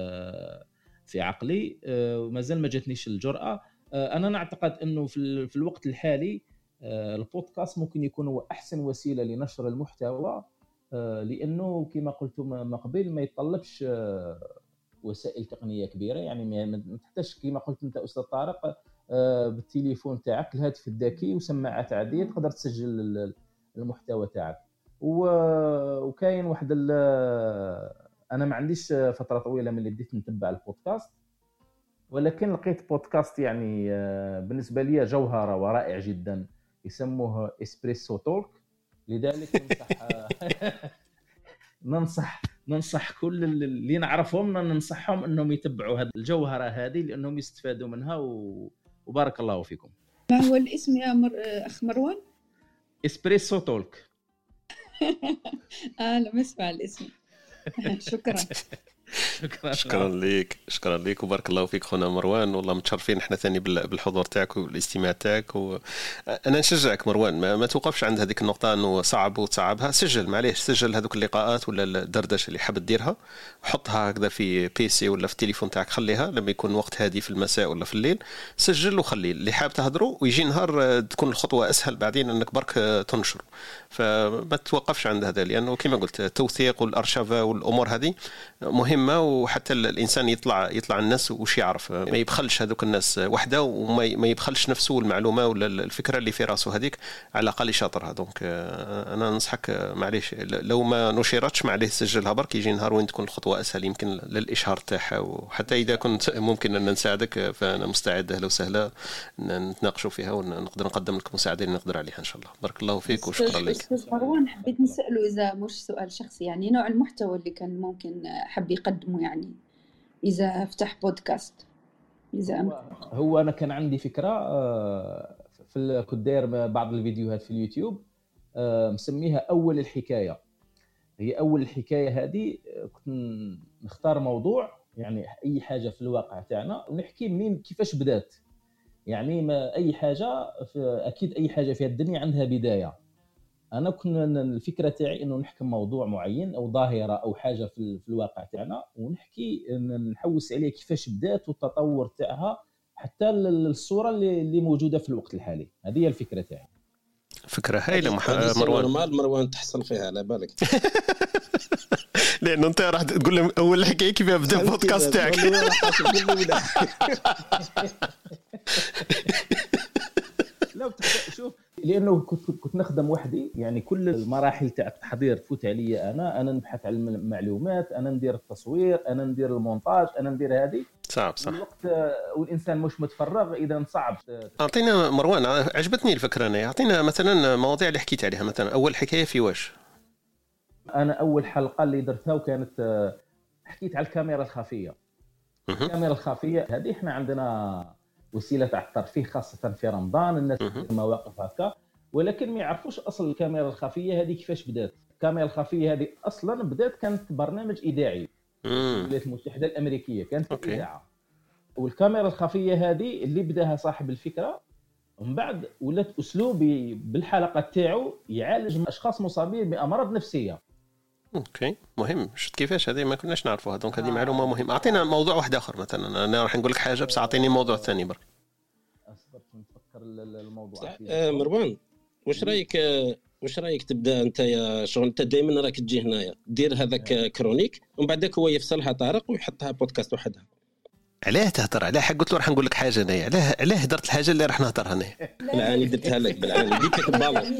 S12: في عقلي، وما زال ما جاتنيش الجرأة. أنا نعتقد أنه في الوقت الحالي البودكاست ممكن يكون هو أحسن وسيلة لنشر المحتوى، لأنه كما قلت ما قبل ما يتطلبش وسائل تقنية كبيرة. يعني ما تحتاجش كما قلت أنت أستاذ طارق بالتليفون تاعك الهاتف الذكي وسماعات عادية تقدر تسجل المحتوى تاعك. وكاين واحد أنا ما عنديش فترة طويلة من اللي بديت نتبع البودكاست، ولكن لقيت بودكاست يعني بالنسبة لي جوهرة ورائع جدا، يسموه إسبريسو تولك. لذلك ننصح كل اللي نعرفهم، ننصحهم أنهم يتبعوا هذه الجوهرة هذه لأنهم يستفادوا منها. وبارك الله فيكم.
S6: ما هو الاسم يا أخ مروان؟
S12: إسبريسو تولك.
S6: لم أسمع الاسم. شكرا.
S1: شكرا لك وبارك الله فيك خونا مروان. والله متشرفين احنا ثاني بالحضور تاعك والاستماع تاعك. انا نشجعك مروان، ما توقفش عند هذيك النقطه انه صعب وتصعبها. سجل معليش، سجل هذوك اللقاءات ولا الدردشه اللي حاب تديرها، حطها هكذا في بيسي ولا في التليفون تاعك، خليها لما يكون وقت هادي في المساء ولا في الليل، سجل وخليه اللي حاب تهضروا، ويجي نهار تكون الخطوه اسهل بعدين انك برك تنشر. فما توقفش عند هذا، لانه كما قلت التوثيق والارشفه والامور هذه مهم مهمه، وحتى الانسان يطلع الناس وش يعرف، ما يبخلش هذوك الناس وحده، وما يبخلش نفسه المعلومه ولا الفكره اللي في راسه هذيك، على الاقل يشاطرها. دونك انا ننصحك معليش لو ما نشرتش معليه سجلها برك، يجي نهار وين تكون الخطوه اسهل يمكن للاشهار تاعها. وحتى اذا كنت ممكن ان نساعدك فانا مستعد اهلا وسهلا نتناقشوا فيها ونقدر نقدم لك مساعده اللي نقدر عليها ان شاء الله. بارك الله فيك وشكرا لك.
S6: استاذ مروان، حبيت نساله اذا مش سؤال شخصي، يعني نوع المحتوى اللي كان ممكن حب يقدمه، يعني اذا فتح بودكاست.
S12: هو انا كان عندي فكره كنت داير بعض الفيديوهات في اليوتيوب مسميها اول الحكايه. هي اول الحكايه هذه كنت نختار موضوع، يعني اي حاجه في الواقع تاعنا، ونحكي منين كيفاش بدات. يعني ما اي حاجه اكيد اي حاجه في الدنيا عندها بدايه. انا كنا الفكره تاعي انه نحكي موضوع معين او ظاهره او حاجه في الواقع تاعنا، ونحكي نحوس عليها كيفاش بدات والتطور تاعها حتى الصوره اللي موجوده في الوقت الحالي. هذه هي الفكره تاعي.
S1: فكره هايله
S3: مروان تحصل فيها على بالك.
S1: لانه انت راح تقول لهم اول حكايه كيف بدا البودكاست تاعك.
S12: لا شوف، لانه كنت نخدم وحدي، يعني كل المراحل تاع التحضير تفوت عليا انا نبحث على المعلومات، انا ندير التصوير، انا ندير المونتاج، انا ندير هذه.
S1: صعب
S12: الوقت والانسان مش متفرغ، اذا صعب.
S1: اعطينا مروان، عجبتني الفكره انا، اعطينا مثلا مواضيع اللي حكيت عليها. مثلا اول حكايه في واش؟
S12: انا اول حلقه اللي درتها وكانت حكيت على الكاميرا الخفيه. الكاميرا الخفيه هذه احنا عندنا وسيله تاع الترفيه خاصه في رمضان، الناس مواقف هكا، ولكن ما يعرفوش اصل الكاميرا الخفيه هذه كيفاش بدات. الكاميرا الخفيه هذه اصلا بدات كانت برنامج اذاعي في الولايات المتحده الامريكيه، كانت في اذاعه. والكاميرا الخفيه هذه اللي بداها صاحب الفكره، ومن بعد ولات اسلوبي بالحلقه تاعو يعالج اشخاص مصابين بامراض نفسيه.
S1: اوكي، مهم. شفت كيفاش هذه ما كناش نعرفوها، دونك هذه معلومه مهمه. اعطينا موضوع واحد اخر مثلا. انا راح نقول لك حاجه بس اعطيني موضوع ثاني برك.
S12: اصبر نفكر الموضوع.
S3: مروان، واش رايك تبدا انت يا شغل؟ انت دائما راك تجي هنايا دير هذاك كرونيك، ومن بعدك هو يفصلها طارق ويحطها بودكاست وحدها.
S1: علاه تهضر؟ علاه قلت له راح نقول لك حاجه انايا، علاه هدرت الحاجه اللي راح نهضرها هنا؟
S3: لا انا درتها لك بالعاني، جبت لك البالون.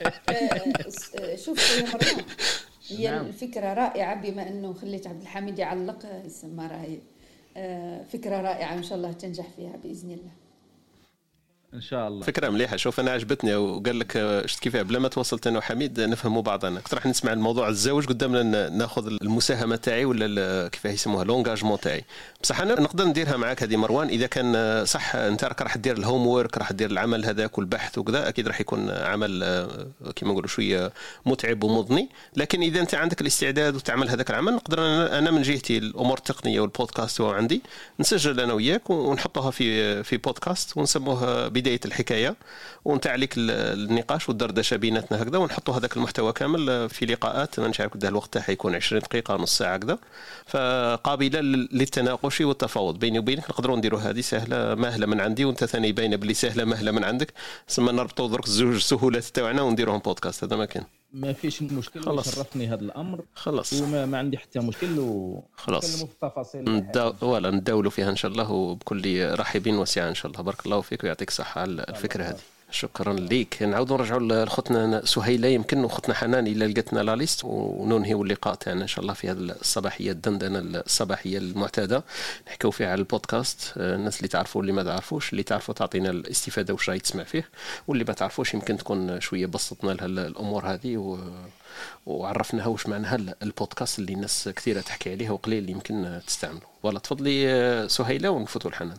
S6: شوف يا مروان، هي الفكرة رائعة، بما أنه خليت عبد الحميد يعلق يسمى راهي فكرة رائعة، إن شاء الله تنجح فيها بإذن الله.
S12: ان شاء الله
S1: فكره مليحه. شوف انا عجبتني، وقال لك شفت كيف بلا ما تواصلت انا وحميد نفهموا بعضنا. كنت راح نسمع الموضوع الزواج قدامنا، ناخذ المساهمه تاعي ولا كيف يسموها لونجاجمون تاعي. بصح انا نقدر نديرها معاك هذه مروان، اذا كان صح انت راح تدير الهوم وورك، راح تدير العمل هذاك والبحث وكذا، اكيد راح يكون عمل كما نقولوا شويه متعب ومضني. لكن اذا انت عندك الاستعداد وتعمل هذاك العمل، نقدر انا من جهتي الامور التقنيه والبودكاست هو عندي، نسجل انا وياك ونحطها في بودكاست ونسموه بدايه الحكايه، وانت عليك النقاش والدردشه بيناتنا هكذا، ونحطوا هذاك المحتوى كامل في لقاءات. ما نعرف قد الوقت تاعها يكون 20 دقيقه نص ساعه كذا، فقابله للتناقش والتفاوض بيني وبينك. نقدروا نديروا هذه سهله مهله من عندي، وانت ثاني باينه بلي سهله مهله من عندك. سما نربطوا درك الزوج سهولات تاعنا ونديروهم بودكاست. هذا ما كان
S12: ما فيش مشكل. شرفني هذا الامر
S1: خلاص،
S12: وما عندي حتى مشكل.
S1: خلاص
S12: نتكلموا في التفاصيل
S1: ولا نداولوا فيها ان شاء الله، وبكل رحبين وسعه ان شاء الله. بارك الله فيك ويعطيك الصحه على الفكره هذه. شكرا ليك. نعاودوا نرجعوا لخوتنا سهيله يمكن وخوتنا حنان الا لقيتنا لا ليست، وننهيوا اللقاء تاعنا ان شاء الله في هذه الصباحيه الدندنه الصباحيه المعتاده، نحكيو فيها على البودكاست. الناس اللي تعرفوا واللي ما تعرفوش، اللي تعرفوا تعطينا الاستفاده وش راهي تسمع فيه، واللي ما تعرفوش يمكن تكون شويه بسطنا لها الامور هذه وعرفناها وش معناها البودكاست اللي الناس كثيره تحكي عليها وقليل اللي يمكن تستعمله. والله تفضلي سهيله ونفوتوا الحنان.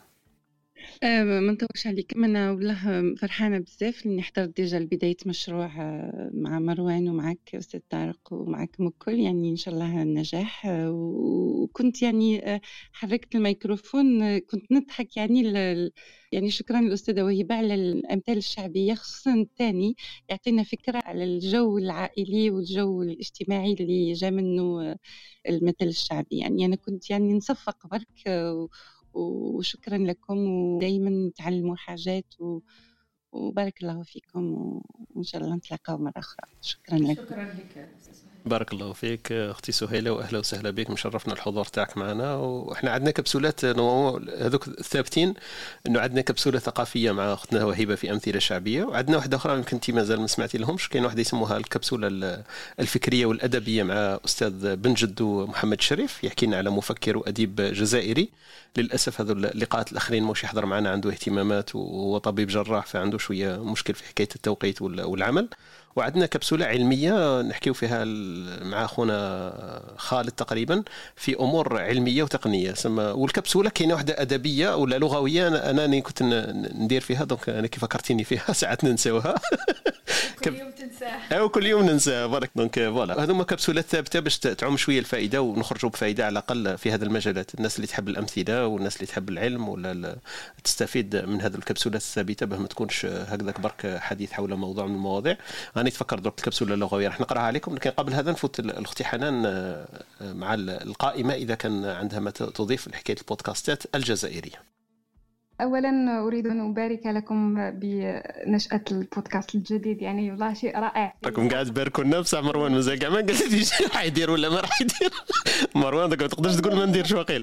S2: ما نطولش عليكم. انا والله فرحانه بزاف اني حضرت ديجا لبدايه مشروع مع مروان ومعك استاذ طارق ومعكم الكل، يعني ان شاء الله النجاح. وكنت يعني حركت الميكروفون كنت نضحك يعني شكرا للاستاذه وهبه على الامثال الشعبيه، خصوصا الثاني يعطينا فكره على الجو العائلي والجو الاجتماعي اللي جاء منه المثل الشعبي. يعني انا كنت يعني نصفق برك، وشكرا لكم، ودائما نتعلموا حاجات وبارك الله فيكم، وإن شاء الله نتلاقاو مرة أخرى. شكرا لك.
S6: شكرا لك.
S1: بارك الله فيك اختي سهيله، واهلا وسهلا بك، مشرفنا الحضور تاعك معنا. واحنا عندنا كبسولات هذوك الثابتين، انه عندنا كبسوله ثقافيه مع اختنا وهبه في امثله شعبيه، وعندنا واحده اخرى يمكن انت مازال ما سمعتي لهمش، كاين واحده يسموها الكبسوله الفكريه والادبيه مع استاذ بن جدو محمد شريف، يحكي لنا على مفكر واديب جزائري. للاسف هذو اللقاءات الاخرين مش يحضر معنا، عنده اهتمامات وهو طبيب جراح، فعنده شويه مشكل في حكايه التوقيت والعمل. وعندنا كبسولة علمية نحكيو فيها مع أخونا خالد تقريبا في أمور علمية وتقنية. والكبسولة كاينة واحدة أدبية ولا لغوية، أنا كنت ندير فيها، دونك أنا كيف فكرتيني فيها ساعات ننساوها.
S6: كل يوم تنساها
S1: أو كل يوم ننسى برك. دونك فوالا، هذوما كبسولات ثابتة باش تعم شوية الفائدة ونخرجوا بفائدة على الأقل في هذه المجالات. الناس اللي تحب الأمثلة والناس اللي تحب العلم ولا تستفيد من هذه الكبسولات الثابتة، به ما تكونش هكذاك برك حديث حول موضوع من المواضيع. أنا نتفكر درك الكبسولة اللغوية راح نقراها عليكم، لكن قبل هذا نفوت الأختي حنان مع القائمة إذا كان عندها ما تضيف لحكاية البودكاستات الجزائرية.
S7: أولا أريد أن أبارك لكم بنشأة البودكاست الجديد، يعني والله شيء رائع.
S1: راكم قاعد تباركوا النفس. مروان مازال كاع ما قالش راح يدير ولا ما راح يدير. مروان داك ما تقدرش تقول ما نديرش واقيل.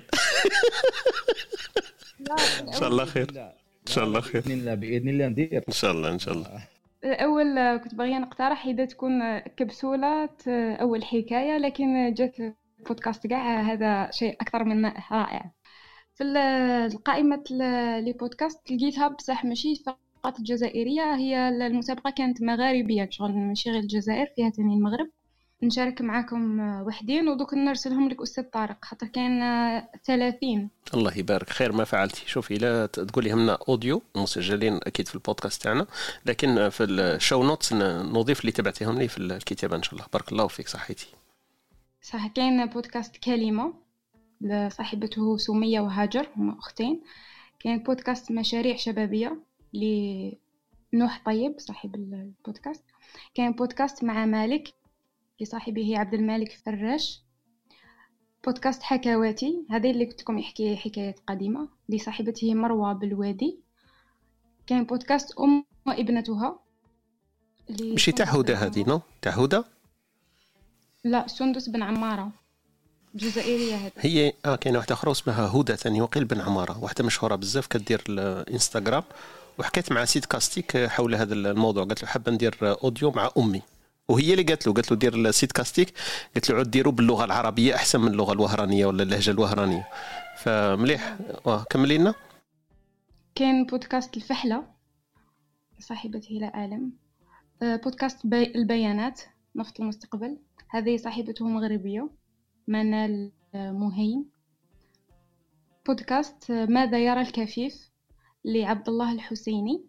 S1: إن شاء الله خير، إن شاء الله خير،
S12: بإذن الله ندير
S1: إن شاء الله إن شاء الله.
S7: الأول كنت باغية نقترح إذا تكون كبسولة أول حكاية، لكن جات بودكاست كاع، هذا شيء أكثر من رائع. في القائمة لي بودكاست لقيتها بصح ماشي فقط الجزائرية، هي المسابقة كانت مغاربية شغل، ماشي غير الجزائر، فيها تاني المغرب. نشارك معكم وحدين ودوك نرسلهم لك أستاذ طارق، خاطر كان 30.
S1: الله يبارك، خير ما فعلتي. شوفي لا تقولي همنا اوديو مسجلين اكيد في البودكاست تاعنا، لكن في الشو نوتس نضيف اللي تبعتيهم لي في الكتابه ان شاء الله. بارك الله فيك، صحيتي
S7: صح. كاين بودكاست كلمه لصاحبته سميه وهاجر، هما اختين. كاين بودكاست مشاريع شبابيه لنوح طيب صاحب البودكاست. كاين بودكاست مع مالك لصاحبه عبد المالك فراش. بودكاست حكواتي، هذه اللي كنت لكم يحكي حكايات قديمة لصاحبته مروة بالوادي. كان بودكاست وابنتها
S1: مشي تاع هدى، هذه نو تاع هدى؟
S7: لا، سندس بن عمارة، جزائرية هذه.
S1: هي كاينه واحدة أخرى اسمها هدى ثاني وقيل بن عمارة، واحدة مشهورة بزاف كدير الانستغرام، وحكيت مع سيد كاستيك حول هذا الموضوع. قالت له حابة ندير اوديو مع أمي، وهي اللي قالت له دير السيت كاستيك، قالت له عود ديروا باللغه العربيه احسن من اللغه الوهرانيه ولا اللهجه الوهرانيه. فمليح. كملي لنا.
S7: كاين بودكاست الفحله صاحبته لا اعلم. بودكاست البيانات نفط المستقبل، هذه صاحبته مغربيه منال مهين. بودكاست ماذا يرى الكفيف لعبد الله الحسيني.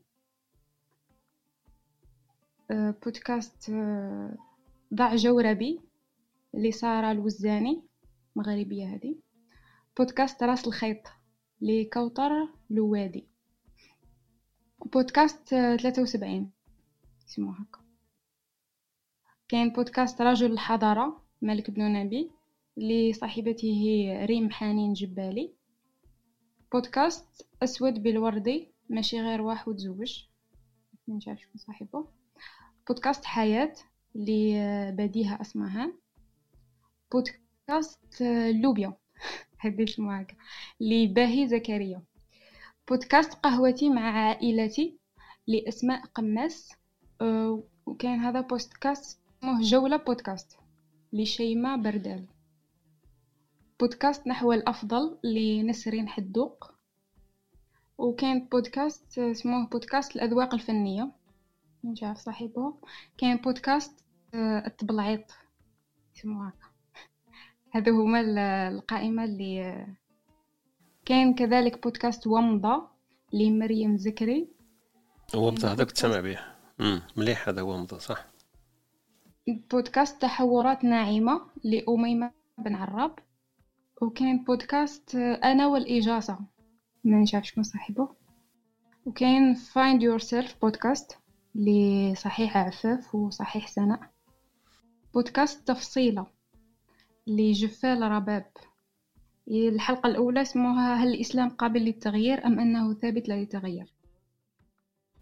S7: بودكاست ضع جوربي لسارة الوزاني، مغربية هذه. بودكاست راس الخيط لكوثر لوادي. بودكاست 73 اسمه هكا. كاين بودكاست رجل الحضارة مالك بن نبي لصاحبته ريم حنين جبالي. بودكاست أسود بالوردي، ماشي غير واحد زوج، ما نعرفش شكون صاحبه. بودكاست حياة لبديهة أسمهان. بودكاست لوبيا هذه اسمها هكا لباهي زكريا. بودكاست قهوتي مع عائلتي لأسماء قماس. وكان هذا بودكاست اسمه جولة بودكاست لشيماء بردال. بودكاست نحو الأفضل لنسرين حدوق. وكان بودكاست اسمه بودكاست الأذواق الفنية، مش عارف صاحبه. كان بودكاست التبلعيط اسمه هكا. هذا هما القائمة اللي كان. كذلك بودكاست ومضة لمريم زكري.
S1: ومضة هذاك تسمع به. مليح هذا ومضة صح.
S7: بودكاست تحورات ناعمة لأميمة بن عراب. وكان بودكاست أنا والإجازة، ما نعرف شكون صاحبه. وكان Find Yourself بودكاست لصحيح عفاف وصحيح سناء. بودكاست تفصيلة لجفال رباب. الحلقة الأولى اسمها هل الإسلام قابل للتغيير أم أنه ثابت لا يتغير.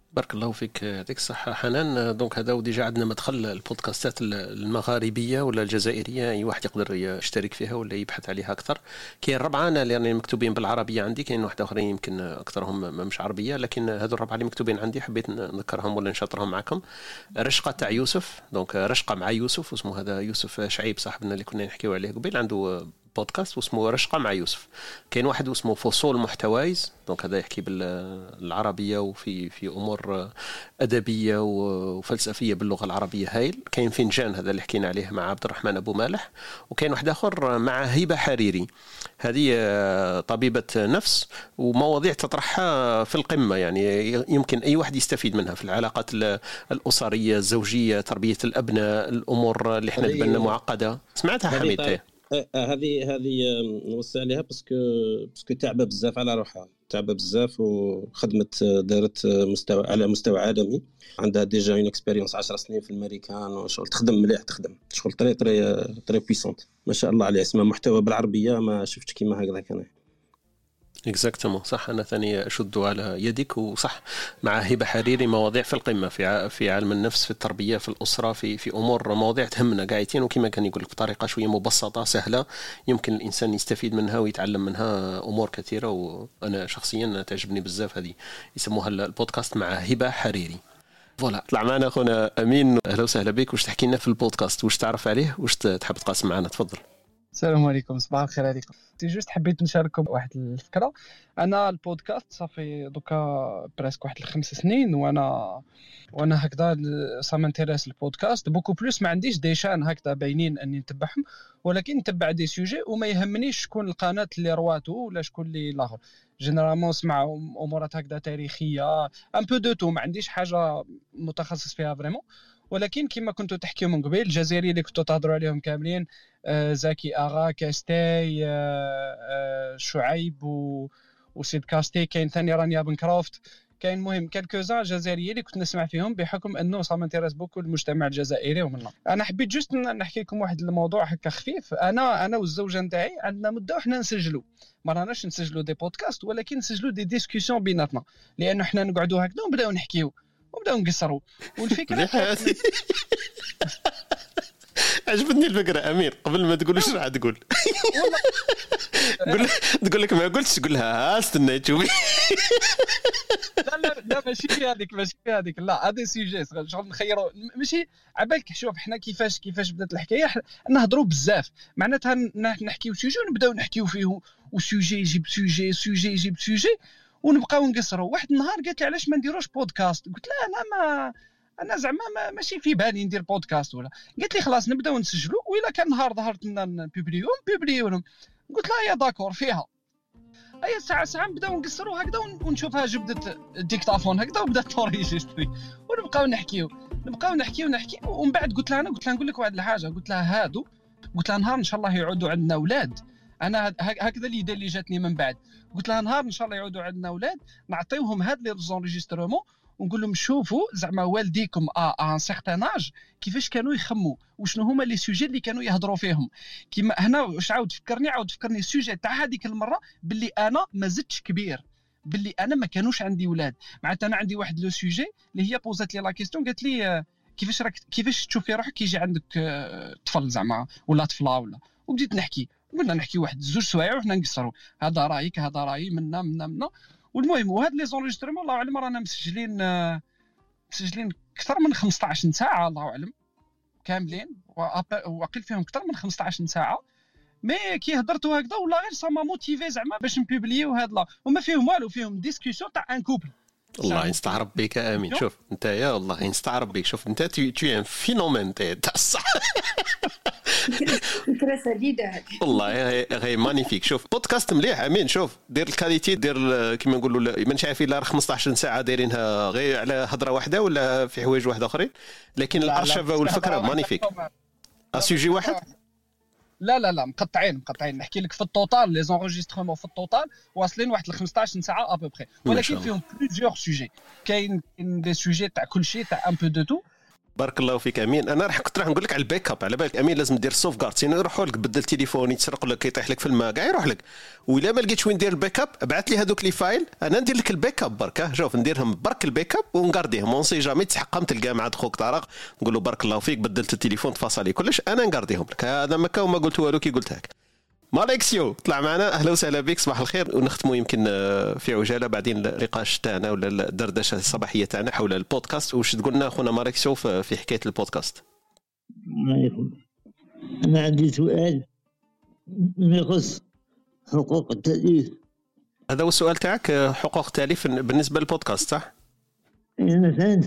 S1: بارك الله فيك، يعطيك الصحة حنان. دونك هذا وديجا عندنا مدخل البودكاستات المغاربية ولا الجزائرية، أي واحد يقدر يشترك فيها ولا يبحث عليها أكثر. كاين 4 أنا اللي مكتوبين بالعربية عندي، كاين واحد آخرين يمكن أكثرهم مش عربية، لكن هذو 4 اللي مكتوبين عندي حبيت نذكرهم ولا نشاطرهم معكم. رشقة تاع يوسف، دونك رشقة مع يوسف، واسمه هذا يوسف شعيب صاحبنا اللي كنا نحكيو عليه قبل، عنده بودكاست واسمه رشقة مع يوسف. كاين واحد اسمه فصول محتوايز، دونك هذا يحكي بالعربية وفي أمور أدبية وفلسفية باللغة العربية هايل. كاين فنجان هذا اللي حكينا عليه مع عبد الرحمن أبو مالح. وكاين واحد آخر مع هبة حريري، هذه طبيبة نفس ومواضيع تطرحها في القمة، يعني يمكن أي واحد يستفيد منها في العلاقات الأسرية الزوجية، تربية الأبناء، الأمور اللي احنا تبنى معقدة. سمعتها حميد؟
S3: هذه نوصي عليها باسكو تعبه بزاف على روحها، تعبه بزاف وخدمت دارت على مستوى عالمي، عندها ديجا اون اكسبيريونس 10 سنين في الامريكان وشغل، تخدم مليح، تخدم شغل طري بويسونت ما شاء الله عليها. اسمها محتوى بالعربيه ما شفتش كيما هكذا كان.
S1: اكزاكتومون صح، انا ثاني اشد على يدك. وصح مع هبه حريري مواضيع في القمه في علم النفس، في التربيه، في الاسره، في امور مواضيع تهمنا قاعدين، وكما كان يقول لك بطريقه شويه مبسطه سهله يمكن الانسان يستفيد منها ويتعلم منها امور كثيره. وانا شخصيا تعجبني بزاف هذه، يسموها البودكاست مع هبه حريري. فوالا، طلع معنا اخونا امين، اهلا وسهلا بك. واش تحكي لنا في البودكاست؟ واش تعرف عليه؟ واش تحب تقاسم معنا؟ تفضل.
S13: السلام عليكم، صباح الخير عليكم. جوست حبيت نشارككم واحد الفكره. انا البودكاست صافي دوكا بريسك واحد 5 سنين، وانا هكذا سامنتيريس البودكاست بوكو بلوس. ما عنديش دي شان هكذا باينين اني نتبعهم، ولكن نتبع دي سوجي وما يهمنيش شكون القناه اللي رواتو ولا شكون اللي لاخر. جينيرالمون نسمع امورات هكذا تاريخيه، ان بو دو تو، ما عنديش حاجه متخصص فيها فريمون. ولكن كما كنتوا تحكيوا من قبل، الجزائري اللي كنتوا تهضروا عليهم كاملين، زكي اغا، كاستاي، شعيب وسيد كاستي، كاين ثاني رانيا بنكروفت، كاين مهم كالكوزا جزائريين اللي كنت نسمع فيهم بحكم انه صا مانتيريس بوكو المجتمع الجزائري ومنا. انا حبيت جوست نحكي لكم واحد الموضوع هكا خفيف. انا والزوجه نتاعي عندنا مده وحنا نسجلوا، ما راناش نسجلوا دي بودكاست ولكن نسجلوا دي ديسكوسيون بيناتنا، لانه حنا نقعدوا هكذا ونبداو نحكيو ونبداو نقصروا. والفكره
S1: عجبتني الفكره امير. قبل ما تقول ايش راح تقول تقول لك ما قلتش، تقول لها استنى تشوفي.
S13: لا ماشي في هذيك لا، هذا سيجي شغل نخيروا، ماشي عبالك. شوف حنا كيفاش بدات الحكايه، نهضروا بزاف معناتها نحكيو سيجي ونبداو نحكيو فيه، وسيجي يجيب سيجي يجيب سيجي ونبقاو نقصروا. واحد النهار قالت لي علاش ما نديروش بودكاست؟ قلت لها انا زعما ماشي في بالي ندير بودكاست ولا. قالت لي خلاص نبداو نسجلوا، وإلا كان نهار ظهرت لنا نبوبليوهم. قلت لها يا داكور فيها. اي ساعه نبداو نقصروا هكذا ونشوفها جبدت الديكتافون هكذا وبدات توريجستري ونبقاو نحكيو. ومن بعد قلت لها نقول لك واحد الحاجه. قلت لها نهار ان شاء الله يعودوا عندنا اولاد. انا هكذا اللي اللي جاتني من بعد. قلت لها نهار ان شاء الله يعودوا عندنا اولاد نعطيوهم هاد لي زونجسترمون ونقول لهم شوفوا زعما والديكم ان سيغتان اج كيفاش كانوا يخموا، وشنو هما لي سوجي اللي كانوا يهضروا فيهم. كيما هنا واش عاود فكرني السوجي تاع هذيك المره، باللي انا ما زدتش كبير، باللي انا ما كانوش عندي ولاد. معناتها انا عندي واحد لو سوجي اللي هي بوزات لي لا كيستيون، قالت لي كيفاش تشوفي روحك كي يجي عندك طفل زعما ولا طفله ولا. وبديت قلنا نحكي واحد 2 سوايع وحنا نقصروا، هذا رايك هذا رايي منا. والمهم وهاد لي زونجسترمون الله اعلم رانا مسجلين اكثر من 15 ساعه الله اعلم كاملين، واقل فيهم اكثر من 15 ساعه. مي كي هضرتوا هكذا ولا غير سا ما موتيفي زعما باش نبوبليو هاد لا، وما فيهم والو، فيهم ديسكوسيون تاع ان كوبل.
S1: الله يستعرب بك امين. شوف انت يا والله يستعرب بك. شوف انت تي ان فينومين تاع الصح.
S14: فكره سديده
S1: والله غير مانيفيك. شوف بودكاست مليح امين. شوف دير الكاليتي، دير كيما نقولوا مانيش عارف الا 15 ساعه دايرينها غير على هضره واحده ولا في حوايج واحده اخرين، لكن الارشيف والفكره مانيفيك. اسوجي واحد
S13: لا مقطعين. نحكي لك في التوتال لي زونجسترمون في التوتال واصلين واحد 15 ساعه ا بو بري، ولكن فيهم بليزيور سوجي. كاين دي سوجي تاع كل شيء، تاع ان بو دو تو.
S1: بارك الله فيك امين. انا كنت راح نقول لك على الباك اب، على بالك امين لازم دير سوف جارد، سينو يروحوا لك بدل تليفون يتسرق لك يطيح لك في الماء كاع يروح لك. وإلا ما لقيتش وين ندير الباك اب ابعث لي هذوك لي فايل انا ندير لك الباك اب برك. شوف نديرهم برك الباك اب ونقارديهم اون سي جامي تحقم تلقى مع خوك طارق نقول له بارك الله فيك بدلت التليفون تفاصيلي كلش انا نقارديهم لك. هذا ما كان وما قلت والو كي قلت هك. مالكسيو طلع معنا اهلا وسهلا بك صباح الخير. ونختموا يمكن في عجاله بعدين النقاش تاعنا ولا الدردشه الصباحيه تاعنا حول البودكاست. واش تقول لنا اخونا مالكسيو في حكايه البودكاست؟
S14: عليكم. انا عندي سؤال يخص حقوق التأليف.
S1: هذا هو السؤال تاعك، حقوق التأليف بالنسبه للبودكاست صح؟
S14: مثلا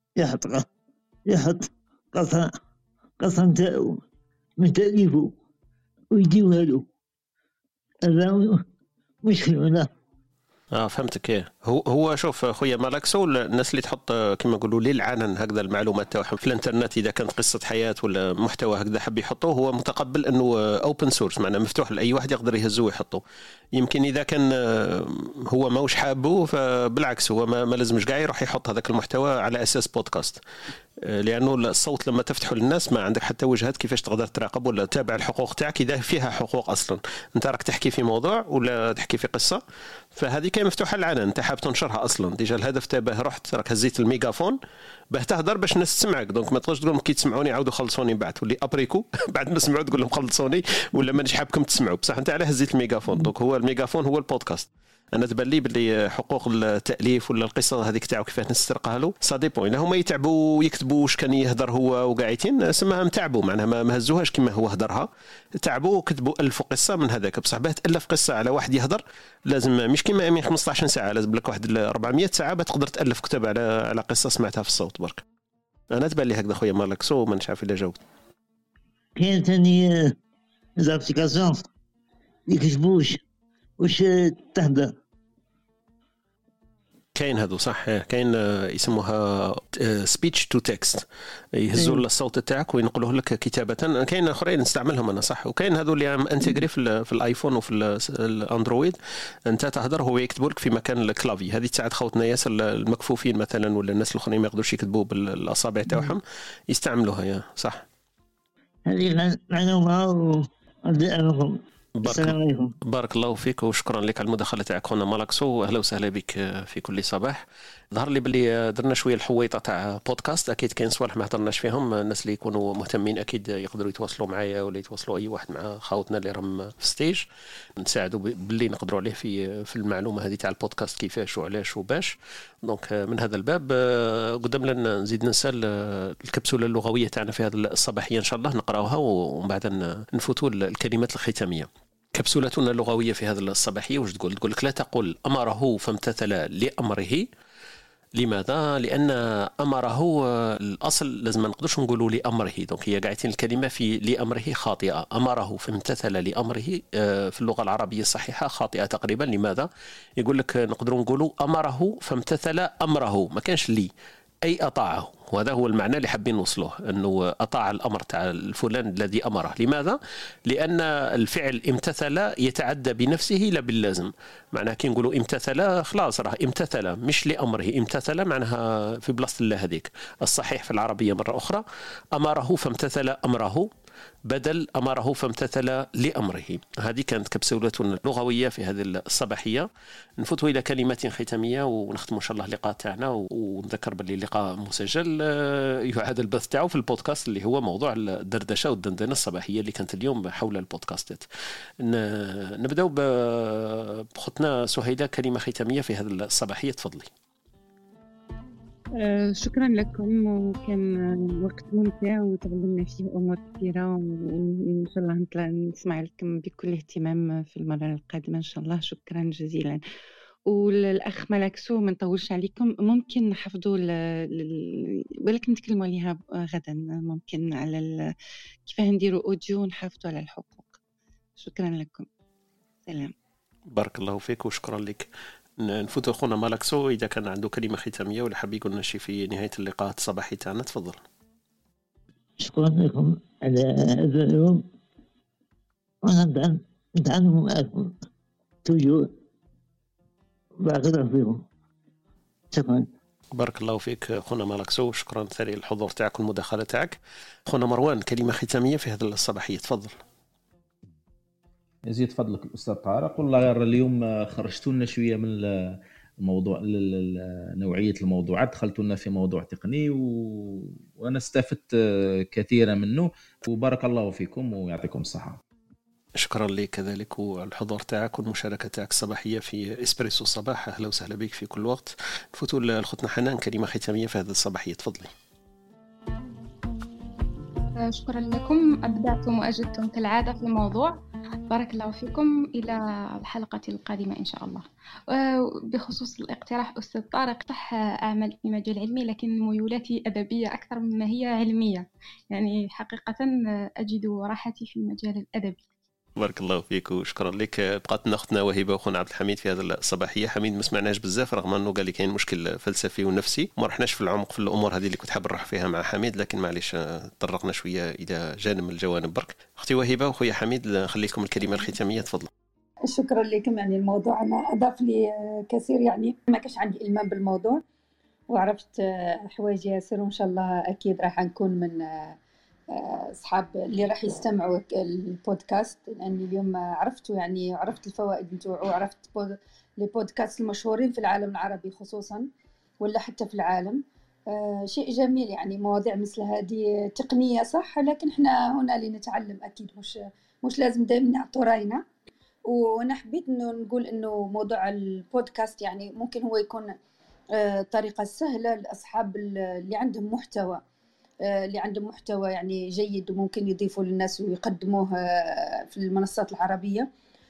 S14: يحط قصة تاعو من تأليفه ويديوها له، هذا مشكل ولا؟
S1: فهمتك. ايه هو شوف خويا مالكسو، الناس اللي تحط كما نقولوا للعلن هكذا المعلومات تاعهم في الانترنت اذا كانت قصه حياه ولا محتوى هكذا حب يحطوه، هو متقبل انه اوبن سورس، معناه مفتوح لاي واحد يقدر يهزوه ويحطه. يمكن اذا كان هو ماوش حابه فبالعكس هو ما لازمش كاع يروح يحط هذاك المحتوى على اساس بودكاست، لانه الصوت لما تفتحه للناس ما عندك حتى وجهات كيفاش تقدر تراقب ولا تتابع الحقوق تاعك اذا فيها حقوق اصلا. انت راك تحكي في موضوع ولا تحكي في قصه، فهذه كاين مفتوحه العلن، انت حاب تنشرها اصلا ديجا. الهدف تاعه رحت راك هزيت الميغافون باه تهضر باش الناس تسمعك، دونك ما تقدرش تقول لهم كي تسمعوني عاودوا خلصوني بعد تولي ابريكو بعد ما سمعوا تقول لهم خلصوني ولا مانيش حابكم تسمعوا، بصح انت على هزيت الميغافون. دونك هو الميغافون هو البودكاست. انا تبان لي باللي حقوق التاليف ولا القصه هذيك تاعو كيفاش نسترقها له سا ديبون. الا هما يتعبوا ويكتبوا واش كان يهضر هو وقاعدين سماها متعبوا، معناها ما هزوهاش كما هو هضرها، تعبوا وكتبوا الف قصه من هذاك. بصح باه تالف قصه على واحد يهضر لازم مش كيما امين 15 ساعه، لازم لك واحد 400 ساعه باش تقدر تالف كتاب على قصه سمعتها في الصوت برك. انا تبان لي هكذا خويا مالكسو، ما نعرف الا جاوبت.
S14: كاين ثاني زابليكاسيون يكتبوش واش تهضر،
S1: كاين هذو صح، كاين يسموها سبيتش تو تكست، يهزوا الصوت تاعك وينقلوه لك كتابه. كاين اخرين نستعملهم انا صح، وكاين هذو اللي انتجري في الايفون وفي الاندرويد، انت تهضر هو يكتب لك في مكان الكلافي. هذه تساعد خوتنا ياسر المكفوفين مثلا ولا الناس الاخرين ما يقدروش يكتبوا بالاصابع تاعهم يستعملوها يا صح.
S14: هذه معلومه السلام عليكم.
S1: بارك الله فيك وشكرا لك على المداخله تاعك خونا مالكسو، اهلا وسهلا بك في كل صباح. ظهر لي باللي درنا شويه الحويطه تاع بودكاست، اكيد كاين صوالح ما هضرناش فيهم. الناس اللي يكونوا مهتمين اكيد يقدروا يتواصلوا معايا ولا يتواصلوا اي واحد مع خاوتنا اللي راهم في ستيج، نساعدوا باللي نقدروا عليه في المعلومه هذه تاع البودكاست كيفاش وعلاش وباش. دونك من هذا الباب قدام لنا نزيد نسال الكبسوله اللغويه تاعنا في هذه الصباحيه ان شاء الله نقراوها ومن بعد نفوتوا الكلمات الختاميه. كبسولتنا اللغويه في هذه الصباحيه واش تقول؟ تقول لك لا تقل امره فامتثل لامره. لماذا؟ لان امره الاصل لازم ما نقدرش نقولوا لامره، دونك هي قاعدين الكلمه في لامره خاطئه. امره فامتثل لامره في اللغه العربيه الصحيحه خاطئه تقريبا. لماذا؟ يقول لك نقدروا نقولوا امره فامتثل امره، ما كانش لي أي أطاعه، وهذا هو المعنى اللي حابين نوصله، أنه أطاع الأمر تاع الفلان الذي أمره. لماذا؟ لأن الفعل امتثل يتعدى بنفسه لا باللازم. معناها كي نقولوا امتثل خلاص راه امتثل مش لأمره، امتثل معناها في بلاصة الله. هذيك الصحيح في العربية مرة أخرى أمره فامتثل أمره بدل أمره فامتثل لأمره. هذه كانت كبسولتنا اللغوية في هذه الصباحية. نفوتوا إلى كلمات ختامية ونختم إن شاء الله اللقاء تاعنا، ونذكر باللي اللقاء مسجل يعاد البث تاعه في البودكاست اللي هو موضوع الدردشة والدندنة الصباحية اللي كانت اليوم حول البودكاستات. نبدأ بأختنا سهيلة كلمة ختامية في هذه الصباحية، تفضلي.
S2: شكرا لكم، وكان وقت ممتع وتعلمنا فيه أمور كثيرة، وإن شاء الله نسمع لكم بكل اهتمام في المرة القادمة إن شاء الله. شكرا جزيلا. والأخ ملكسو ما نطولش عليكم، ممكن نحفظوا ولكن نتكلموا عليها غدا، ممكن على كيف نديروا أوديو ونحافظوا على الحقوق. شكرا لكم، سلام.
S1: بارك الله فيك وشكرا لك. نفوت أخونا مالكسو إذا كان عنده كلمة ختامية ولا حاب يقول لنا شيء في نهاية اللقاء الصباحي تاعنا، تفضل.
S14: شكرا لكم على هذا اليوم، وأنا ندعم معكم توجو. بارك الله فيكم، شكرا.
S1: بارك الله فيك خونا مالكسو، شكرا ثري الحضور تاعك والمداخله تاعك. خونا مروان، كلمه ختاميه في هذه الصباحيه، تفضل.
S12: يزيد فضلك الاستاذ طارق. والله غير اليوم خرجتوا لنا شويه من الموضوع، نوعيه الموضوعات، دخلتوا لنا في موضوع تقني وانا استفدت كثيرا منه، وبارك الله فيكم ويعطيكم الصحه.
S1: شكرا لك كذلك، والحضور تاعك والمشاركه تاعك الصباحيه في اسبريسو الصباح. اهلا وسهلا بك في كل وقت. نفوتوا لخوتنا حنان، كلمه ختاميه في هذه الصباحيه، تفضلي.
S7: شكرا لكم، أبدعتم وأجدتم كالعادة في الموضوع. بارك الله فيكم، إلى الحلقة القادمة إن شاء الله. بخصوص الاقتراح أستاذ طارق، صح أعمل في مجال علمي لكن ميولاتي أدبية أكثر مما هي علمية، يعني حقيقة أجد راحتي في المجال الأدبي.
S1: بارك الله فيك وشكرا لك. بقات لنا اختنا وهبه وخونا عبد الحميد في هذه الصباحيه. حميد ما سمعناش بزاف رغم انه قال لي كاين مشكل فلسفي ونفسي، ما رحناش في العمق في الامور هذه اللي كنت حاب نروح فيها مع حميد، لكن معليش تطرقنا شويه الى جانب من الجوانب. برك اختي وهبه وخويا حميد، نخليكم الكلمه الختاميه، تفضل.
S6: شكرا لكم. يعني الموضوع انا اضاف لي كثير، يعني ما كانش عندي المام بالموضوع وعرفت حوايج ياسر، وان شاء الله اكيد راح نكون من أصحاب اللي راح يستمعوا البودكاست، لأني اليوم عرفتوا، يعني عرفت الفوائد نتوعه، وعرفت البودكاست المشهورين في العالم العربي خصوصا ولا حتى في العالم. شيء جميل، يعني مواضيع مثل هذه تقنية صح، لكن احنا هنا لنتعلم أكيد، مش لازم دائما نعطوا راينا. وأنا حبيت إنه نقول إنه موضوع البودكاست يعني ممكن هو يكون طريقة سهلة لأصحاب اللي عندهم محتوى يعني جيد وممكن يضيفوا للناس ويقدموه في المنصات العربية.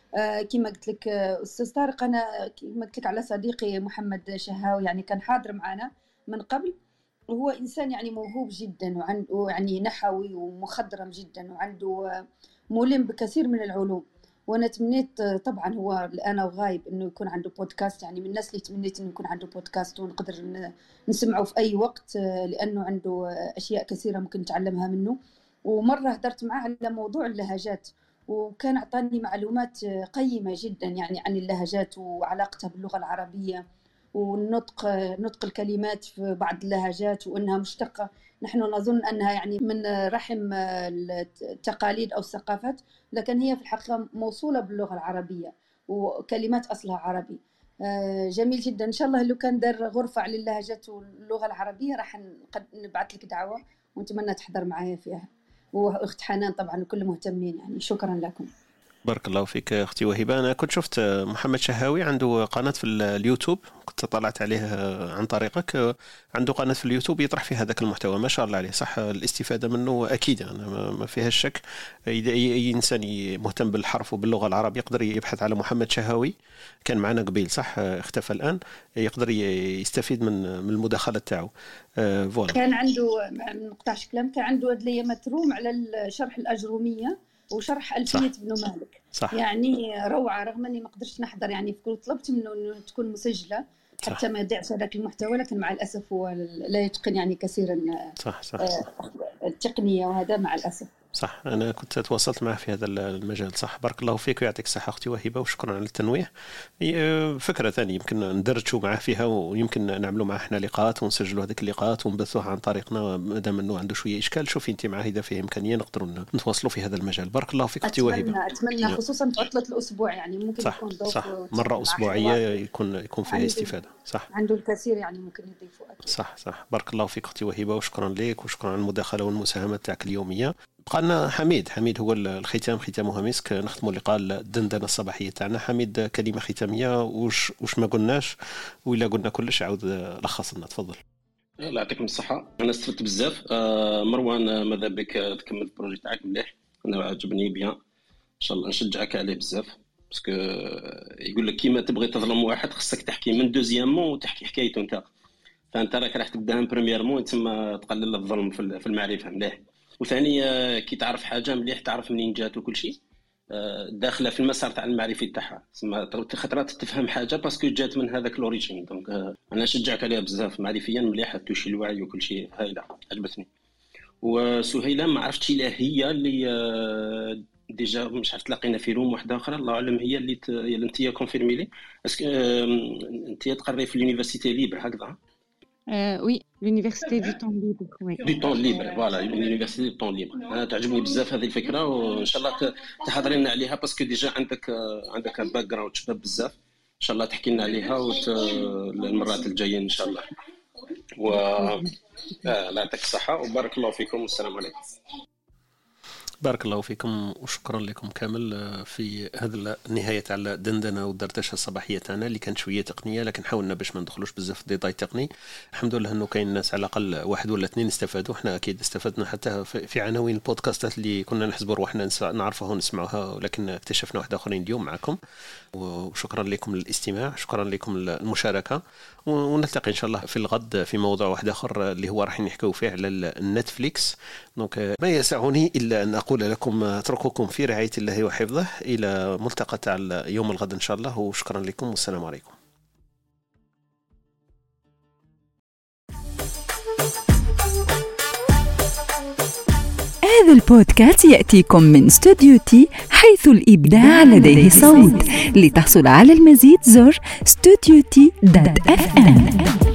S6: كما قلت لك أستاذ طارق، أنا كما قلت لك على صديقي محمد شهاوي، يعني كان حاضر معنا من قبل، وهو إنسان يعني موهوب جدا، وعنده يعني نحوي ومخضرم جدا، وعنده ملم بكثير من العلوم. وانا تمنيت طبعا هو الان وغايب انه يكون عنده بودكاست، يعني من الناس اللي تمنيت انه يكون عنده بودكاست ونقدر نسمعه في اي وقت، لانه عنده اشياء كثيره ممكن نتعلمها منه. ومره هدرت معه على موضوع اللهجات، وكان اعطاني معلومات قيمه جدا يعني عن اللهجات وعلاقتها باللغه العربيه، والنطق الكلمات في بعض اللهجات، وانها مشتقه. نحن نظن أنها يعني من رحم التقاليد أو الثقافات، لكن هي في الحقيقة موصولة باللغة العربية وكلمات أصلها عربي. جميل جدا. إن شاء الله لو كان دار غرفة على اللهجات واللغة العربية راح نبعث لك دعوة ونتمنى تحضر معايا فيها، وأخت حنان طبعا وكل مهتمين. يعني شكرا لكم.
S1: بارك الله فيك اختي وهبه. انا كنت شفت محمد شهاوي عنده قناه في اليوتيوب، كنت طلعت عليه عن طريقك، عنده قناه في اليوتيوب يطرح في هذاك المحتوى، ما شاء الله عليه. صح الاستفاده منه اكيد، انا ما فيها الشك. اذا اي انسان مهتم بالحرف وباللغه العربيه يقدر يبحث على محمد شهاوي، كان معنا قبيل صح اختفى الان، يقدر يستفيد من المداخله تاعو.
S6: فوالا كان عنده، ما نقطعش كلام، كان عنده هذه الايام متروم على شرح الاجروميه وشرح ألفية بن مالك. صح. يعني روعة، رغم أني ما قدرتش نحضر، يعني طلبت منه أنه تكون مسجلة حتى ما يضيعش هذاك المحتوى، لكن مع الأسف هو لا يتقن يعني كثيرا صح. التقنية، وهذا مع الأسف.
S1: صح، أنا كنت تواصلت معه في هذا المجال. صح، بارك الله فيك ويعطيك الصحة أختي وهبة، وشكرا على التنويه. فكرة ثانية يمكن ندرجوا معه فيها، ويمكن نعملوا معه احنا لقاءات ونسجلوا هذيك اللقاءات ونبثوها عن طريقنا، ما دام انه عنده شوية إشكال. شوفي أنت معه إذا فيه إمكانية نقدروا نتواصلوا في هذا المجال. بارك الله فيك أختي وهبة.
S6: أتمنى خصوصا في عطلة الأسبوع، يعني ممكن
S1: صح.
S6: يكون ضيف
S1: صح، مرة أسبوعية يكون فيها استفادة. صح،
S6: عنده الكثير يعني ممكن يضيفوا أكيد.
S1: صح. بارك الله فيك أختي وهبة، وشكرا لك وشكرا على المداخلة والمساهمة تاعك اليومية. بقى لنا حميد هو الختام، ختامها مسك. نختموا اللقاء الدندنه الصباحيه تاعنا. حميد كلمه ختاميه، واش ما قلناش، وإلا قلنا كلش عاود لخص لنا، تفضل.
S3: الله يعطيكم الصحه، انا استفدت بزاف. مروان ماذا بك تكمل البروجي تاعك مليح، انا عجبني بيان، ان شاء الله نشجعك عليه بزاف، باسكو يقول لك كيما تبغي تظلم واحد خصك تحكي من دوزيامون وتحكي حكايته انت، فانت راك راح تبدا من بريميرمون تما تقلل الظلم في المعرفه مليح. وثانيا كي تعرف حاجه مليح تعرف منين جات وكل شيء، داخله في المسار تاع المعرفي تاعها، تسمى خطرات تفهم حاجه باسكو جات من هذاك لوريجين. دونك انا نشجعك عليها بزاف، معرفيا مليحه، توشي الوعي وكل شيء، هايله عجبتني. وسهيله ما عرفتش الا هي اللي ديجا مش عرفت تلاقينا في روم واحده اخرى، الله اعلم هي اللي انت كونفيرمي لي، اسكو انت تقري في اليونيفرسيتي ليبر هكذا؟
S2: وي l'université du temps libre وي
S3: دي طون ليبر فوالا يونيفرسيتي دي طون ليبر. انا تعجبني بزاف هذه الفكره وان شاء الله تحضري لنا عليها باسكو ديجا عندك باك جراوند شباب بزاف ان شاء الله تحكي لنا عليها المرات الجايه ان شاء الله. و الله يعطيك الصحه وبارك الله فيكم والسلام عليكم.
S1: بارك الله فيكم وشكرا لكم كامل في هذا النهاية تاع الدندنة والدردشة الصباحية تاعنا اللي كانت شوية تقنية، لكن حاولنا باش ما ندخلوش بزاف في ديتاي تقني. الحمد لله انه كاين ناس على الاقل واحد ولا اثنين استفادوا، احنا اكيد استفدنا حتى في عناوين البودكاستات اللي كنا نحسبوا روحنا نعرفها ونسمعوها، ولكن اكتشفنا واحد اخرين اليوم معكم. وشكرا لكم للاستماع، شكرا لكم المشاركة، ونلتقي ان شاء الله في الغد في موضوع واحد اخر اللي هو راح نحكيو فيه على النتفليكس. دونك ما يسعني الا ان اقول لكم اترككم في رعاية الله وحفظه الى ملتقى تاع يوم الغد ان شاء الله، وشكرا لكم والسلام عليكم.
S15: هذا البودكاست يأتيكم من استوديو تي، حيث الإبداع لديه صوت. لتحصل على المزيد زر studio.t.fm.